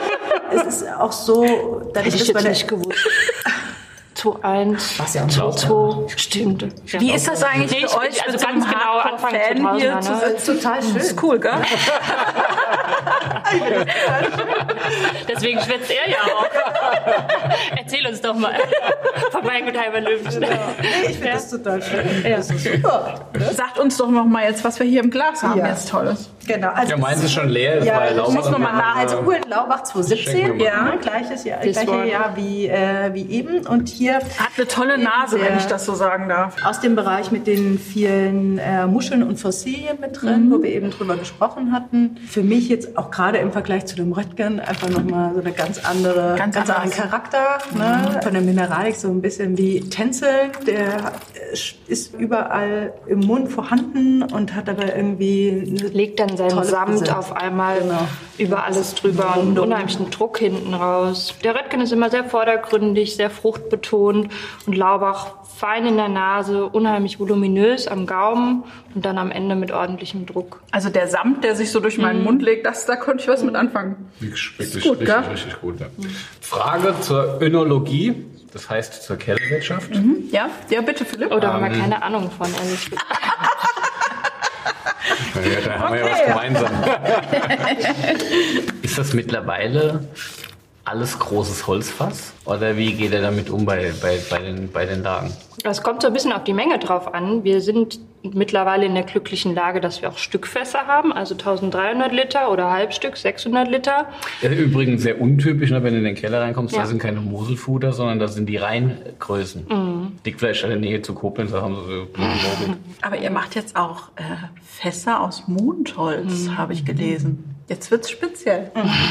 Es ist auch so... Hätte ich jetzt nicht gewusst. zwei eins, ja zwei zwei, stimmt. Wie ist das eigentlich nee, für euch? Also ganz genau Anfang Fan hier zu sitzen? Total schön. Das ist cool, gell? Deswegen schwitzt er ja auch. Erzähl uns doch mal von Weingut Heimann-Löwenstein. Nee, ich finde das total schön. Ja. Das ist super. Sagt uns doch noch mal jetzt, was wir hier im Glas haben ja. jetzt Tolles. Genau. Also ja, meins ist schon leer. Das ja, war ich muss nochmal nach. Also Ulen Laubach zwanzig siebzehn, ja, gleiches Jahr, gleiche Jahr wie, äh, wie eben. Und hier hat eine tolle Nase, wenn ich das so sagen darf. Aus dem Bereich mit den vielen äh, Muscheln und Fossilien mit drin, mhm. wo wir eben drüber gesprochen hatten. Für mich jetzt auch gerade im Vergleich zu dem Röttgen einfach nochmal so eine ganz andere, ganz, ganz anderen Charakter. Ne? Von der Mineralik so ein bisschen wie Tänzel. Der ist überall im Mund vorhanden und hat aber irgendwie... Legt dann seinen Samt Präsenz. auf einmal Genau. über alles drüber und einen unheimlichen Druck hinten raus. Der Röttgen ist immer sehr vordergründig, sehr fruchtbetont und Laubach fein in der Nase, unheimlich voluminös am Gaumen und dann am Ende mit ordentlichem Druck. Also der Samt, der sich so durch meinen Mund legt, das, da konnte ich was mit anfangen. Wirklich Ist richtig, gut, richtig, gell? richtig gut. Ja. Frage zur Önologie, das heißt zur Kellerwirtschaft. Mhm. Ja, ja, bitte, Philipp. Oder haben wir Ähm. keine Ahnung von, ehrlich gesagt. Ja, da haben wir ja was gemeinsam. Ist das mittlerweile alles großes Holzfass? Oder wie geht er damit um bei, bei, bei, den, bei den Lagen? Es kommt so ein bisschen auf die Menge drauf an. Wir sind mittlerweile in der glücklichen Lage, dass wir auch Stückfässer haben, also dreizehnhundert Liter oder Halbstück, sechshundert Liter. Ja, übrigens sehr untypisch, ne, wenn du in den Keller reinkommst, Ja. da sind keine Moselfuder, sondern da sind die Reingrößen. Mhm. Liegt vielleicht in der Nähe zu Koblenz, da haben sie so Blütenlogik. Aber ihr macht jetzt auch äh, Fässer aus Mondholz, habe ich gelesen. Jetzt wird's speziell.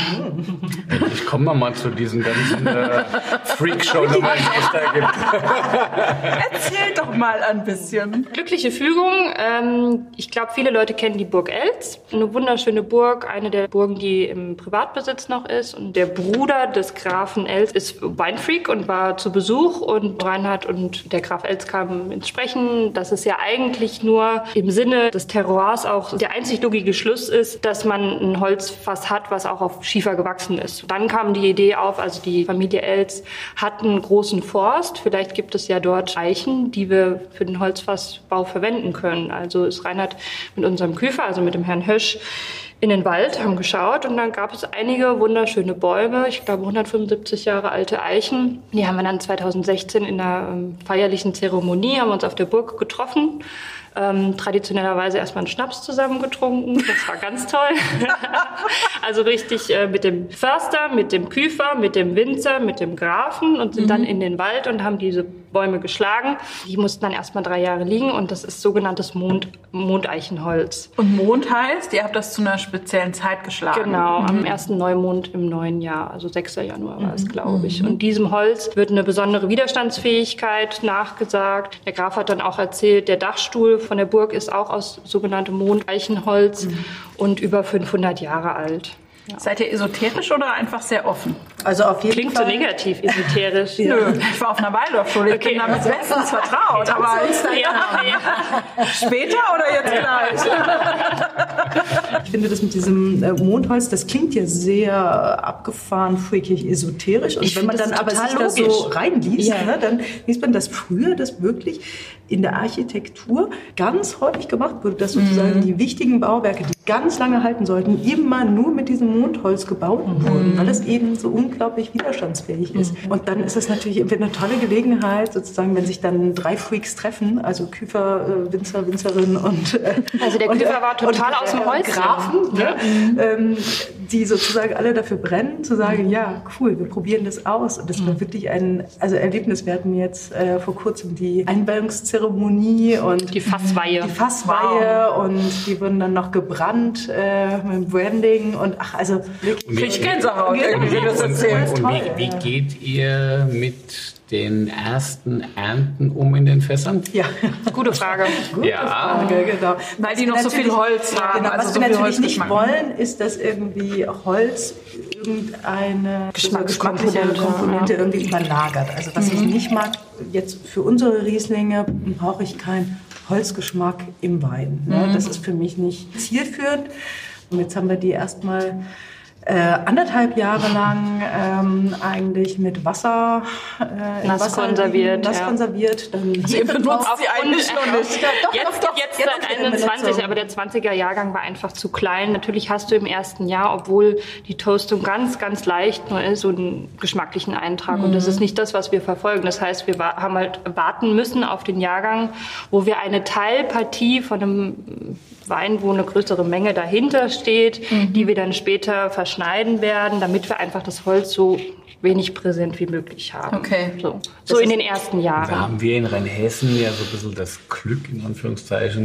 Ich komme mal zu diesen ganzen äh, Freakshow-Nummern, die es da gibt. Erzähl doch mal ein bisschen. Glückliche Fügung. Ähm, ich glaube, viele Leute kennen die Burg Eltz. Eine wunderschöne Burg, eine der Burgen, die im Privatbesitz noch ist. Und der Bruder des Grafen Eltz ist Weinfreak und war zu Besuch. Und Reinhard und der Graf Eltz kamen ins Sprechen, dass es ja eigentlich nur im Sinne des Terroirs auch der einzig logische Schluss ist, dass man ein Holzfass hat, was auch auf Schiefer gewachsen ist. Dann kam die Idee auf, also die Familie Eltz hat einen großen Forst. Vielleicht gibt es ja dort Eichen, die wir für den Holzfassbau verwenden können. Also ist Reinhard mit unserem Küfer, also mit dem Herrn Hösch, in den Wald, haben geschaut und dann gab es einige wunderschöne Bäume, ich glaube hundertfünfundsiebzig Jahre alte Eichen. Die haben wir dann zweitausendsechzehn in einer ähm, feierlichen Zeremonie, haben uns auf der Burg getroffen. Ähm, traditionellerweise erstmal einen Schnaps zusammen getrunken. Das war ganz toll. Also richtig äh, mit dem Förster, mit dem Küfer, mit dem Winzer, mit dem Grafen und sind mhm. dann in den Wald und haben diese Bäume geschlagen. Die mussten dann erstmal drei Jahre liegen und das ist sogenanntes Mond, Mondeichenholz. Und Mond heißt, ihr habt das zu einer speziellen Zeit geschlagen. Genau, mhm. am ersten Neumond im neuen Jahr, also sechster Januar war es, glaube ich. Und diesem Holz wird eine besondere Widerstandsfähigkeit nachgesagt. Der Graf hat dann auch erzählt, der Dachstuhl von der Burg ist auch aus sogenanntem Mondeichenholz mhm. und über fünfhundert Jahre alt. Ja. Seid ihr esoterisch oder einfach sehr offen? Also auf jeden Klingt Fall. so negativ, esoterisch. Ja. Nö, ich war auf einer Waldorfschule, ich Okay. bin damit bestens vertraut. Aber Ja, ja. später oder jetzt gleich? Ich finde das mit diesem äh, Mondholz, das klingt ja sehr abgefahren, freakig, esoterisch. Und Ich wenn man finde dann das aber sich total das so logisch. reinliest, Ja. ne, dann liest man, dass früher das wirklich in der Architektur ganz häufig gemacht wurde, dass sozusagen die wichtigen Bauwerke, die ganz lange halten sollten, immer nur mit diesem Mondholz gebaut wurden, weil es eben so unglaublich widerstandsfähig ist. Und dann ist es natürlich irgendwie eine tolle Gelegenheit, sozusagen, wenn sich dann drei Freaks treffen, also Küfer, äh, Winzer, Winzerin und äh, Also der und, Küfer war total und, aus dem äh, Holz. Grafen, ne? ähm, die sozusagen alle dafür brennen, zu sagen, ja, cool, wir probieren das aus. Und das war wirklich ein also Erlebnis. Wir hatten jetzt äh, vor kurzem die Einweihungszeremonie und Die Fassweihe. die Fassweihe und die wurden dann noch gebrannt äh, mit Branding und ach, also wirklich. Und wie- Ich Gänsehaut, irgendwie, wie du das Und, erzählst. und wie, wie geht ihr mit den ersten Ernten um in den Fässern? Ja, Gute Frage. Ja. Frage, genau. Weil die noch so viel Holz haben, Genau, also was so wir viel natürlich nicht Holzgeschmack. wollen, ist, dass irgendwie Holz irgendeine Geschmackskomponente, geschmackliche Komponente ja. irgendwie überlagert. Also was ich nicht mag, jetzt für unsere Rieslinge brauche ich keinen Holzgeschmack im Wein. Ne? Das ist für mich nicht zielführend. Und jetzt haben wir die erstmal äh, anderthalb Jahre lang ähm, eigentlich mit Wasser äh, in Nass Wasser konserviert, nass ja. konserviert. Dann Also ihr benutzt sie eigentlich Und, noch nicht. äh, Doch, jetzt, doch, doch. jetzt Jetzt seit ist die einundzwanzig, Benutzung. aber der zwanziger Jahrgang war einfach zu klein. Natürlich hast du im ersten Jahr, obwohl die Toastung ganz, ganz leicht nur ist, so einen geschmacklichen Eintrag. Und das ist nicht das, was wir verfolgen. Das heißt, wir wa- haben halt warten müssen auf den Jahrgang, wo wir eine Teilpartie von einem Wein, wo eine größere Menge dahinter steht, die wir dann später verschneiden werden, damit wir einfach das Holz so wenig präsent wie möglich haben. Okay. So, so in den ersten Jahren. Da haben wir in Rheinhessen ja so ein bisschen das Glück, in Anführungszeichen,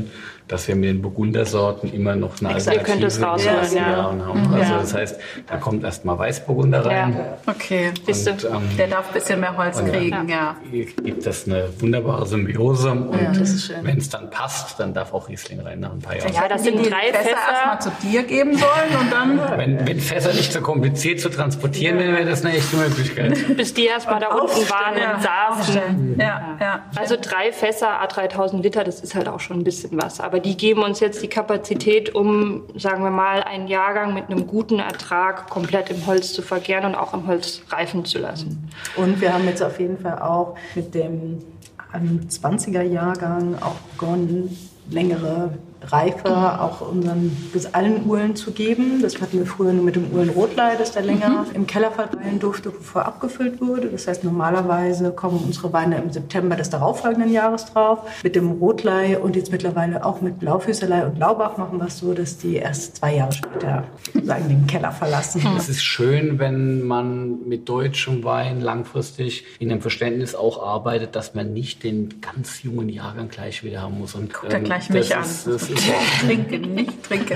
dass wir mit den Burgundersorten immer noch eine Exakt, ihr könnt es Alternative rausholen, in den ja. Jahren haben. Also das heißt, da kommt erstmal Weißburgunder rein. Ja. Okay. Siehst du? Und, ähm, Der darf ein bisschen mehr Holz und, kriegen, ja. Hier gibt es eine wunderbare Symbiose und Ja, das ist schön. wenn es dann passt, dann darf auch Riesling rein nach ein paar Jahren. Ja, das sind die drei Fässer erstmal Fässer. zu dir geben sollen und dann... Wenn, wenn Fässer nicht so kompliziert zu transportieren wären, wäre das eine echte Möglichkeit. Bis die erstmal da unten waren und saßen. Ja, ja. Also drei Fässer, a dreitausend Liter, das ist halt auch schon ein bisschen was. Aber die geben uns jetzt die Kapazität, um, sagen wir mal, einen Jahrgang mit einem guten Ertrag komplett im Holz zu vergären und auch im Holz reifen zu lassen. Und wir haben jetzt auf jeden Fall auch mit dem zwanziger-Jahrgang auch begonnen, längere Reife auch unseren bis allen Uhlen zu geben. Das hatten wir früher nur mit dem Uhlenrotlei, dass der länger mhm. im Keller verweilen durfte, bevor abgefüllt wurde. Das heißt, normalerweise kommen unsere Weine im September des darauffolgenden Jahres drauf. Mit dem Rotlei und jetzt mittlerweile auch mit Blaufüßerlei und Laubach machen wir es so, dass die erst zwei Jahre später sozusagen den Keller verlassen. Es ist schön, wenn man mit deutschem Wein langfristig in dem Verständnis auch arbeitet, dass man nicht den ganz jungen Jahrgang gleich wieder haben muss. Und, Guckt er ähm, gleich mich an. Ist, das ist Trinken, nicht trinken.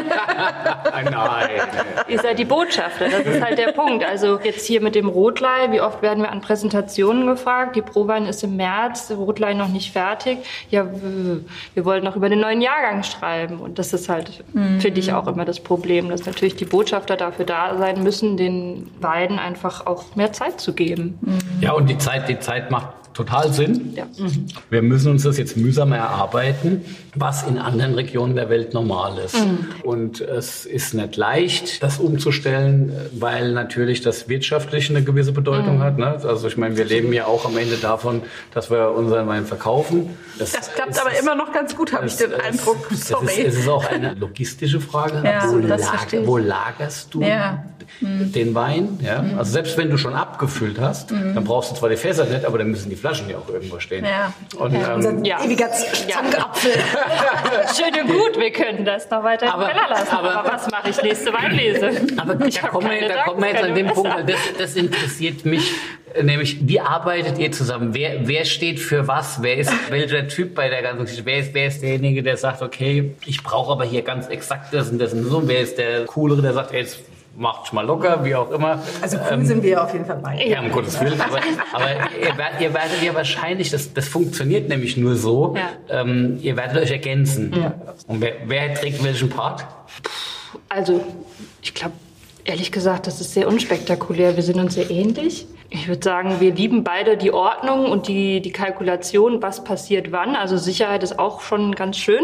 Nein. Ihr seid die Botschafter, das ist halt der Punkt. Also jetzt hier mit dem Rotlei, wie oft werden wir an Präsentationen gefragt? Die Prowein ist im März, der Rotlei noch nicht fertig. Ja, wir wollen noch über den neuen Jahrgang schreiben. Und das ist halt, mhm. finde ich, auch immer das Problem, dass natürlich die Botschafter dafür da sein müssen, den Weinen einfach auch mehr Zeit zu geben. Mhm. Ja, und die Zeit, die Zeit macht total Sinn. Ja. Wir müssen uns das jetzt mühsam erarbeiten, was in anderen Regionen der Welt normal ist. Mhm. Und es ist nicht leicht, das umzustellen, weil natürlich das wirtschaftlich eine gewisse Bedeutung mhm. hat. Ne? Also ich meine, wir leben ja auch am Ende davon, dass wir unseren Wein verkaufen. Das, das klappt ist, aber immer noch ganz gut, habe ich den Eindruck. Sorry. Es ist, es ist auch eine logistische Frage. Ja, wo, das lager, wo lagerst du ja. den Wein? Ja? Mhm. Also selbst wenn du schon abgefüllt hast, mhm. dann brauchst du zwar die Fässer nicht, aber dann müssen die Flaschen ja auch irgendwo stehen. Ja. Und, ja. Ähm, ja. Ewiger Zankapfel. Schön und gut, wir können das noch weiter aber, im Keller lassen. Aber, aber was mache ich nächste Weinlese? Aber da kommen, wir, da kommen wir jetzt an den Punkt, weil das, das interessiert mich. Nämlich, wie arbeitet ihr zusammen? Wer, wer steht für was? Wer ist welcher Typ bei der ganzen Geschichte? Wer ist, wer ist derjenige, der sagt, okay, ich brauche aber hier ganz exakt das und das und so? Wer ist der Coolere, der sagt, jetzt macht mal locker, wie auch immer. Also cool ähm, sind wir auf jeden Fall beide. Ja, um Gottes Willen. Aber, aber ihr, werdet, ihr werdet ja wahrscheinlich, das, das funktioniert nämlich nur so, ja. ähm, ihr werdet euch ergänzen. Ja. Und wer, wer trägt welchen Part? Also, ich glaube, ehrlich gesagt, das ist sehr unspektakulär. Wir sind uns sehr ähnlich. Ich würde sagen, wir lieben beide die Ordnung und die, die Kalkulation, was passiert wann. Also Sicherheit ist auch schon ganz schön,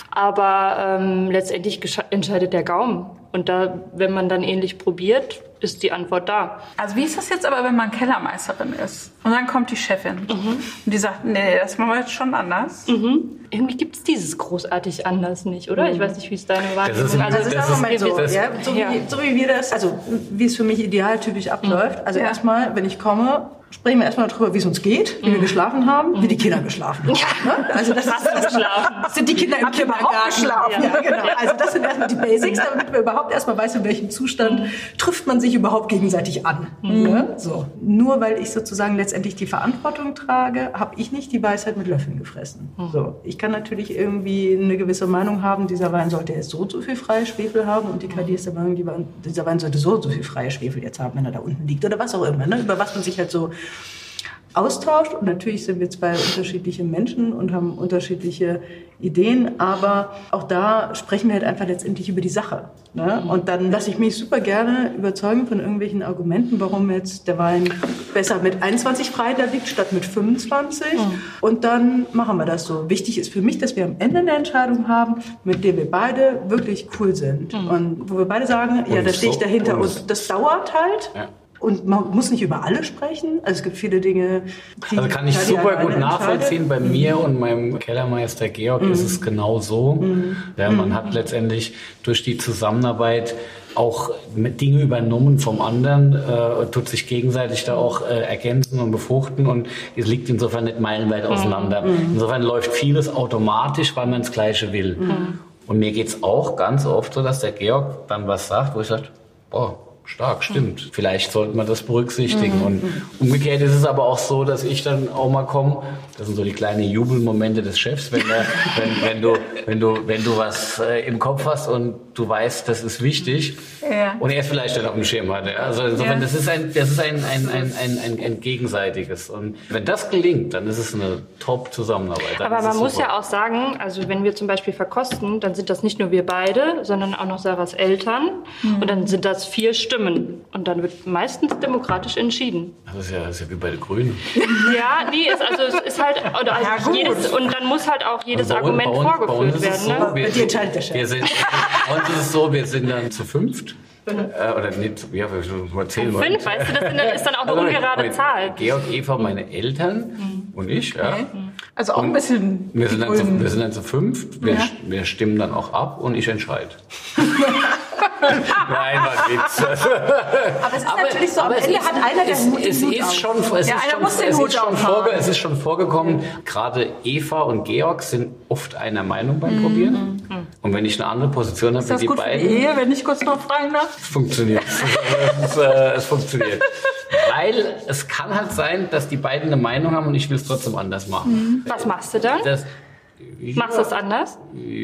aber ähm, letztendlich entscheidet der Gaumen. Und da, wenn man dann ähnlich probiert, ist die Antwort da. Also wie ist das jetzt aber, wenn man Kellermeisterin ist? Und dann kommt die Chefin mhm. und die sagt, nee, das machen wir jetzt schon anders. Mhm. Irgendwie gibt es dieses großartig anders nicht, oder? Mhm. Ich weiß nicht, wie es deine Wahrnehmung ist. Also, also das ist Moment so, das, ja, so, ja. Wie, so wie wir das, also wie es für mich idealtypisch abläuft. Also ja. erstmal, wenn ich komme, sprechen wir erstmal darüber, wie es uns geht, wie mhm. wir geschlafen haben, mhm. wie die Kinder geschlafen haben. Ja. Also das, ist, das, das sind die Kinder im Habt Kindergarten geschlafen. Ja, genau. Also das sind erstmal die Basics, damit man überhaupt erstmal weiß, in welchem Zustand mhm. trifft man sich überhaupt gegenseitig an. Mhm. Ne? So. Nur weil ich sozusagen letztendlich die Verantwortung trage, habe ich nicht die Weisheit mit Löffeln gefressen. Mhm. So. Ich kann natürlich irgendwie eine gewisse Meinung haben, dieser Wein sollte jetzt so und so viel freie Schwefel haben und die K D ist der Meinung, dieser Wein sollte so und so viel freie Schwefel jetzt haben, wenn er da unten liegt oder was auch immer. Ne? Über was man sich halt so austauscht. Und natürlich sind wir zwei unterschiedliche Menschen und haben unterschiedliche Ideen, aber auch da sprechen wir halt einfach letztendlich über die Sache. Ne? Und dann lasse ich mich super gerne überzeugen von irgendwelchen Argumenten, warum jetzt der Wein besser mit einundzwanzig frei da liegt, statt mit fünfundzwanzig. Mhm. Und dann machen wir das so. Wichtig ist für mich, dass wir am Ende eine Entscheidung haben, mit der wir beide wirklich cool sind. Mhm. Und wo wir beide sagen, und ja, da stehe ich dahinter. Und, und das dauert halt. Ja. Und man muss nicht über alle sprechen. Also es gibt viele Dinge, die... Also kann ich super gut nachvollziehen. Bei mir und meinem Kellermeister Georg mhm. ist es genau so. Mhm. Ja, man mhm. hat letztendlich durch die Zusammenarbeit auch mit Dinge übernommen vom anderen, äh, tut sich gegenseitig da auch äh, ergänzen und befruchten und es liegt insofern nicht meilenweit auseinander. Mhm. Insofern läuft vieles automatisch, weil man das Gleiche will. Mhm. Und mir geht's auch ganz oft so, dass der Georg dann was sagt, wo ich sage, boah, Stark, stimmt. Mhm. Vielleicht sollte man das berücksichtigen. Mhm. Und umgekehrt ist es aber auch so, dass ich dann auch mal komme. Das sind so die kleinen Jubelmomente des Chefs, wenn, der, wenn, wenn, du, wenn, du, wenn du was äh, im Kopf hast und du weißt, das ist wichtig ja. und er es vielleicht dann auf dem Schirm hat. Ja? Also insofern, ja. das ist, ein, das ist ein, ein, ein, ein, ein, ein gegenseitiges. Und wenn das gelingt, dann ist es eine Top-Zusammenarbeit. Aber man muss ja auch sagen, also wenn wir zum Beispiel verkosten, dann sind das nicht nur wir beide, sondern auch noch Sarahs Eltern. Mhm. Und dann sind das vier Stimmen. Und dann wird meistens demokratisch entschieden. Das ist ja, das ist ja wie bei den Grünen. Ja, nee, ist, also es ist halt, oder also ja, jedes, und dann muss halt auch jedes also Argument uns, vorgeführt werden. So, ne? wir, wir, wir sind, bei uns ist es so, wir sind dann zu fünft. Äh, oder nicht, ja, mal zählen wollen. Fünf, weißt du, das ist dann auch eine also, ungerade Zahl. Georg, Eva, meine Eltern mhm. und ich, ja. Okay. Also auch ein bisschen. Wir sind, dann zu, wir sind dann zu fünft, wir, ja. wir stimmen dann auch ab und ich entscheide. Nein, war Witz. Aber es ist aber, natürlich so, am Ende ist, hat einer der es, Hut es Hut ist schon, es ja, ist einer schon, muss den es Hut ist schon, vorge, es ist schon vorgekommen, gerade Eva und Georg sind oft einer Meinung beim mhm. Probieren. Mhm. Und wenn ich eine andere Position habe, ist das wie die gut beiden... Für die Ehe, wenn ich kurz noch fragen darf? Es funktioniert. es, ist, äh, es funktioniert. Weil es kann halt sein, dass die beiden eine Meinung haben und ich will es trotzdem anders machen. Mhm. Was machst du dann? Das, ja, Machst du es anders?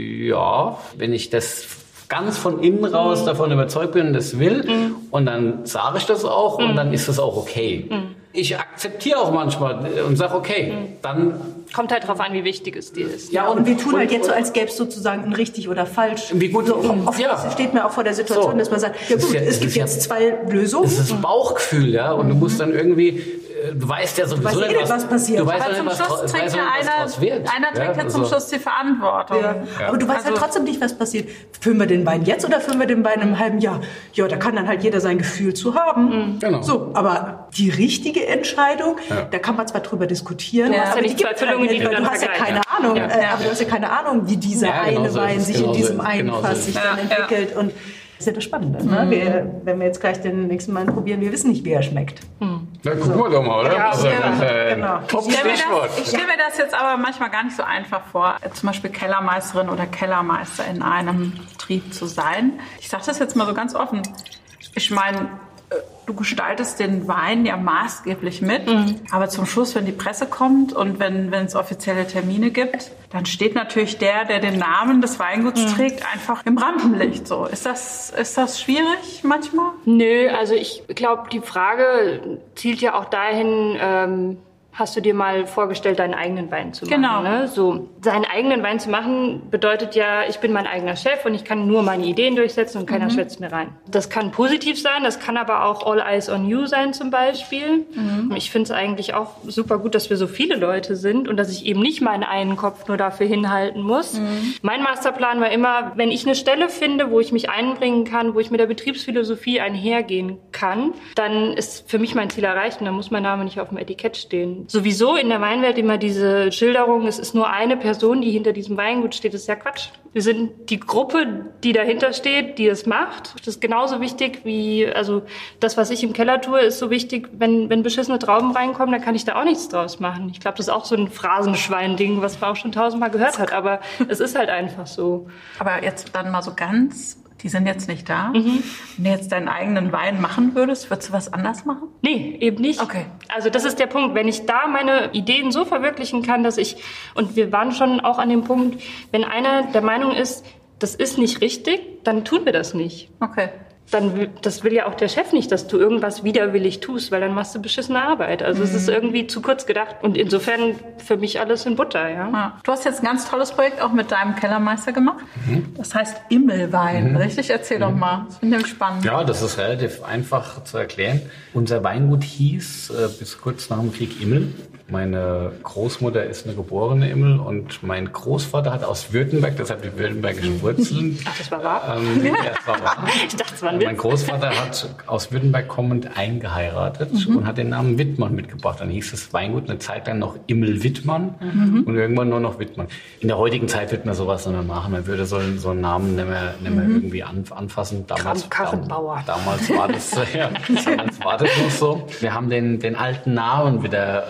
Ja, wenn ich das ganz von innen raus mhm. davon überzeugt bin und das will mhm. und dann sage ich das auch mhm. und dann ist das auch okay. Mhm. Ich akzeptiere auch manchmal und sage okay, mhm. dann... Kommt halt drauf an, wie wichtig es dir ist. Ja, und, und wir tun und, halt jetzt so, als gäbe es sozusagen ein richtig oder falsch. Wie gut, so, oft ja. steht mir auch vor der Situation, so. dass man sagt, ja gut, ja, es gibt jetzt ja, zwei Lösungen. Es ist Bauchgefühl, ja, und mhm. du musst dann irgendwie... Du weißt ja sowieso nicht, was, was passiert. Du weißt aber zum nicht, Schluss was, trägt weißt ja einer, einer trägt ja, ja zum also. Schluss die Verantwortung. Ja. Ja. Aber du weißt also, halt trotzdem nicht, was passiert. Füllen wir den Wein jetzt oder füllen wir den Wein im halben Jahr? Ja, da kann dann halt jeder sein Gefühl zu haben. Mhm. Genau. So, aber die richtige Entscheidung, ja. da kann man zwar drüber diskutieren. Du ja. hast ja nicht zwei Füllungen, die du dann Du hast ja keine Ahnung, ja. Äh, aber du hast ja keine Ahnung, wie dieser ja, genau eine so Wein sich genau in diesem so einen genau Fass so sich dann ja. entwickelt. Und das ist ja das Spannende. Ne? Mhm. Wir, wenn wir jetzt gleich den nächsten Mal probieren, wir wissen nicht, wie er schmeckt. Mhm. Na, gucken wir doch mal, oder? Ja, also, ja, äh, genau. Ich stelle mir, stell mir das jetzt aber manchmal gar nicht so einfach vor, zum Beispiel Kellermeisterin oder Kellermeister in einem Betrieb zu sein. Ich sage das jetzt mal so ganz offen. Ich meine, du gestaltest den Wein ja maßgeblich mit, mhm. aber zum Schluss, wenn die Presse kommt und wenn wenn es offizielle Termine gibt, dann steht natürlich der, der den Namen des Weinguts mhm. trägt, einfach im Rampenlicht. So, ist das ist das schwierig manchmal? Nö, also ich glaube, die Frage zielt ja auch dahin. Ähm Hast du dir mal vorgestellt, deinen eigenen Wein zu machen? Genau. Ne? So, seinen eigenen Wein zu machen bedeutet ja, ich bin mein eigener Chef und ich kann nur meine Ideen durchsetzen und keiner mhm. schwätzt mir rein. Das kann positiv sein, das kann aber auch All Eyes on You sein zum Beispiel. Mhm. Ich finde es eigentlich auch super gut, dass wir so viele Leute sind und dass ich eben nicht meinen einen Kopf nur dafür hinhalten muss. Mhm. Mein Masterplan war immer, wenn ich eine Stelle finde, wo ich mich einbringen kann, wo ich mit der Betriebsphilosophie einhergehen kann, dann ist für mich mein Ziel erreicht und dann muss mein Name nicht auf dem Etikett stehen. Sowieso in der Weinwelt immer diese Schilderung, es ist nur eine Person, die hinter diesem Weingut steht, das ist ja Quatsch. Wir sind die Gruppe, die dahinter steht, die es macht. Das ist genauso wichtig wie, also das, was ich im Keller tue, ist so wichtig, wenn, wenn beschissene Trauben reinkommen, dann kann ich da auch nichts draus machen. Ich glaube, das ist auch so ein Phrasenschwein-Ding, was man auch schon tausendmal gehört hat, aber es ist halt einfach so. Aber jetzt dann mal so ganz... Die sind jetzt nicht da. Mhm. Wenn du jetzt deinen eigenen Wein machen würdest, würdest du was anders machen? Nee, eben nicht. Okay. Also das ist der Punkt. Wenn ich da meine Ideen so verwirklichen kann, dass ich, und wir waren schon auch an dem Punkt, wenn einer der Meinung ist, das ist nicht richtig, dann tun wir das nicht. Okay. Dann will, das will ja auch der Chef nicht, dass du irgendwas widerwillig tust, weil dann machst du beschissene Arbeit. Also mhm. es ist irgendwie zu kurz gedacht. Und insofern für mich alles in Butter, ja. ja. Du hast jetzt ein ganz tolles Projekt auch mit deinem Kellermeister gemacht. Mhm. Das heißt Immelwein, mhm. richtig? Erzähl mhm. doch mal. Das finde ich spannend. Ja, das ist relativ einfach zu erklären. Unser Weingut hieß äh, bis kurz nach dem Krieg Immel. Meine Großmutter ist eine geborene Immel und mein Großvater hat aus Württemberg, deshalb die württembergischen Wurzeln. Ach, das war wahr? Ähm, ja, das war wahr. Ich dachte, es war ein Witz. Mein Großvater hat aus Württemberg kommend eingeheiratet mhm. und hat den Namen Wittmann mitgebracht. Dann hieß das Weingut eine Zeit lang noch Immel-Wittmann mhm. und irgendwann nur noch Wittmann. In der heutigen Zeit wird man sowas nicht mehr machen. Man würde so, so einen Namen nicht mehr, nicht mehr mhm. irgendwie an, anfassen. Damals, Karrenbauer. Damals war das, ja, damals war das noch so. Wir haben den, den alten Namen wieder ähm, ausgegeben.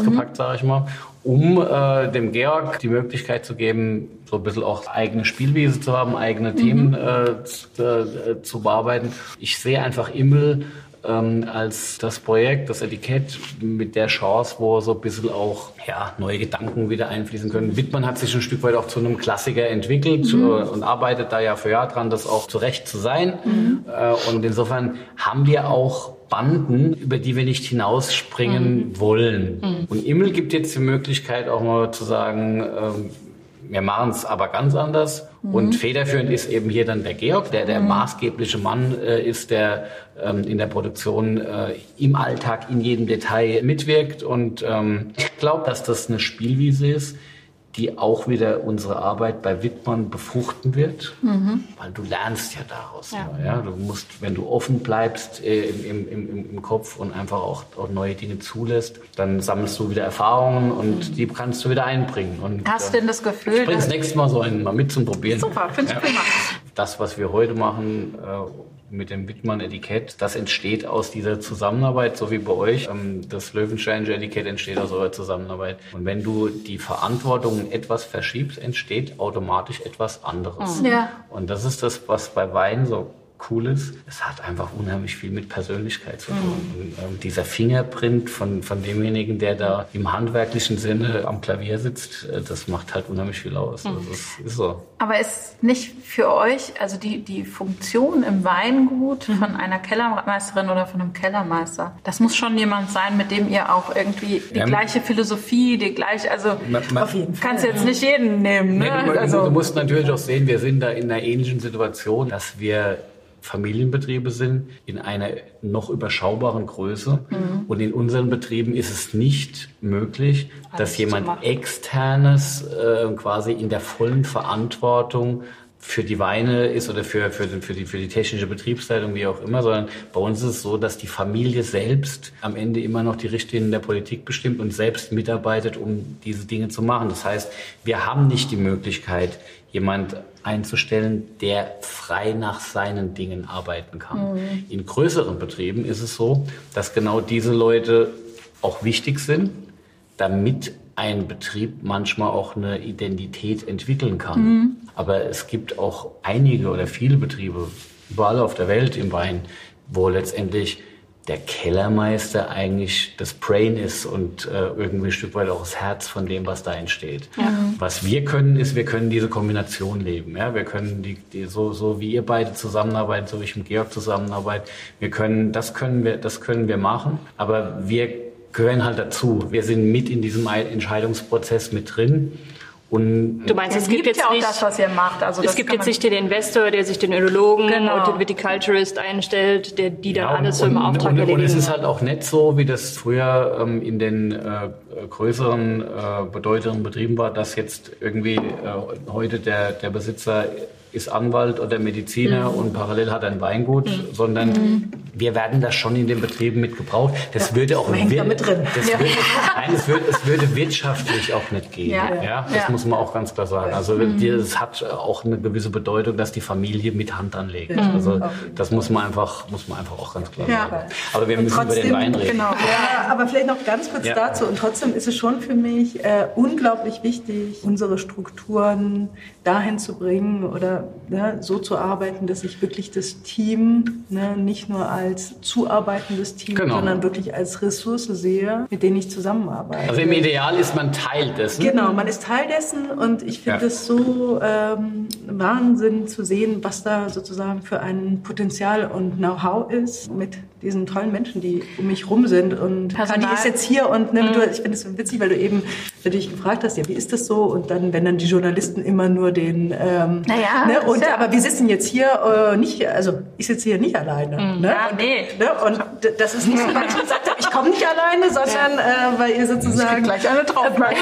ausgepackt, sage ich mal, um äh, dem Georg die Möglichkeit zu geben, so ein bisschen auch eigene Spielwiese zu haben, eigene mhm. Themen äh, zu, äh, zu bearbeiten. Ich sehe einfach Immel ähm, als das Projekt, das Etikett mit der Chance, wo so ein bisschen auch ja, neue Gedanken wieder einfließen können. Wittmann hat sich ein Stück weit auch zu einem Klassiker entwickelt mhm. äh, und arbeitet da Jahr für Jahr dran, das auch zurecht zu sein. Mhm. Äh, und insofern haben wir auch Banden, über die wir nicht hinausspringen mhm. wollen. Mhm. Und Immel gibt jetzt die Möglichkeit auch mal zu sagen, ähm, wir machen es aber ganz anders. Mhm. Und federführend ist eben hier dann der Georg, der der mhm. maßgebliche Mann äh, ist, der ähm, in der Produktion äh, im Alltag in jedem Detail mitwirkt. Und ähm, ich glaube, dass das eine Spielwiese ist, die auch wieder unsere Arbeit bei Wittmann befruchten wird, mhm. weil du lernst ja daraus. Ja. Ja, du musst, wenn du offen bleibst äh, im, im, im Kopf und einfach auch, auch neue Dinge zulässt, dann sammelst du wieder Erfahrungen und mhm. die kannst du wieder einbringen. Und, hast du denn das Gefühl? Ich bringe das nächste Mal so einen mal mit zum Probieren. Super, finde ich prima. Das, was wir heute machen, äh, mit dem Wittmann-Etikett, das entsteht aus dieser Zusammenarbeit, so wie bei euch. Das Löwensteinische Etikett entsteht aus eurer Zusammenarbeit. Und wenn du die Verantwortung etwas verschiebst, entsteht automatisch etwas anderes. Ja. Und das ist das, was bei Wein so cool ist. Es hat einfach unheimlich viel mit Persönlichkeit zu tun. Mhm. Und, ähm, dieser Fingerprint von, von demjenigen, der da im handwerklichen Sinne am Klavier sitzt, äh, das macht halt unheimlich viel aus. Mhm. Also das ist so. Aber ist nicht für euch, also die, die Funktion im Weingut mhm. von einer Kellermeisterin oder von einem Kellermeister, das muss schon jemand sein, mit dem ihr auch irgendwie die ja, gleiche Philosophie, die gleiche, also man, man, auf jeden Fall, kannst jetzt nicht jeden nehmen. Ne? Nee, du, also, du musst natürlich auch sehen, wir sind da in einer ähnlichen Situation, dass wir Familienbetriebe sind, in einer noch überschaubaren Größe. Mhm. Und in unseren Betrieben ist es nicht möglich, alles dass jemand Externes äh, quasi in der vollen Verantwortung für die Weine ist oder für, für, den, für, die, für die technische Betriebsleitung, wie auch immer, sondern bei uns ist es so, dass die Familie selbst am Ende immer noch die Richtlinien der Politik bestimmt und selbst mitarbeitet, um diese Dinge zu machen. Das heißt, wir haben nicht die Möglichkeit, jemand einzustellen, der frei nach seinen Dingen arbeiten kann. Mhm. In größeren Betrieben ist es so, dass genau diese Leute auch wichtig sind, damit ein Betrieb manchmal auch eine Identität entwickeln kann. Mhm. Aber es gibt auch einige oder viele Betriebe, überall auf der Welt im Wein, wo letztendlich der Kellermeister eigentlich das Brain ist und äh, irgendwie ein Stück weit auch das Herz von dem, was da entsteht. Ja. Was wir können, ist, wir können diese Kombination leben. Ja? Wir können die, die so, so wie ihr beide zusammenarbeiten, so wie ich mit Georg zusammenarbeite. Wir können, das können wir, das können wir machen. Aber wir gehören halt dazu. Wir sind mit in diesem Entscheidungsprozess mit drin. Und du meinst, es, es gibt, gibt jetzt ja auch nicht, das, was ihr macht. Also es gibt jetzt nicht den Investor, der sich den Önologen genau. und den Viticulturist einstellt, der die dann ja, alles so im Auftrag und, erledigen. Und es ist halt auch nicht so, wie das früher ähm, in den äh, größeren, äh, bedeutenden Betrieben war, dass jetzt irgendwie äh, heute der, der Besitzer ist Anwalt oder Mediziner mhm. und parallel hat ein Weingut, mhm. sondern mhm. wir werden das schon in den Betrieben mit gebraucht. Das ja, würde auch wir, da mit drin. Das ja. würde, nein, es würde, es würde wirtschaftlich auch nicht gehen. Ja. Ja, das ja. muss man auch ganz klar sagen. Also mhm. es hat auch eine gewisse Bedeutung, dass die Familie mit Hand anlegt. Mhm. Also das muss man einfach, muss man einfach auch ganz klar ja. sagen. Aber wir und müssen trotzdem, über den Wein reden. Genau. Ja, aber vielleicht noch ganz kurz ja. dazu. Und trotzdem ist es schon für mich äh, unglaublich wichtig, unsere Strukturen dahin zu bringen oder Ne, so zu arbeiten, dass ich wirklich das Team ne, nicht nur als zuarbeitendes Team, genau. sondern wirklich als Ressource sehe, mit denen ich zusammenarbeite. Also im Ideal ist man Teil dessen. Genau, man ist Teil dessen und ich finde es ja. so ähm, Wahnsinn zu sehen, was da sozusagen für ein Potenzial und Know-how ist mit diesen tollen Menschen, die um mich rum sind. Und Kani ist jetzt hier und ne, mhm. du, ich finde es witzig, weil du eben natürlich gefragt hast, ja, wie ist das so? Und dann, wenn dann die Journalisten immer nur den ähm, naja, ne, und ja. aber wir sitzen jetzt hier äh, nicht, also ich sitze hier nicht alleine. Mhm. Ne? Ja, und, nee. Ne? Und das ist nicht so, weil ich gesagt habe, ich komme nicht alleine, sondern äh, weil ihr sozusagen gleich eine drauf. Meine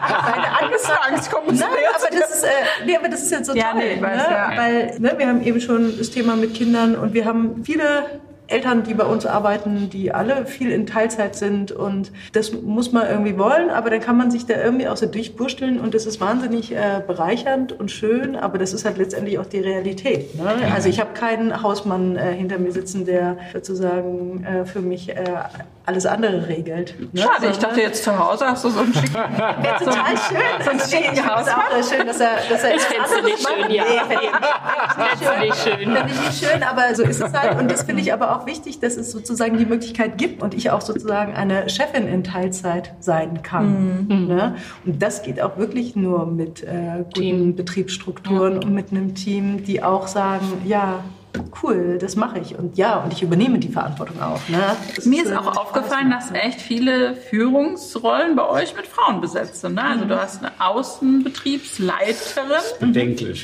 Angst kommt. Nein, aber das ist, äh, nee, aber das ist jetzt so ja, toll, nee, weiß, ne? ja. weil ne, wir haben eben schon das Thema mit Kindern und wir haben viele Eltern, die bei uns arbeiten, die alle viel in Teilzeit sind und das muss man irgendwie wollen, aber dann kann man sich da irgendwie auch so durchbursteln und das ist wahnsinnig äh, bereichernd und schön, aber das ist halt letztendlich auch die Realität. Ne? Also ich habe keinen Hausmann äh, hinter mir sitzen, der sozusagen äh, für mich äh, alles andere regelt. Ne? Schade, so, ich dachte jetzt zu Hause hast du so einen schicken... Wäre total schön. So einen schicken Haus. auch schön, dass er, dass er das fändest du nicht schön, ja. Nee, fände ich nicht schön. Finde ich nicht schön, aber so ist es halt. Und das finde ich aber auch wichtig, dass es sozusagen die Möglichkeit gibt und ich auch sozusagen eine Chefin in Teilzeit sein kann. Mhm. Ne? Und das geht auch wirklich nur mit äh, guten Team. Betriebsstrukturen ja. und mit einem Team, die auch sagen, ja, cool, das mache ich. Und ja, und ich übernehme die Verantwortung auch. Ne? Mir ist auch aufgefallen, dass echt viele Führungsrollen bei euch mit Frauen besetzt sind. Ne? Also du hast eine Außenbetriebsleiterin. Bedenklich.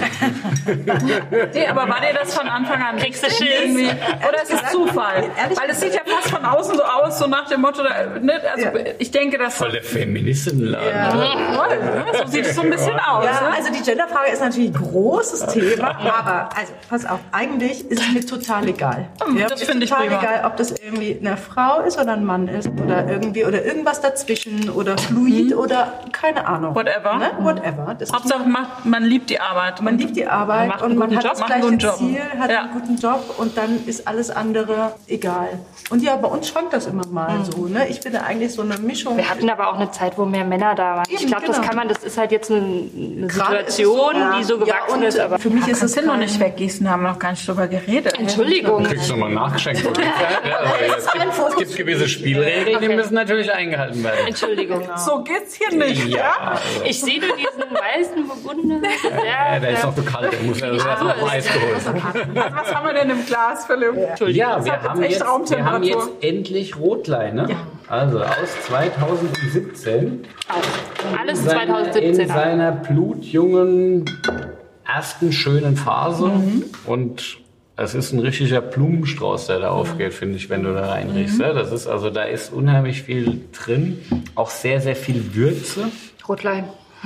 Nee, aber war dir das von Anfang an Kriegst du irgendwie? Oder ist es Zufall? Weil es sieht ja fast von außen so aus, so nach dem Motto, ne? Also ja. ich denke, dass... Voll der Feministenladen. Ja. So sieht es so ein bisschen aus. Ja, ne? also die Genderfrage ist natürlich ein großes Thema, aber also pass auf, eigentlich ist es mir total egal. Ja, das finde ich total prima. egal, ob das irgendwie eine Frau ist oder ein Mann ist oder irgendwie oder irgendwas dazwischen oder fluid mhm. oder keine Ahnung. Whatever. Ne? Whatever. Das Hauptsache macht, man liebt die Arbeit. Man liebt die Arbeit man und man hat Job, das gleiche Ziel, hat ja. einen guten Job und dann ist alles andere egal. Und ja, bei uns schwankt das immer mal mhm. so. Ne? Ich finde eigentlich so eine Mischung. Wir hatten aber auch eine Zeit, wo mehr Männer da waren. Eben, ich glaube, genau. das kann man, das ist halt jetzt eine, eine Situation, so, ja. die so gewachsen ja, ist. Aber für mich ja, ist es noch nicht weggießen, da haben wir noch gar nicht drüber geredet. Entschuldigung. Du kriegst nochmal nachgeschenkt. Ja, ja, es, gibt, es gibt gewisse Spielregeln, okay. die müssen natürlich eingehalten werden. Entschuldigung. Genau. So geht's hier nicht. Ja, ja? also. Ich sehe nur diesen weißen Burgunder. Ja, ja, der ist noch zu kalt, der muss ja das erst noch Eis geholt. Also was haben wir denn im Glas, Philipp? Ja, das wir haben, jetzt, wir haben jetzt endlich Rotlein. Ne? Ja. Also aus zweitausendsiebzehn. Auch. Alles in seiner, zweitausendsiebzehn. In seiner blutjungen ersten schönen Phase. Mhm. Und es ist ein richtiger Blumenstrauß, der da aufgeht, finde ich, wenn du da reinriechst. Mhm. Das ist, also, da ist unheimlich viel drin. Auch sehr, sehr viel Würze. Rotlein.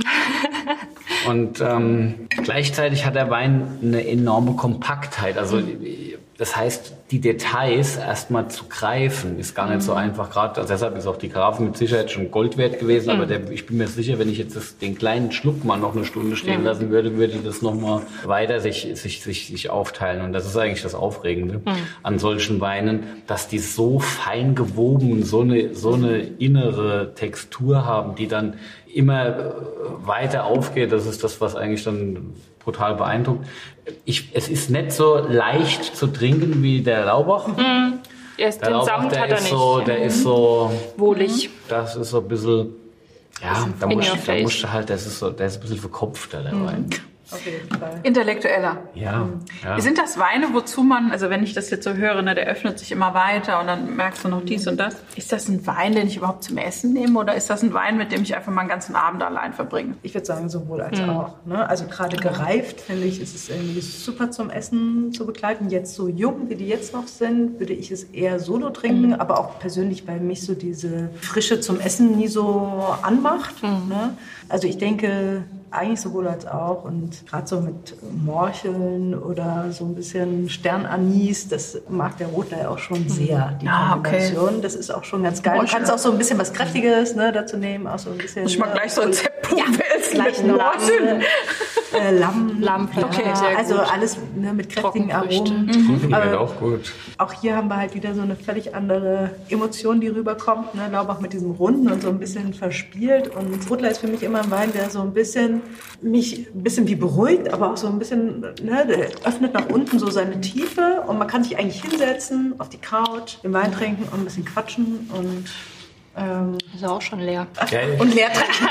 Und ähm, gleichzeitig hat der Wein eine enorme Kompaktheit. Also das heißt, die Details erstmal zu greifen, ist gar nicht mhm. so einfach. Gerade also deshalb ist auch die Karaffe mit Sicherheit schon Gold wert gewesen. Mhm. Aber der, ich bin mir sicher, wenn ich jetzt das, den kleinen Schluck mal noch eine Stunde stehen mhm. lassen würde, würde das nochmal weiter sich, sich, sich, sich aufteilen. Und das ist eigentlich das Aufregende mhm. an solchen Weinen, dass die so fein gewoben, so eine, so eine innere Textur haben, die dann immer weiter aufgeht. Das ist das, was eigentlich dann brutal beeindruckt. Ich, es ist nicht so leicht zu trinken wie der Laubach. Mm, erst der den Laubach, Samt der hat er ist nicht. So, der ist so wohlig. Das ist so ein bisschen, ja, da in musst, your da face. musst du halt, das ist so, der ist ein bisschen verkopfter, der Wein. Auf jeden Fall. Intellektueller. Ja, ja. Sind das Weine, wozu man, also wenn ich das jetzt so höre, ne, der öffnet sich immer weiter und dann merkst du noch dies und das. Ist das ein Wein, den ich überhaupt zum Essen nehme oder ist das ein Wein, mit dem ich einfach mal einen ganzen Abend allein verbringe? Ich würde sagen, sowohl als Mhm. auch. Ne? Also gerade gereift, finde ich, ist es irgendwie super zum Essen zu begleiten. Jetzt so jung, wie die jetzt noch sind, würde ich es eher solo trinken, Mhm. aber auch persönlich, weil mich so diese Frische zum Essen nie so anmacht. Mhm. Ne? Also ich denke, eigentlich sowohl als auch und gerade so mit Morcheln oder so ein bisschen Sternanis, das mag der Rotlein auch schon sehr, die Ah, okay. Kombination. Das ist auch schon ganz geil. Morchel. Du kannst auch so ein bisschen was Kräftiges ne, dazu nehmen, auch so ein bisschen... Muss ich mal ne, gleich so ein Rezeptbuch ja, wälzen gleich mit Lamm, Morcheln. äh, Lamm, Lamm, okay, ja, sehr also gut. alles ne, mit kräftigen Trockenfrüchte. Aromen. Mhm. Aber Geht auch gut. auch hier haben wir halt wieder so eine völlig andere Emotion, die rüberkommt. Ne? Laubach mit diesem Runden und so ein bisschen verspielt. Und Rotlein ist für mich immer ein Wein, der so ein bisschen mich ein bisschen wie beruhigt, aber auch so ein bisschen, ne, der öffnet nach unten so seine Tiefe und man kann sich eigentlich hinsetzen, auf die Couch, den Wein trinken und ein bisschen quatschen und ähm, Ist auch schon leer. Geil. und mehr trinken.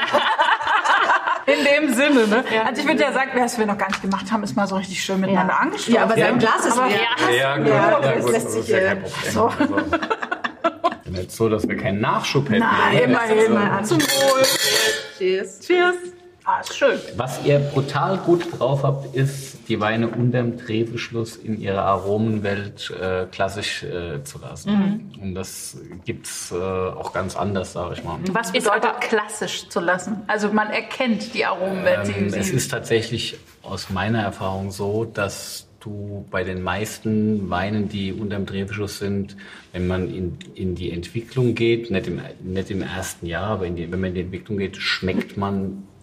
In dem Sinne, ne? Ja. Also ich würde ja sagen, was wir noch gar nicht gemacht haben, ist mal so richtig schön miteinander Ja. angestoßen. Ja, aber sein Ja. Glas ist Aber- leer. Ja, gut, Ja, ja, das gut. lässt Das sich, ist ja äh, kein Problem. so. Also, nicht so, dass wir keinen Nachschub hätten. Nein, oder? immerhin. mal an. Zum Wohl. Cheers. Cheers. Ah, ist schön. Was ihr brutal gut drauf habt, ist, die Weine unterm Drehbeschluss in ihrer Aromenwelt äh, klassisch äh, zu lassen. Und das gibt's äh, auch ganz anders, sage ich mal. Was Ist bedeutet aber- klassisch zu lassen? Also man erkennt die Aromenwelt. Ähm, sie, es sie, ist tatsächlich aus meiner Erfahrung so, dass du bei den meisten Weinen, die unterm Drehbeschluss sind, wenn man in, in die Entwicklung geht, nicht im, nicht im ersten Jahr, aber in die, wenn man in die Entwicklung geht, schmeckt man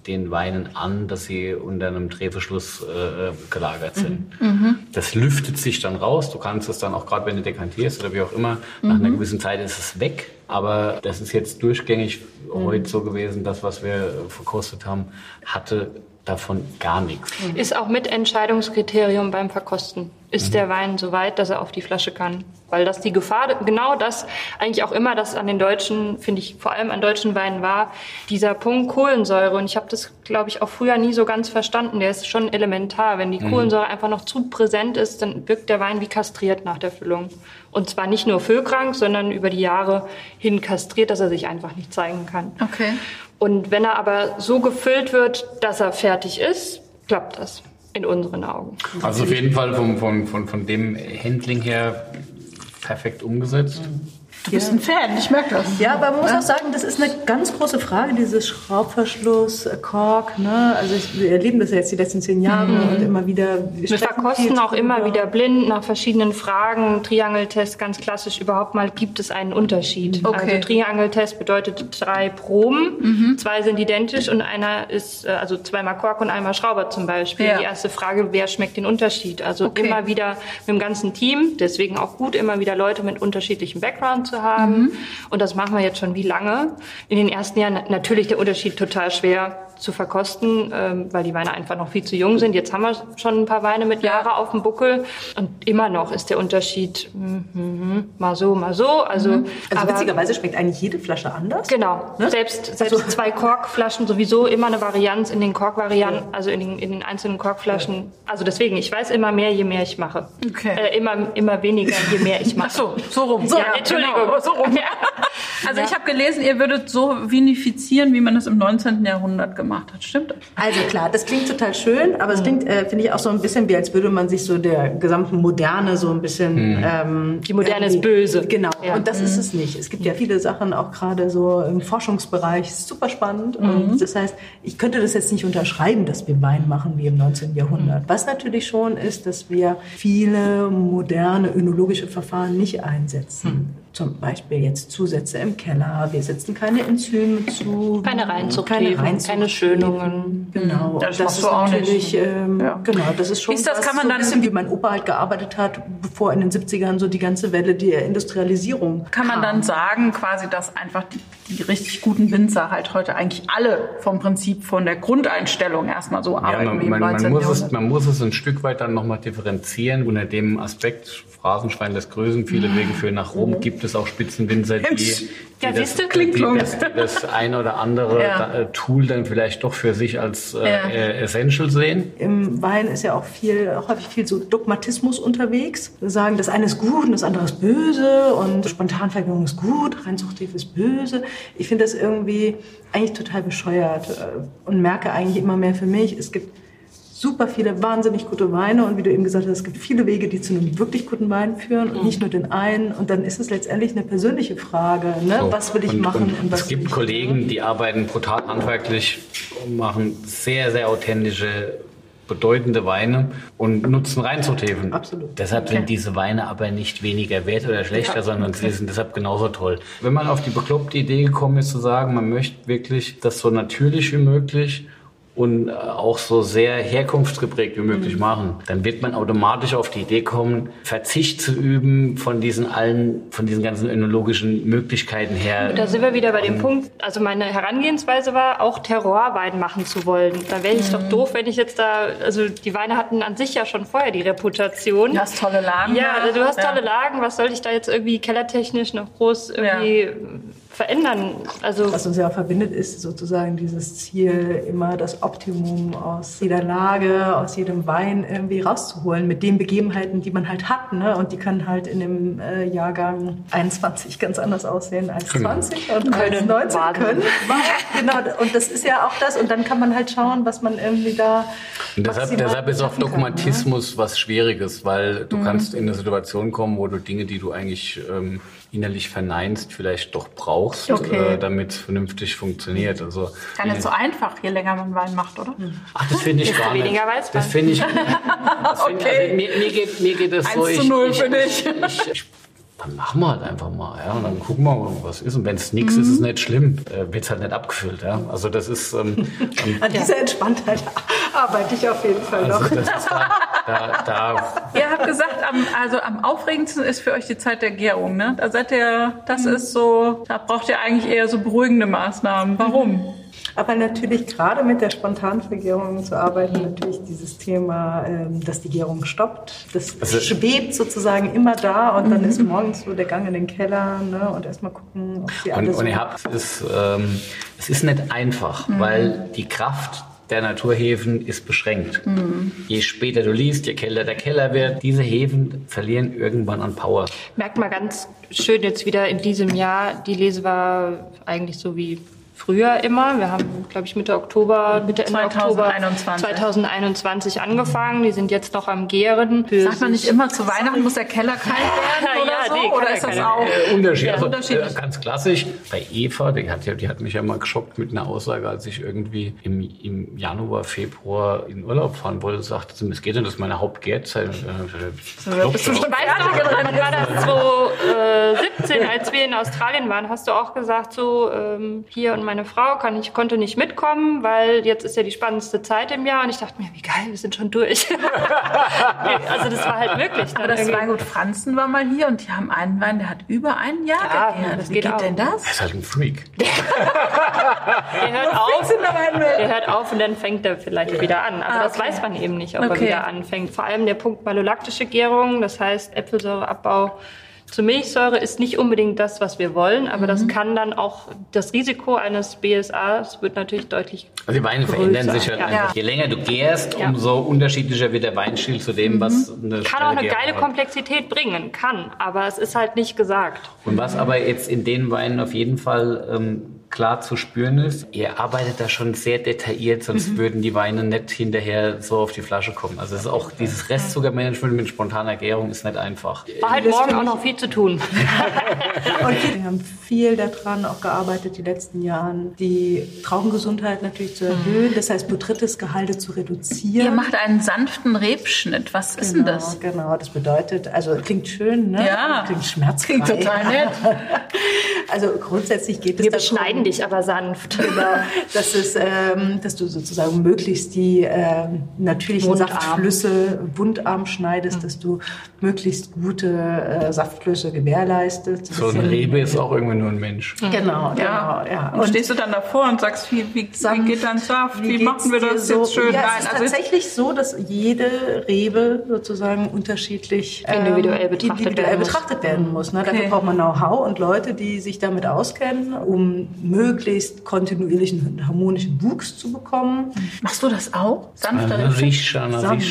den Weinen an, dass sie unter einem Drehverschluss äh, gelagert sind. Mhm. Das lüftet sich dann raus. Du kannst es dann auch, gerade wenn du dekantierst oder wie auch immer, nach mhm. einer gewissen Zeit ist es weg. Aber das ist jetzt durchgängig mhm. heute so gewesen, das, was wir verkostet haben, hatte davon gar nichts. Ist auch mit Entscheidungskriterium beim Verkosten. Ist mhm. der Wein so weit, dass er auf die Flasche kann? Weil das die Gefahr, genau das eigentlich auch immer, das an den deutschen, finde ich, vor allem an deutschen Weinen war, dieser Punkt Kohlensäure. Und ich habe das, glaube ich, auch früher nie so ganz verstanden. Der ist schon elementar. Wenn die mhm. Kohlensäure einfach noch zu präsent ist, dann wirkt der Wein wie kastriert nach der Füllung. Und zwar nicht nur füllkrank, sondern über die Jahre hin kastriert, dass er sich einfach nicht zeigen kann. Okay. Und wenn er aber so gefüllt wird, dass er fertig ist, klappt das in unseren Augen. Also auf jeden Fall vom, von, von, von dem Handling her perfekt umgesetzt. Du bist ja. ein Fan, ich merke das. Ja, aber man muss auch sagen, das ist eine ganz große Frage, dieses Schraubverschluss, Kork. Ne? Also ich, wir erleben das ja jetzt die letzten zehn Jahre mhm. und immer wieder. Wir, wir verkosten auch immer wieder blind nach verschiedenen Fragen. Triangeltest, ganz klassisch, überhaupt mal, gibt es einen Unterschied? Okay. Also Triangeltest bedeutet drei Proben, mhm. zwei sind identisch und einer ist, also zweimal Kork und einmal Schrauber zum Beispiel. Ja. Die erste Frage, wer schmeckt den Unterschied? Also okay. immer wieder mit dem ganzen Team, deswegen auch gut, immer wieder Leute mit unterschiedlichem Background zu haben. Mhm. Und das machen wir jetzt schon wie lange? In den ersten Jahren natürlich der Unterschied total schwer zu verkosten, ähm, weil die Weine einfach noch viel zu jung sind. Jetzt haben wir schon ein paar Weine mit Jahre auf dem Buckel und immer noch ist der Unterschied mm, mal so, mal so. Also, mhm. also aber, witzigerweise schmeckt eigentlich jede Flasche anders. Genau. Ne? Selbst, selbst also. zwei Korkflaschen sowieso immer eine Varianz in den Korkvarianten, ja. also in den, in den einzelnen Korkflaschen. Ja. Also deswegen, ich weiß immer mehr, je mehr ich mache. Okay. Äh, immer, immer weniger, je mehr ich mache. Ach so, so rum. So, ja, Entschuldigung. Genau, so rum. Ja. Also ja. ich habe gelesen, ihr würdet so vinifizieren, wie man es im neunzehnten Jahrhundert gemacht hat. Stimmt das? Also klar, das klingt total schön, aber es klingt, äh, finde ich, auch so ein bisschen wie, als würde man sich so der gesamten Moderne so ein bisschen... Mhm. Ähm, Die Moderne ist böse. Genau, ja. und das mhm. ist es nicht. Es gibt ja viele Sachen, auch gerade so im Forschungsbereich, super spannend. Mhm. Und das heißt, ich könnte das jetzt nicht unterschreiben, dass wir Wein machen wie im neunzehnten Jahrhundert. Mhm. Was natürlich schon ist, dass wir viele moderne önologische Verfahren nicht einsetzen. Mhm. Zum Beispiel jetzt Zusätze im Keller, wir setzen keine Enzyme zu. Keine Reinzuchtheben, keine, keine Schönungen. Genau, das, das ist du auch natürlich, nicht. Ähm, ja. genau, das ist schon ist das, was, kann man so dann, ein bisschen wie mein Opa halt gearbeitet hat, bevor in den siebzigern so die ganze Welle der Industrialisierung Kann man kam. dann sagen, quasi, dass einfach die, die richtig guten Winzer halt heute eigentlich alle vom Prinzip von der Grundeinstellung erstmal so arbeiten ja, man, wie im man, neunzehnten man muss Jahrhundert. Es, man muss es ein Stück weit dann nochmal differenzieren unter dem Aspekt, Phrasenschwein lässt grüßen, viele Wege führen nach Rom, mhm. gibt es auch Spitzenwinzer, die, die, ja, das, die, die, das, die das ein oder andere ja. Tool dann vielleicht doch für sich als äh, ja. äh, essential sehen. Im Wein ist ja auch viel, auch häufig viel so Dogmatismus unterwegs. Wir sagen, das eine ist gut und das andere ist böse und Spontanvergärung ist gut, Reinzuchtheben ist böse. Ich finde das irgendwie eigentlich total bescheuert und merke eigentlich immer mehr für mich, es gibt super viele wahnsinnig gute Weine und wie du eben gesagt hast, es gibt viele Wege, die zu einem wirklich guten Wein führen und nicht nur den einen. Und dann ist es letztendlich eine persönliche Frage, ne? So. Was will ich und, machen? Und und was es gibt nicht. Kollegen, die arbeiten brutal handwerklich, machen sehr, sehr authentische, bedeutende Weine und nutzen Reinzuchtheben. Absolut. Deshalb okay. sind diese Weine aber nicht weniger wert oder schlechter, Ja. sondern sie sind deshalb genauso toll. Wenn man auf die bekloppte Idee gekommen ist, zu sagen, man möchte wirklich das so natürlich wie möglich und auch so sehr herkunftsgeprägt wie möglich mhm. machen, dann wird man automatisch auf die Idee kommen, Verzicht zu üben von diesen allen, von diesen ganzen önologischen Möglichkeiten her. Da sind wir wieder bei dem Punkt, also meine Herangehensweise war, auch Terroirwein machen zu wollen. Da wäre ich mhm. doch doof, wenn ich jetzt da, also die Weine hatten an sich ja schon vorher die Reputation. Du hast tolle Lagen. Ja, also du hast ja. tolle Lagen, was soll ich da jetzt irgendwie kellertechnisch noch groß irgendwie... Ja. verändern. Also was uns ja auch verbindet, ist sozusagen dieses Ziel, immer das Optimum aus jeder Lage, aus jedem Wein irgendwie rauszuholen, mit den Begebenheiten, die man halt hat. Ne? Und die können halt in dem äh, Jahrgang einundzwanzig ganz anders aussehen als zwanzig und als neunzehn können. Genau, und das ist ja auch das. Und dann kann man halt schauen, was man irgendwie da... Und deshalb, deshalb ist auch Dogmatismus kann, ne? was Schwieriges, weil du mhm. kannst in eine Situation kommen, wo du Dinge, die du eigentlich ähm, innerlich verneinst, vielleicht doch brauchst, okay. äh, damit es vernünftig funktioniert. Also, gar nicht so einfach, je länger man Wein macht, oder? Ach, das finde ich gar nicht. Weniger Weißwein. Das finde ich... Das find, okay. also, mir, mir, geht, mir geht es so... eins zu null ich, für dich. Ich, ich, dann machen wir halt einfach mal, ja, und dann gucken wir mal, was ist. Und wenn es nichts mhm. ist, ist es nicht schlimm, äh, wird es halt nicht abgefüllt, ja. Also das ist... Ähm, An dieser Entspanntheit arbeite ich auf jeden Fall noch. Also das ist da, da, da. Ihr habt gesagt, am, also am aufregendsten ist für euch die Zeit der Gärung, ne? Da seid ihr, das mhm. ist so, da braucht ihr eigentlich eher so beruhigende Maßnahmen. Warum? Mhm. Aber natürlich gerade mit der Spontanvergärung zu arbeiten, natürlich dieses Thema, ähm, dass die Gärung stoppt, das also, schwebt sozusagen immer da und dann mhm. ist morgens so der Gang in den Keller, ne, und erstmal gucken, ob sie alles... Und, und ihr habt es, ähm, es ist nicht einfach, mhm. weil die Kraft der Naturhefen ist beschränkt. Mhm. Je später du liest, je kälter der Keller wird, diese Hefen verlieren irgendwann an Power. Merkt man ganz schön jetzt wieder in diesem Jahr, die Lese war eigentlich so wie früher immer. Wir haben, glaube ich, Mitte Oktober, Mitte Ende Oktober zweitausendeinundzwanzig angefangen. Die sind jetzt noch am Gären. Sagt man nicht immer, zu Weihnachten muss der Keller kalt werden oder ja, so? Nee, oder ist das auch äh, Unterschied? Ja, also, unterschiedlich? Äh, ganz klassisch. Bei Eva, die hat, die hat mich ja mal geschockt mit einer Aussage, als ich irgendwie im, im Januar, Februar in Urlaub fahren wollte, sagte sie, es geht denn, das ist meine Hauptgärzeit. So, bist du schon wann war das? zweitausendsiebzehn, als wir in Australien waren, hast du auch gesagt, so ähm, hier und meine Frau kann ich, konnte nicht mitkommen, weil jetzt ist ja die spannendste Zeit im Jahr. Und ich dachte mir, wie geil, wir sind schon durch. Also das war halt möglich. Aber das Weingut Franzen war mal hier und die haben einen Wein, der hat über ein Jahr ja, gegärt. Das wie geht, geht auch. denn das? Er ist halt ein Freak. Der hört auf, der hört auf und dann fängt er vielleicht ja. wieder an. Aber ah, okay. das weiß man eben nicht, ob okay. er wieder anfängt. Vor allem der Punkt malolaktische Gärung, das heißt Äpfelsäureabbau zur Milchsäure ist nicht unbedingt das, was wir wollen, aber mhm. das kann dann auch, das Risiko eines B S As wird natürlich deutlich Also die Weine größer. Verändern sich halt ja. einfach. Je länger du gärst, ja. umso unterschiedlicher wird der Weinstil zu dem, mhm. was eine Kann auch eine geile hat. Komplexität bringen, kann, aber es ist halt nicht gesagt. Und was aber jetzt in den Weinen auf jeden Fall ähm, klar zu spüren ist, ihr arbeitet da schon sehr detailliert, sonst mhm. würden die Weine nicht hinterher so auf die Flasche kommen. Also es ist auch dieses Restzuckermanagement mit spontaner Gärung ist nicht einfach. War halt morgen auch noch viel zu tun. Und wir haben viel daran auch gearbeitet die letzten Jahren, die Traubengesundheit natürlich zu erhöhen, das heißt Botrytis-Gehalte zu reduzieren. Ihr macht einen sanften Rebschnitt. Was ist genau, denn das? Genau, das bedeutet, also klingt schön, ne? Ja. Klingt schmerzfrei. Klingt total nett. Also grundsätzlich geht es Wir beschneiden dich aber sanft. Genau, das ist, ähm, dass du sozusagen möglichst die ähm, natürlichen Wundarm. Saftflüsse wundarm schneidest, mhm. dass du möglichst gute äh, Saftflüsse gewährleistest. So eine Rebe ist auch irgendwie nur ein Mensch. Mhm. Genau, genau, ja. ja. Und, und stehst du dann davor und sagst, wie, wie, wie geht dein Saft? Wie, wie machen wir das so? Jetzt schön ja, rein? Es ist also tatsächlich so, dass jede Rebe sozusagen unterschiedlich ähm, individuell betrachtet, individuell werden, betrachtet muss. werden muss. Ne? Okay. Dafür braucht man Know-how und Leute, die sich damit auskennen, um möglichst kontinuierlichen und harmonischen Wuchs zu bekommen. Machst du das auch? Sanfter Rebschnitt?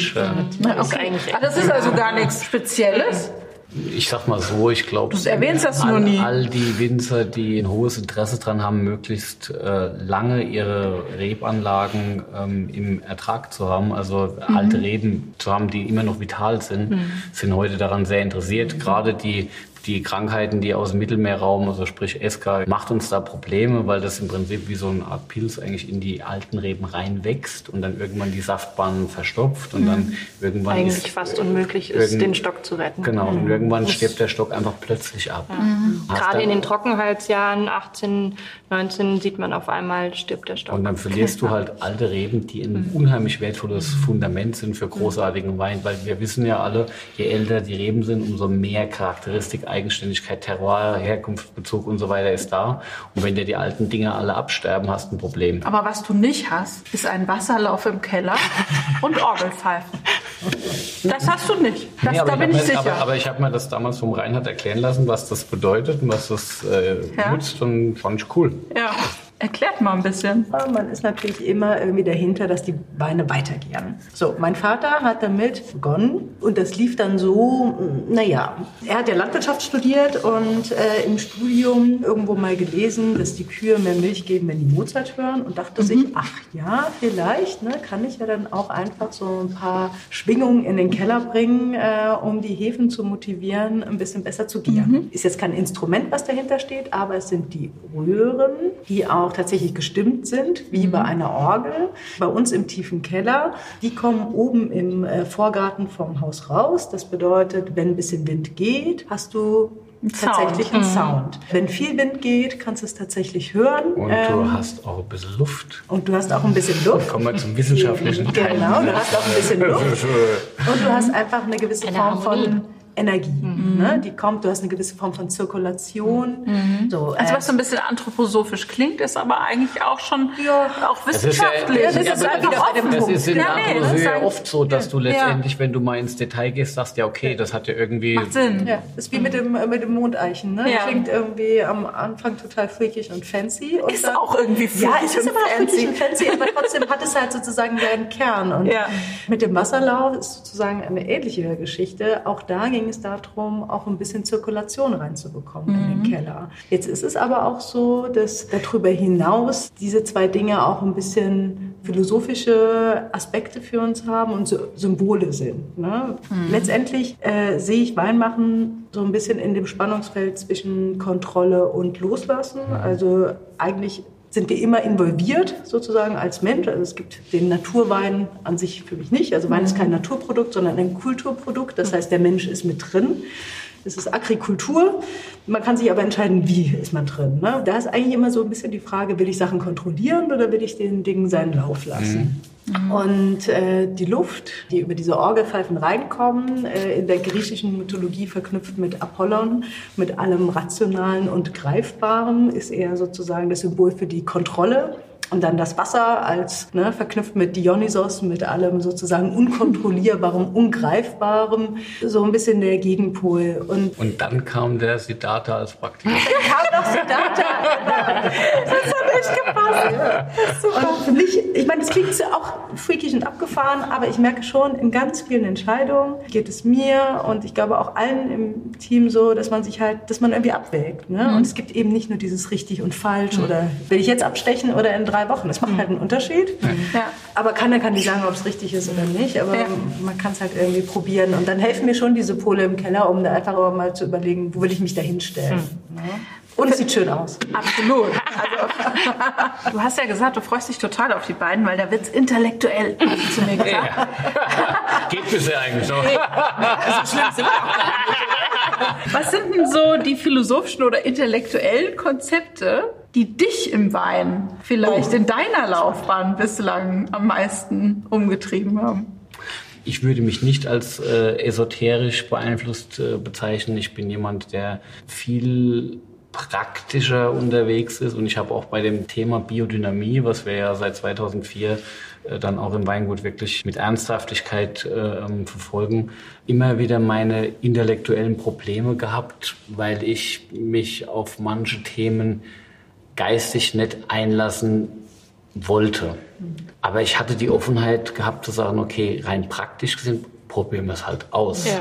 Na, okay. Ah, das ist also gar nichts Spezielles? Ich sag mal so, ich glaube, du erwähnst das all, nur nie. all die Winzer, die ein hohes Interesse daran haben, möglichst äh, lange ihre Rebanlagen ähm, im Ertrag zu haben, also mhm. alte Reben zu haben, die immer noch vital sind, mhm. sind heute daran sehr interessiert. Mhm. Gerade die Die Krankheiten, die aus dem Mittelmeerraum, also sprich Eska, macht uns da Probleme, weil das im Prinzip wie so eine Art Pilz eigentlich in die alten Reben reinwächst und dann irgendwann die Saftbahn verstopft und dann irgendwann eigentlich ist, fast unmöglich ist, den Stock zu retten. Genau, und mhm. irgendwann stirbt der Stock einfach plötzlich ab. Ja. Mhm. Gerade in den Trockenheitsjahren achtzehn, neunzehn sieht man auf einmal, stirbt der Stock. Und dann verlierst du halt alte Reben, die ein mhm. unheimlich wertvolles Fundament sind für großartigen Wein, weil wir wissen ja alle, je älter die Reben sind, umso mehr Charakteristik, Eigenständigkeit, Terroir, Herkunftsbezug und so weiter ist da. Und wenn dir die alten Dinger alle absterben, hast du ein Problem. Aber was du nicht hast, ist ein Wasserlauf im Keller und Orgelpfeifen. Das hast du nicht. Das, nee, da bin ich, ich sicher. Aber, aber ich habe mir das damals vom Reinhard erklären lassen, was das bedeutet und was das äh, ja. nutzt, und fand ich cool. Ja. Erklärt mal ein bisschen. Man ist natürlich immer irgendwie dahinter, dass die Weine weitergären. So, mein Vater hat damit begonnen und das lief dann so, naja, er hat ja Landwirtschaft studiert und äh, im Studium irgendwo mal gelesen, dass die Kühe mehr Milch geben, wenn die Mozart hören, und dachte mhm. sich, ach ja, vielleicht ne, kann ich ja dann auch einfach so ein paar Schwingungen in den Keller bringen, äh, um die Hefen zu motivieren, ein bisschen besser zu gären. Mhm. Ist jetzt kein Instrument, was dahinter steht, aber es sind die Röhren, die auch tatsächlich gestimmt sind, wie bei einer Orgel. Bei uns im tiefen Keller, die kommen oben im äh, Vorgarten vom Haus raus. Das bedeutet, wenn ein bisschen Wind geht, hast du tatsächlich einen Sound. Wenn viel Wind geht, kannst du es tatsächlich hören. Und ähm, du hast auch ein bisschen Luft. Und du hast auch ein bisschen Luft. Kommen wir zum wissenschaftlichen Teil. Genau, du hast auch ein bisschen Luft. Und du hast einfach eine gewisse Eine Form Harmonie. von Energie, mhm. ne? Die kommt, du hast eine gewisse Form von Zirkulation. Mhm. So, Also äh, was so ein bisschen anthroposophisch klingt, ist aber eigentlich auch schon Ja. auch wissenschaftlich. Das ist ja, das ist ja, einfach das, offen. das ist in Ja, der nee, das Anthroposophie ist ja ein- oft so, dass du letztendlich, wenn du mal ins Detail gehst, sagst, ja okay, das hat ja irgendwie... Macht Sinn. ja, das ist wie mit dem, äh, mit dem Mondeichen. Ne? Ja. Klingt irgendwie am Anfang total freakig und fancy. Und Ist dann, auch irgendwie Ja, freakig es ist und immer noch freakig fancy. und fancy, aber trotzdem hat es halt sozusagen seinen Kern. Und Ja. mit dem Wasserlauf ist sozusagen eine ähnliche Geschichte. Auch da ging es darum, auch ein bisschen Zirkulation reinzubekommen Mhm. in den Keller. Jetzt ist es aber auch so, dass darüber hinaus diese zwei Dinge auch ein bisschen philosophische Aspekte für uns haben und so Symbole sind. Ne? Mhm. Letztendlich äh, sehe ich Weinmachen so ein bisschen in dem Spannungsfeld zwischen Kontrolle und Loslassen. Also eigentlich sind wir immer involviert sozusagen als Mensch. Also es gibt den Naturwein an sich für mich nicht. Also Wein ist kein Naturprodukt, sondern ein Kulturprodukt. Das heißt, der Mensch ist mit drin. Es ist Agrikultur. Man kann sich aber entscheiden, wie ist man drin. Ne? Da ist eigentlich immer so ein bisschen die Frage, will ich Sachen kontrollieren oder will ich den Dingen seinen Lauf lassen? Mhm. Und äh, die Luft, die über diese Orgelpfeifen reinkommen, äh, in der griechischen Mythologie verknüpft mit Apollon, mit allem Rationalen und Greifbaren, ist eher sozusagen das Symbol für die Kontrolle. Und dann das Wasser als ne, verknüpft mit Dionysos, mit allem sozusagen Unkontrollierbarem, Ungreifbarem, so ein bisschen der Gegenpol. Und Und dann kam der Siddhartha als Praktiker. kam noch Siddhartha. Das hat echt gepasst. Und für mich, ich meine, das klingt auch freakig und abgefahren, aber ich merke schon, in ganz vielen Entscheidungen geht es mir und ich glaube auch allen im Team so, dass man sich halt, dass man irgendwie abwägt. Ne? Und es gibt eben nicht nur dieses richtig und falsch oder will ich jetzt abstechen oder in drei Wochen. Das macht halt einen Unterschied. Ja. Aber keiner kann nicht sagen, ob es richtig ist oder nicht. Aber Ja. man kann es halt irgendwie probieren. Und dann helfen mir schon diese Pole im Keller, um da einfach aber mal zu überlegen, wo will ich mich da hinstellen. Ne? Und es sieht schön aus. Absolut. Also, du hast ja gesagt, du freust dich total auf die beiden, weil da wird's intellektuell, hast du zu mir gesagt. Ja. Geht bisher eigentlich noch. Also schlimm sind wir auch gar nicht. Was sind denn so die philosophischen oder intellektuellen Konzepte, die dich im Wein vielleicht in deiner Laufbahn bislang am meisten umgetrieben haben? Ich würde mich nicht als äh, esoterisch beeinflusst äh, bezeichnen. Ich bin jemand, der viel praktischer unterwegs ist und ich habe auch bei dem Thema Biodynamie, was wir ja seit zweitausendvier äh, dann auch im Weingut wirklich mit Ernsthaftigkeit äh, verfolgen, immer wieder meine intellektuellen Probleme gehabt, weil ich mich auf manche Themen geistig nicht einlassen wollte. Aber ich hatte die Offenheit gehabt zu sagen, okay, rein praktisch gesehen, probieren wir es halt aus. Ja.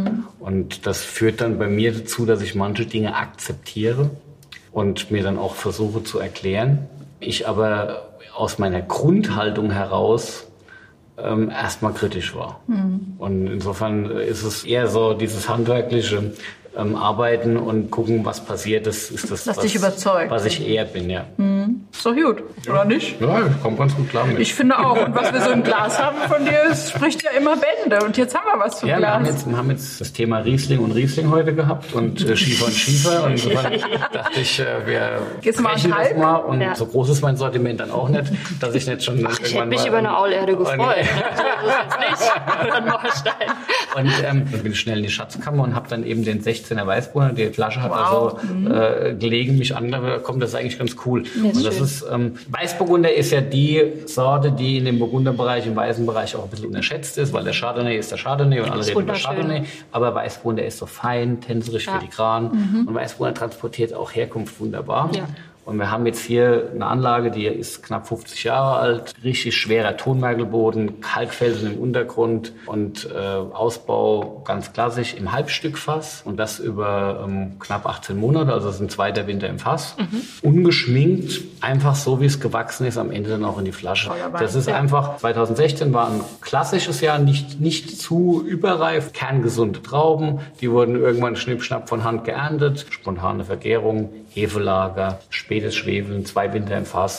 Und das führt dann bei mir dazu, dass ich manche Dinge akzeptiere und mir dann auch versuche zu erklären. Ich aber aus meiner Grundhaltung heraus ähm, erstmal kritisch war. Mhm. Und insofern ist es eher so dieses handwerkliche ähm, Arbeiten und gucken, was passiert. Das ist das, Was was, dich überzeugt. was ich eher bin, ja. Ist doch gut, oder nicht? Ja, ich komme ganz gut klar mit. Ich finde auch. Und was wir so im Glas haben von dir, es spricht ja immer Bände. Und jetzt haben wir was zum Ja, wir haben, Glas. jetzt, wir haben jetzt das Thema Riesling und Riesling heute gehabt und äh, Schiefer und Schiefer. Und insofern dachte ich, äh, wir Gehst du mal brechen auf das halb? mal. Und Ja. so groß ist mein Sortiment dann auch nicht, dass ich nicht schon Ich hätte irgendwann mich mal, über eine Aulerde gefreut. Und, Ne? So ist jetzt nicht. Oder ein Neustein. und ähm, dann bin ich schnell in die Schatzkammer und habe dann eben den sechzehner Weißburgunder. Die Flasche hat Wow. also äh, gelegen, mich an, da kommt das ist eigentlich ganz cool. ist und das schön. ist ähm, Weißburgunder ist ja die Sorte, die in dem Burgunderbereich, im weißen Bereich auch ein bisschen unterschätzt ist, weil der Chardonnay ist der Chardonnay und alle ist reden über wunderschön. Chardonnay. Aber Weißburgunder ist so fein, tänzerisch, Ja. filigran und Weißburgunder transportiert auch Herkunft wunderbar. Ja. Und wir haben jetzt hier eine Anlage, die ist knapp fünfzig Jahre alt, richtig schwerer Tonmergelboden, Kalkfelsen im Untergrund und äh, Ausbau ganz klassisch im Halbstückfass und das über ähm, knapp achtzehn Monate, also das ist ein zweiter Winter im Fass. Mhm. Ungeschminkt, einfach so wie es gewachsen ist, am Ende dann auch in die Flasche. Feuerwein. Das ist Ja. einfach, zweitausendsechzehn war ein klassisches Jahr, nicht, nicht zu überreif, kerngesunde Trauben, die wurden irgendwann schnippschnapp von Hand geerntet, spontane Vergärung, Hefelager, spätes Schwefeln, zwei Winter im Fass,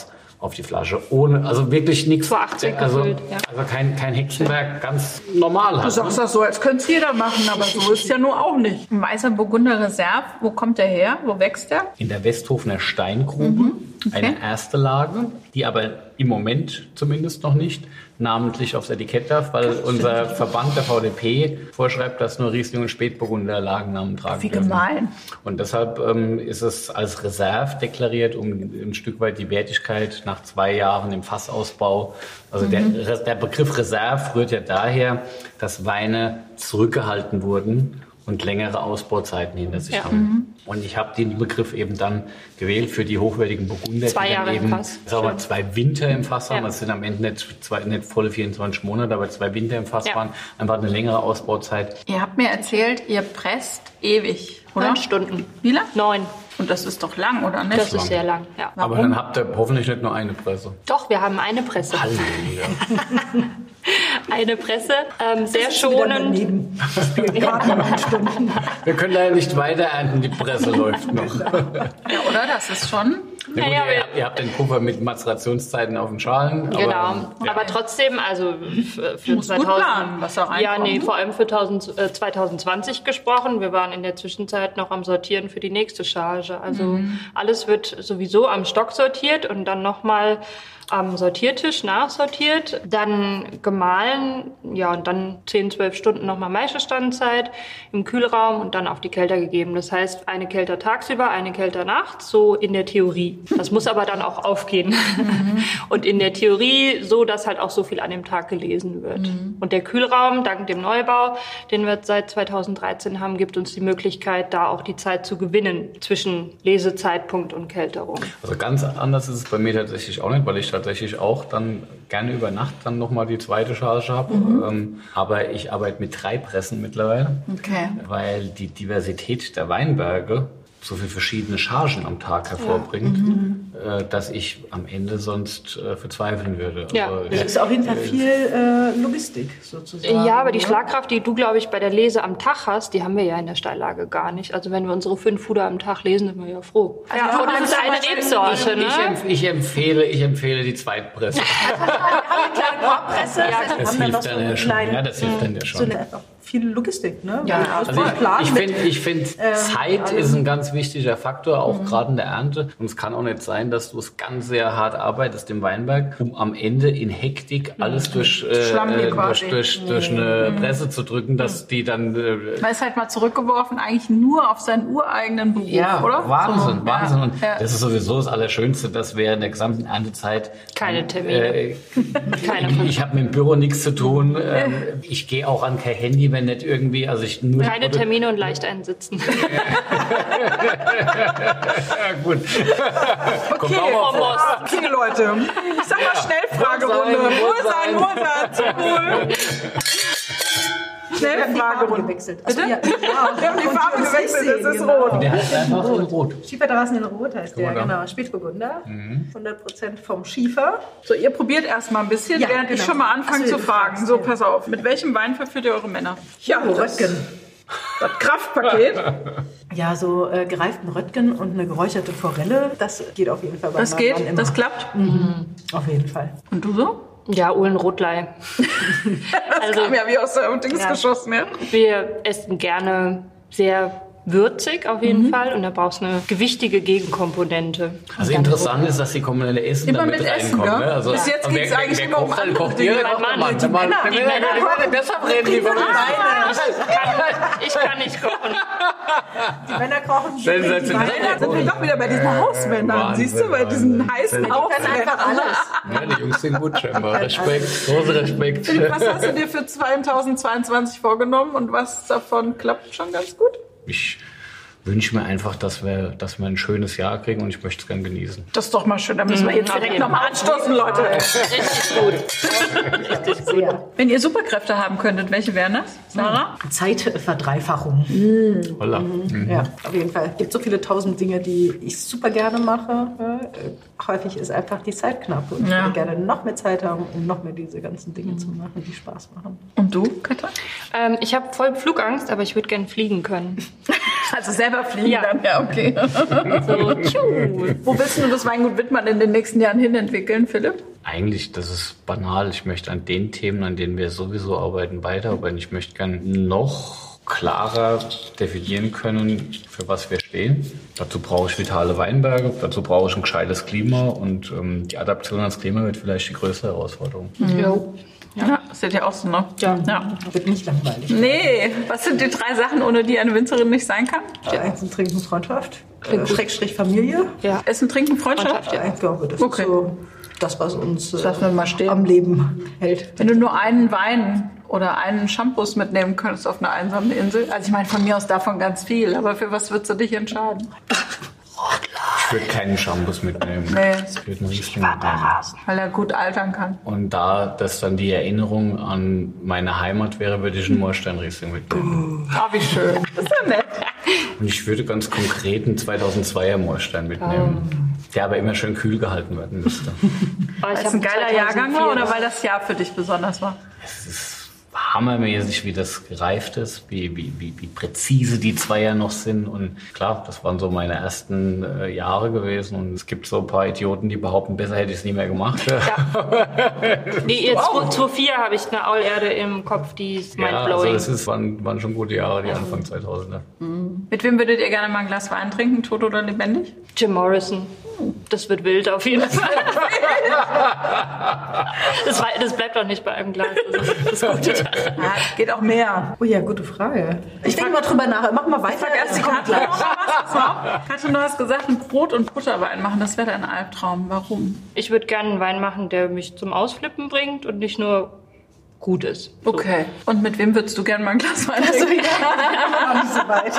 auf die Flasche. Ohne, also wirklich nichts. zweihundertachtzig also, gefüllt, ja. also kein, kein Hexenwerk, ganz normal. Du Halt, sagst das so, als könnte es jeder machen, aber so ist ja nur auch nicht. Ein weißer Burgunder Reserve, wo kommt der her? Wo wächst der? In der Westhofener Steingrube, Mhm. Okay. eine erste Lage, die aber im Moment zumindest noch nicht namentlich aufs Etikett darf, weil unser Verband der V D P vorschreibt, dass nur Riesling und Spätburgunder Lagennamen tragen Wie dürfen. gemein. Und deshalb ähm, ist es als Reserve deklariert, um ein Stück weit die Wertigkeit nach zwei Jahren im Fassausbau. Also Mhm. der, der Begriff Reserve rührt ja daher, dass Weine zurückgehalten wurden und längere Ausbauzeiten hinter sich Ja. haben. Und ich habe den Begriff eben dann gewählt für die hochwertigen Burgunder, Zwei die dann Jahre im eben Fass. sagen wir, mal, zwei Winter im Fass haben. Ja. Das sind am Ende nicht, zwei, nicht volle vierundzwanzig Monate, aber zwei Winter im Fass Ja. waren. Einfach eine längere Ausbauzeit. Ihr habt mir erzählt, ihr presst ewig, oder? Neun Stunden. Wie lang? Neun. Und das ist doch lang, oder nicht? Das ist sehr lang, ja. Aber dann habt ihr hoffentlich nicht nur eine Presse. Doch, wir haben eine Presse. Halleluja. Eine Presse, ähm, sehr Das ist wieder schonend. daneben. Spielt gerade neun Stunden. Wir können leider nicht weiter ernten, die Presse läuft noch. Ja, oder? Das ist schon... Na gut, Naja, ihr, wir- habt, ihr habt den Puffer mit Maturationszeiten auf den Schalen. Aber, Genau, ja. aber trotzdem, also für für Muss gut planen, was da Ja, reinkommt. nee, vor allem für tausend, äh, zwanzig zwanzig gesprochen. Wir waren in der Zwischenzeit noch am Sortieren für die nächste Charge. Also Mhm. alles wird sowieso am Stock sortiert und dann nochmal am Sortiertisch nachsortiert, dann gemahlen, ja, und dann zehn, zwölf Stunden nochmal Maischestandzeit im Kühlraum und dann auf die Kelter gegeben. Das heißt, eine Kelter tagsüber, eine Kelter nachts, so in der Theorie. Das muss aber dann auch aufgehen. Mhm. Und in der Theorie so, dass halt auch so viel an dem Tag gelesen wird. Mhm. Und der Kühlraum, dank dem Neubau, den wir seit zweitausenddreizehn haben, gibt uns die Möglichkeit, da auch die Zeit zu gewinnen zwischen Lesezeitpunkt und Kälterung. Also ganz anders ist es bei mir tatsächlich auch nicht, weil ich tatsächlich auch dann gerne über Nacht dann nochmal die zweite Charge habe. Mhm. Ähm, aber ich arbeite mit drei Pressen mittlerweile, Okay. weil die Diversität der Weinberge so viele verschiedene Chargen am Tag hervorbringt, äh, dass ich am Ende sonst äh, verzweifeln würde. Ja. Also, Das ist auch hinter viel äh, Logistik sozusagen. Ja, aber die ne? Schlagkraft, die du, glaube ich, bei der Lese am Tag hast, die haben wir ja in der Steillage gar nicht. Also wenn wir unsere fünf Fuder am Tag lesen, sind wir ja froh. Ja, und das ist eine Rebsorte, ne? ich, empf ich, empfehle, ich empfehle die Zweitpresse. Presse, Ja, das Das haben dann noch hilft so dann eine ja schon. kleine, Ja, das hilft dann ja so schon. eine, auch viel Logistik, ne? Ja, Weil also voll Also Plan ich, ich mit- finde, ich find, Zeit allem. ist ein ganz wichtiger Faktor, auch gerade in der Ernte. Und es kann auch nicht sein, dass du es ganz sehr hart arbeitest im Weinberg, um am Ende in Hektik alles durch, äh, Schlammige äh, durch, quasi. durch, durch eine Presse zu drücken, dass die dann... Äh, Man ist halt mal zurückgeworfen, eigentlich nur auf seinen ureigenenen Beruf, ja, oder? Wahnsinn, So. Wahnsinn. Ja. Und Ja. das ist sowieso das Allerschönste, dass wir in der gesamten Erntezeit... Keine Termine. Äh, Keine ich ich habe mit dem Büro nichts zu tun. Ähm, ich gehe auch an kein Handy, wenn nicht irgendwie... Also ich nur Keine Termine und leicht einsitzen. Ja, gut. Kommt auch mal vor. Okay, Leute. Ich sag mal Schnellfragerunde. Wohl Wohl sein, wohl sein, zum Wohl. Wir haben die Farbe Schnellfragerunde. gewechselt. Also, Bitte? ja, ja. Wir haben die Farbe gewechselt, das ist rot. Der heißt einfach in Rot. Schieferterrassen in Rot heißt der, Oder? genau. Spätburgunder. Mhm. hundert Prozent vom Schiefer. So, ihr probiert erstmal ein bisschen, Ja, während ich genau. schon mal anfange Ach so, zu du fragen. fragst, So, ja. pass auf. Mit welchem Wein verführt ihr eure Männer? Ja, Oh, das, Röttgen. das Kraftpaket. Ja, so äh, gereiften Röttgen und eine geräucherte Forelle, das geht auf jeden Fall bei Das meinem Mann geht, immer. das klappt. Auf jeden Fall. Und du so? Ja, Uhlen Rotlei. Das kam ja wie aus der Dings Ja. geschossen, ja. Wir essen gerne sehr würzig auf jeden Fall und da brauchst du eine gewichtige Gegenkomponente. Also interessant ist, dass die kommunelle Essen Immer damit mit Essen, reinkommen. gell? Ne? Also, Bis jetzt und ging's wer- eigentlich wer immer um kocht, dann andere kocht Dinge. ihr, Mein kocht der Mann. Mann. Der Mann. Die Der Männer Männer- Deshalb reden die von uns. Ich kann nicht kochen. Die Männer kochen. Sensationell. Da sind wir doch wieder bei diesen Hausmännern. Wahnsinn, Siehst du, bei diesen heißen Wahnsinn. Hausmännern. Ja, die Jungs sind gut scheinbar. Respekt, großer Respekt. Was hast du dir für zweitausendzweiundzwanzig vorgenommen und was davon klappt schon ganz gut? Ich wünsche mir einfach, dass wir, dass wir ein schönes Jahr kriegen und ich möchte es gern genießen. Das ist doch mal schön. Da müssen wir jetzt auf direkt jeden nochmal anstoßen, Leute. Richtig gut. Richtig gut. Wenn ihr Superkräfte haben könntet, welche wären das? Sarah? Zeitverdreifachung. Holla. Ja, auf jeden Fall. Es gibt so viele tausend Dinge, die ich super gerne mache. Äh, häufig ist einfach die Zeit knapp und ich Ja. würde gerne noch mehr Zeit haben, um noch mehr diese ganzen Dinge zu machen, die Spaß machen. Und du, Katja? Ähm, ich habe voll Flugangst, aber ich würde gerne fliegen können. Also selber fliegen Ja. dann, ja, okay. So, tschu. Wo willst du das Weingut Wittmann in den nächsten Jahren hin entwickeln, Philipp? Eigentlich, das ist banal. Ich möchte an den Themen, an denen wir sowieso arbeiten, weiterarbeiten. Ich möchte gern noch klarer definieren können, für was wir stehen. Dazu brauche ich vitale Weinberge, dazu brauche ich ein gescheites Klima und ähm, die Adaption ans Klima wird vielleicht die größte Herausforderung. Jo. Ja, das seht ihr auch so, ne? Ja. ja. Wird nicht langweilig. Nee, was sind die drei Sachen, ohne die eine Winzerin nicht sein kann? Ja. Essen, Trinken, Freundschaft. Äh, Schrägstrich Familie. Ja. Essen, Trinken, Freundschaft? Ja, ich glaube, das Okay. ist so das, was uns äh, Lassen wir mal stehen. am Leben hält. Wenn du nur einen Wein oder einen Shampoos mitnehmen könntest auf einer einsamen Insel, also ich meine von mir aus davon ganz viel, aber für was würdest du dich entscheiden? Ich würde keinen Shampoos mitnehmen. Nee. Ich würde einen Riesling mitnehmen. Weil er gut altern kann. Und da das dann die Erinnerung an meine Heimat wäre, würde ich einen Moorstein-Riesling mitnehmen. Ah, wie schön. Das ist ja nett. Und ich würde ganz konkret einen zweitausendzweier Moorstein mitnehmen, der aber immer schön kühl gehalten werden müsste. Oh, Weil ich es hab ein geiler Jahrgang war oder zweitausendvier. weil das Jahr für dich besonders war? Es ist hammermäßig, wie das gereift ist, wie, wie, wie, wie präzise die Zweier noch sind. Und klar, das waren so meine ersten äh, Jahre gewesen. Und es gibt so ein paar Idioten, die behaupten, besser hätte ich es nie mehr gemacht. Nee, jetzt zweitausendvier habe ich eine Aulerde im Kopf, die ist Ja, also mindblowing. das ist, waren, waren schon gute Jahre, die Anfang zweitausender. Mit wem würdet ihr gerne mal ein Glas Wein trinken, tot oder lebendig? Jim Morrison. Das wird wild auf jeden Fall. das, war, das bleibt auch nicht bei einem Glas. Das ist das Gute daran. Ja, geht auch mehr. Oh ja, gute Frage. Ich denke mal drüber nach. Mach mal weiter. Vergesst die Kommt Katrin. gleich. Pass mal auf. Katrin, du hast gesagt, ein Brot- und Butterwein machen, das wäre dein Albtraum. Warum? Ich würde gerne einen Wein machen, der mich zum Ausflippen bringt und nicht nur gut ist. So. Okay. Und mit wem würdest du gerne mal ein Glas Wein trinken? Noch nicht so weit.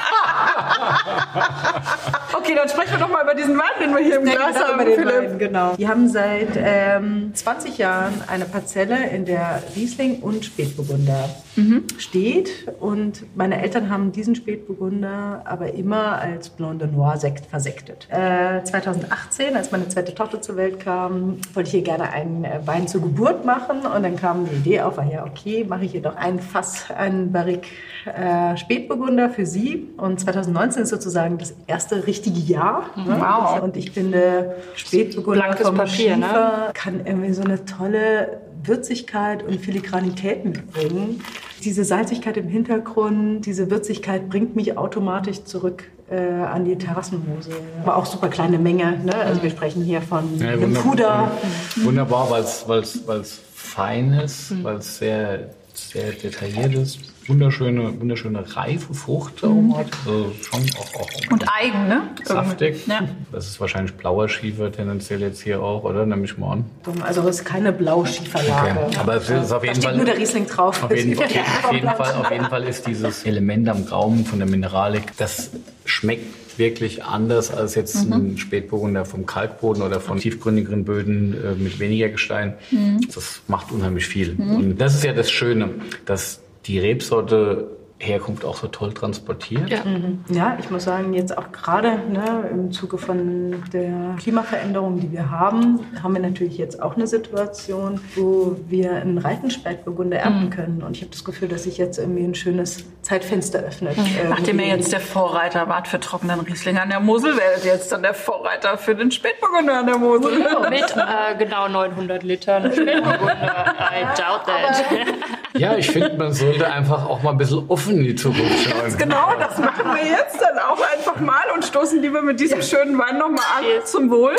Okay, dann sprechen wir doch mal über diesen Wein, den wir hier im Glas Genau, haben, über den Philipp. Wein, genau. Wir haben seit ähm, zwanzig Jahren eine Parzelle, in der Riesling und Spätburgunder steht. Und meine Eltern haben diesen Spätburgunder aber immer als Blanc de Noir Sekt versektet. Äh, zweitausendachtzehn, als meine zweite Tochter zur Welt kam, wollte ich ihr gerne einen äh, Wein zur Geburt machen. Und dann kam die Idee auf, ah ja, okay, mache ich ihr doch ein Fass, einen Barrique äh, Spätburgunder für sie. Und zweitausendneunzehn ist sozusagen das erste richtige Jahr. Ne? Wow. Und ich finde, Spätburgunder Blankes vom Papier, ne? Schiefer kann irgendwie so eine tolle Würzigkeit und Filigranität mitbringen. Diese Salzigkeit im Hintergrund, diese Würzigkeit bringt mich automatisch zurück äh, an die Terrassenhose. Aber auch super kleine Menge. Ne? Also wir sprechen hier von Ja, einem wunderbar. Puder. Wunderbar, weil es fein ist, weil es sehr, sehr detailliert ist. Wunderschöne, wunderschöne reife Frucht mhm. hat. Also schon auch, auch Und Eigen, ne? saftig. Ja. Das ist wahrscheinlich blauer Schiefer tendenziell jetzt hier auch, oder? Nehme ich mal an. Also es ist keine Blauschieferlage. Okay. Aber es ist auf Da jeden steht Fall... nur der Riesling drauf. Auf jeden, auf, jeden, auf, jeden Fall, auf jeden Fall ist dieses Element am Gaumen von der Mineralik, das schmeckt wirklich anders als jetzt mhm. ein Spätburgunder vom Kalkboden oder von tiefgründigeren Böden äh, mit weniger Gestein. Mhm. Das macht unheimlich viel. Mhm. Und das ist ja das Schöne, dass die Rebsorte Herkunft auch so toll transportiert. Ja. Mhm. Ja, ich muss sagen, jetzt auch gerade ne, im Zuge von der Klimaveränderung, die wir haben, haben wir natürlich jetzt auch eine Situation, wo wir einen reifen Spätburgunder ernten mhm. können. Und ich habe das Gefühl, dass sich jetzt irgendwie ein schönes Zeitfenster öffnet. Mhm. Äh, Nachdem ihr jetzt der Vorreiter wart für trockenen Riesling an der Mosel, werdet ihr jetzt dann der Vorreiter für den Spätburgunder an der Mosel. Mit äh, genau neunhundert Litern Spätburgunder. I doubt that. Ja, ich finde, man sollte einfach auch mal ein bisschen offen in die Zukunft schauen. Genau, das machen wir jetzt dann auch einfach mal und stoßen lieber mit diesem schönen Wein nochmal an. Zum Wohl.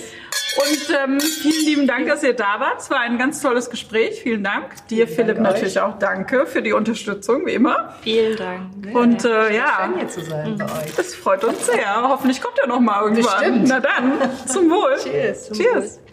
Und ähm, vielen lieben Dank, dass ihr da wart. Es war ein ganz tolles Gespräch. Vielen Dank. Dir, Vielen Philipp, Dank natürlich euch. auch danke für die Unterstützung, wie immer. Vielen Dank. Und äh, ja, Schön hier zu sein bei euch. das freut uns sehr. Hoffentlich kommt er noch mal irgendwann. Bestimmt. Na dann, zum Wohl. Cheers. Zum Cheers. Wohl.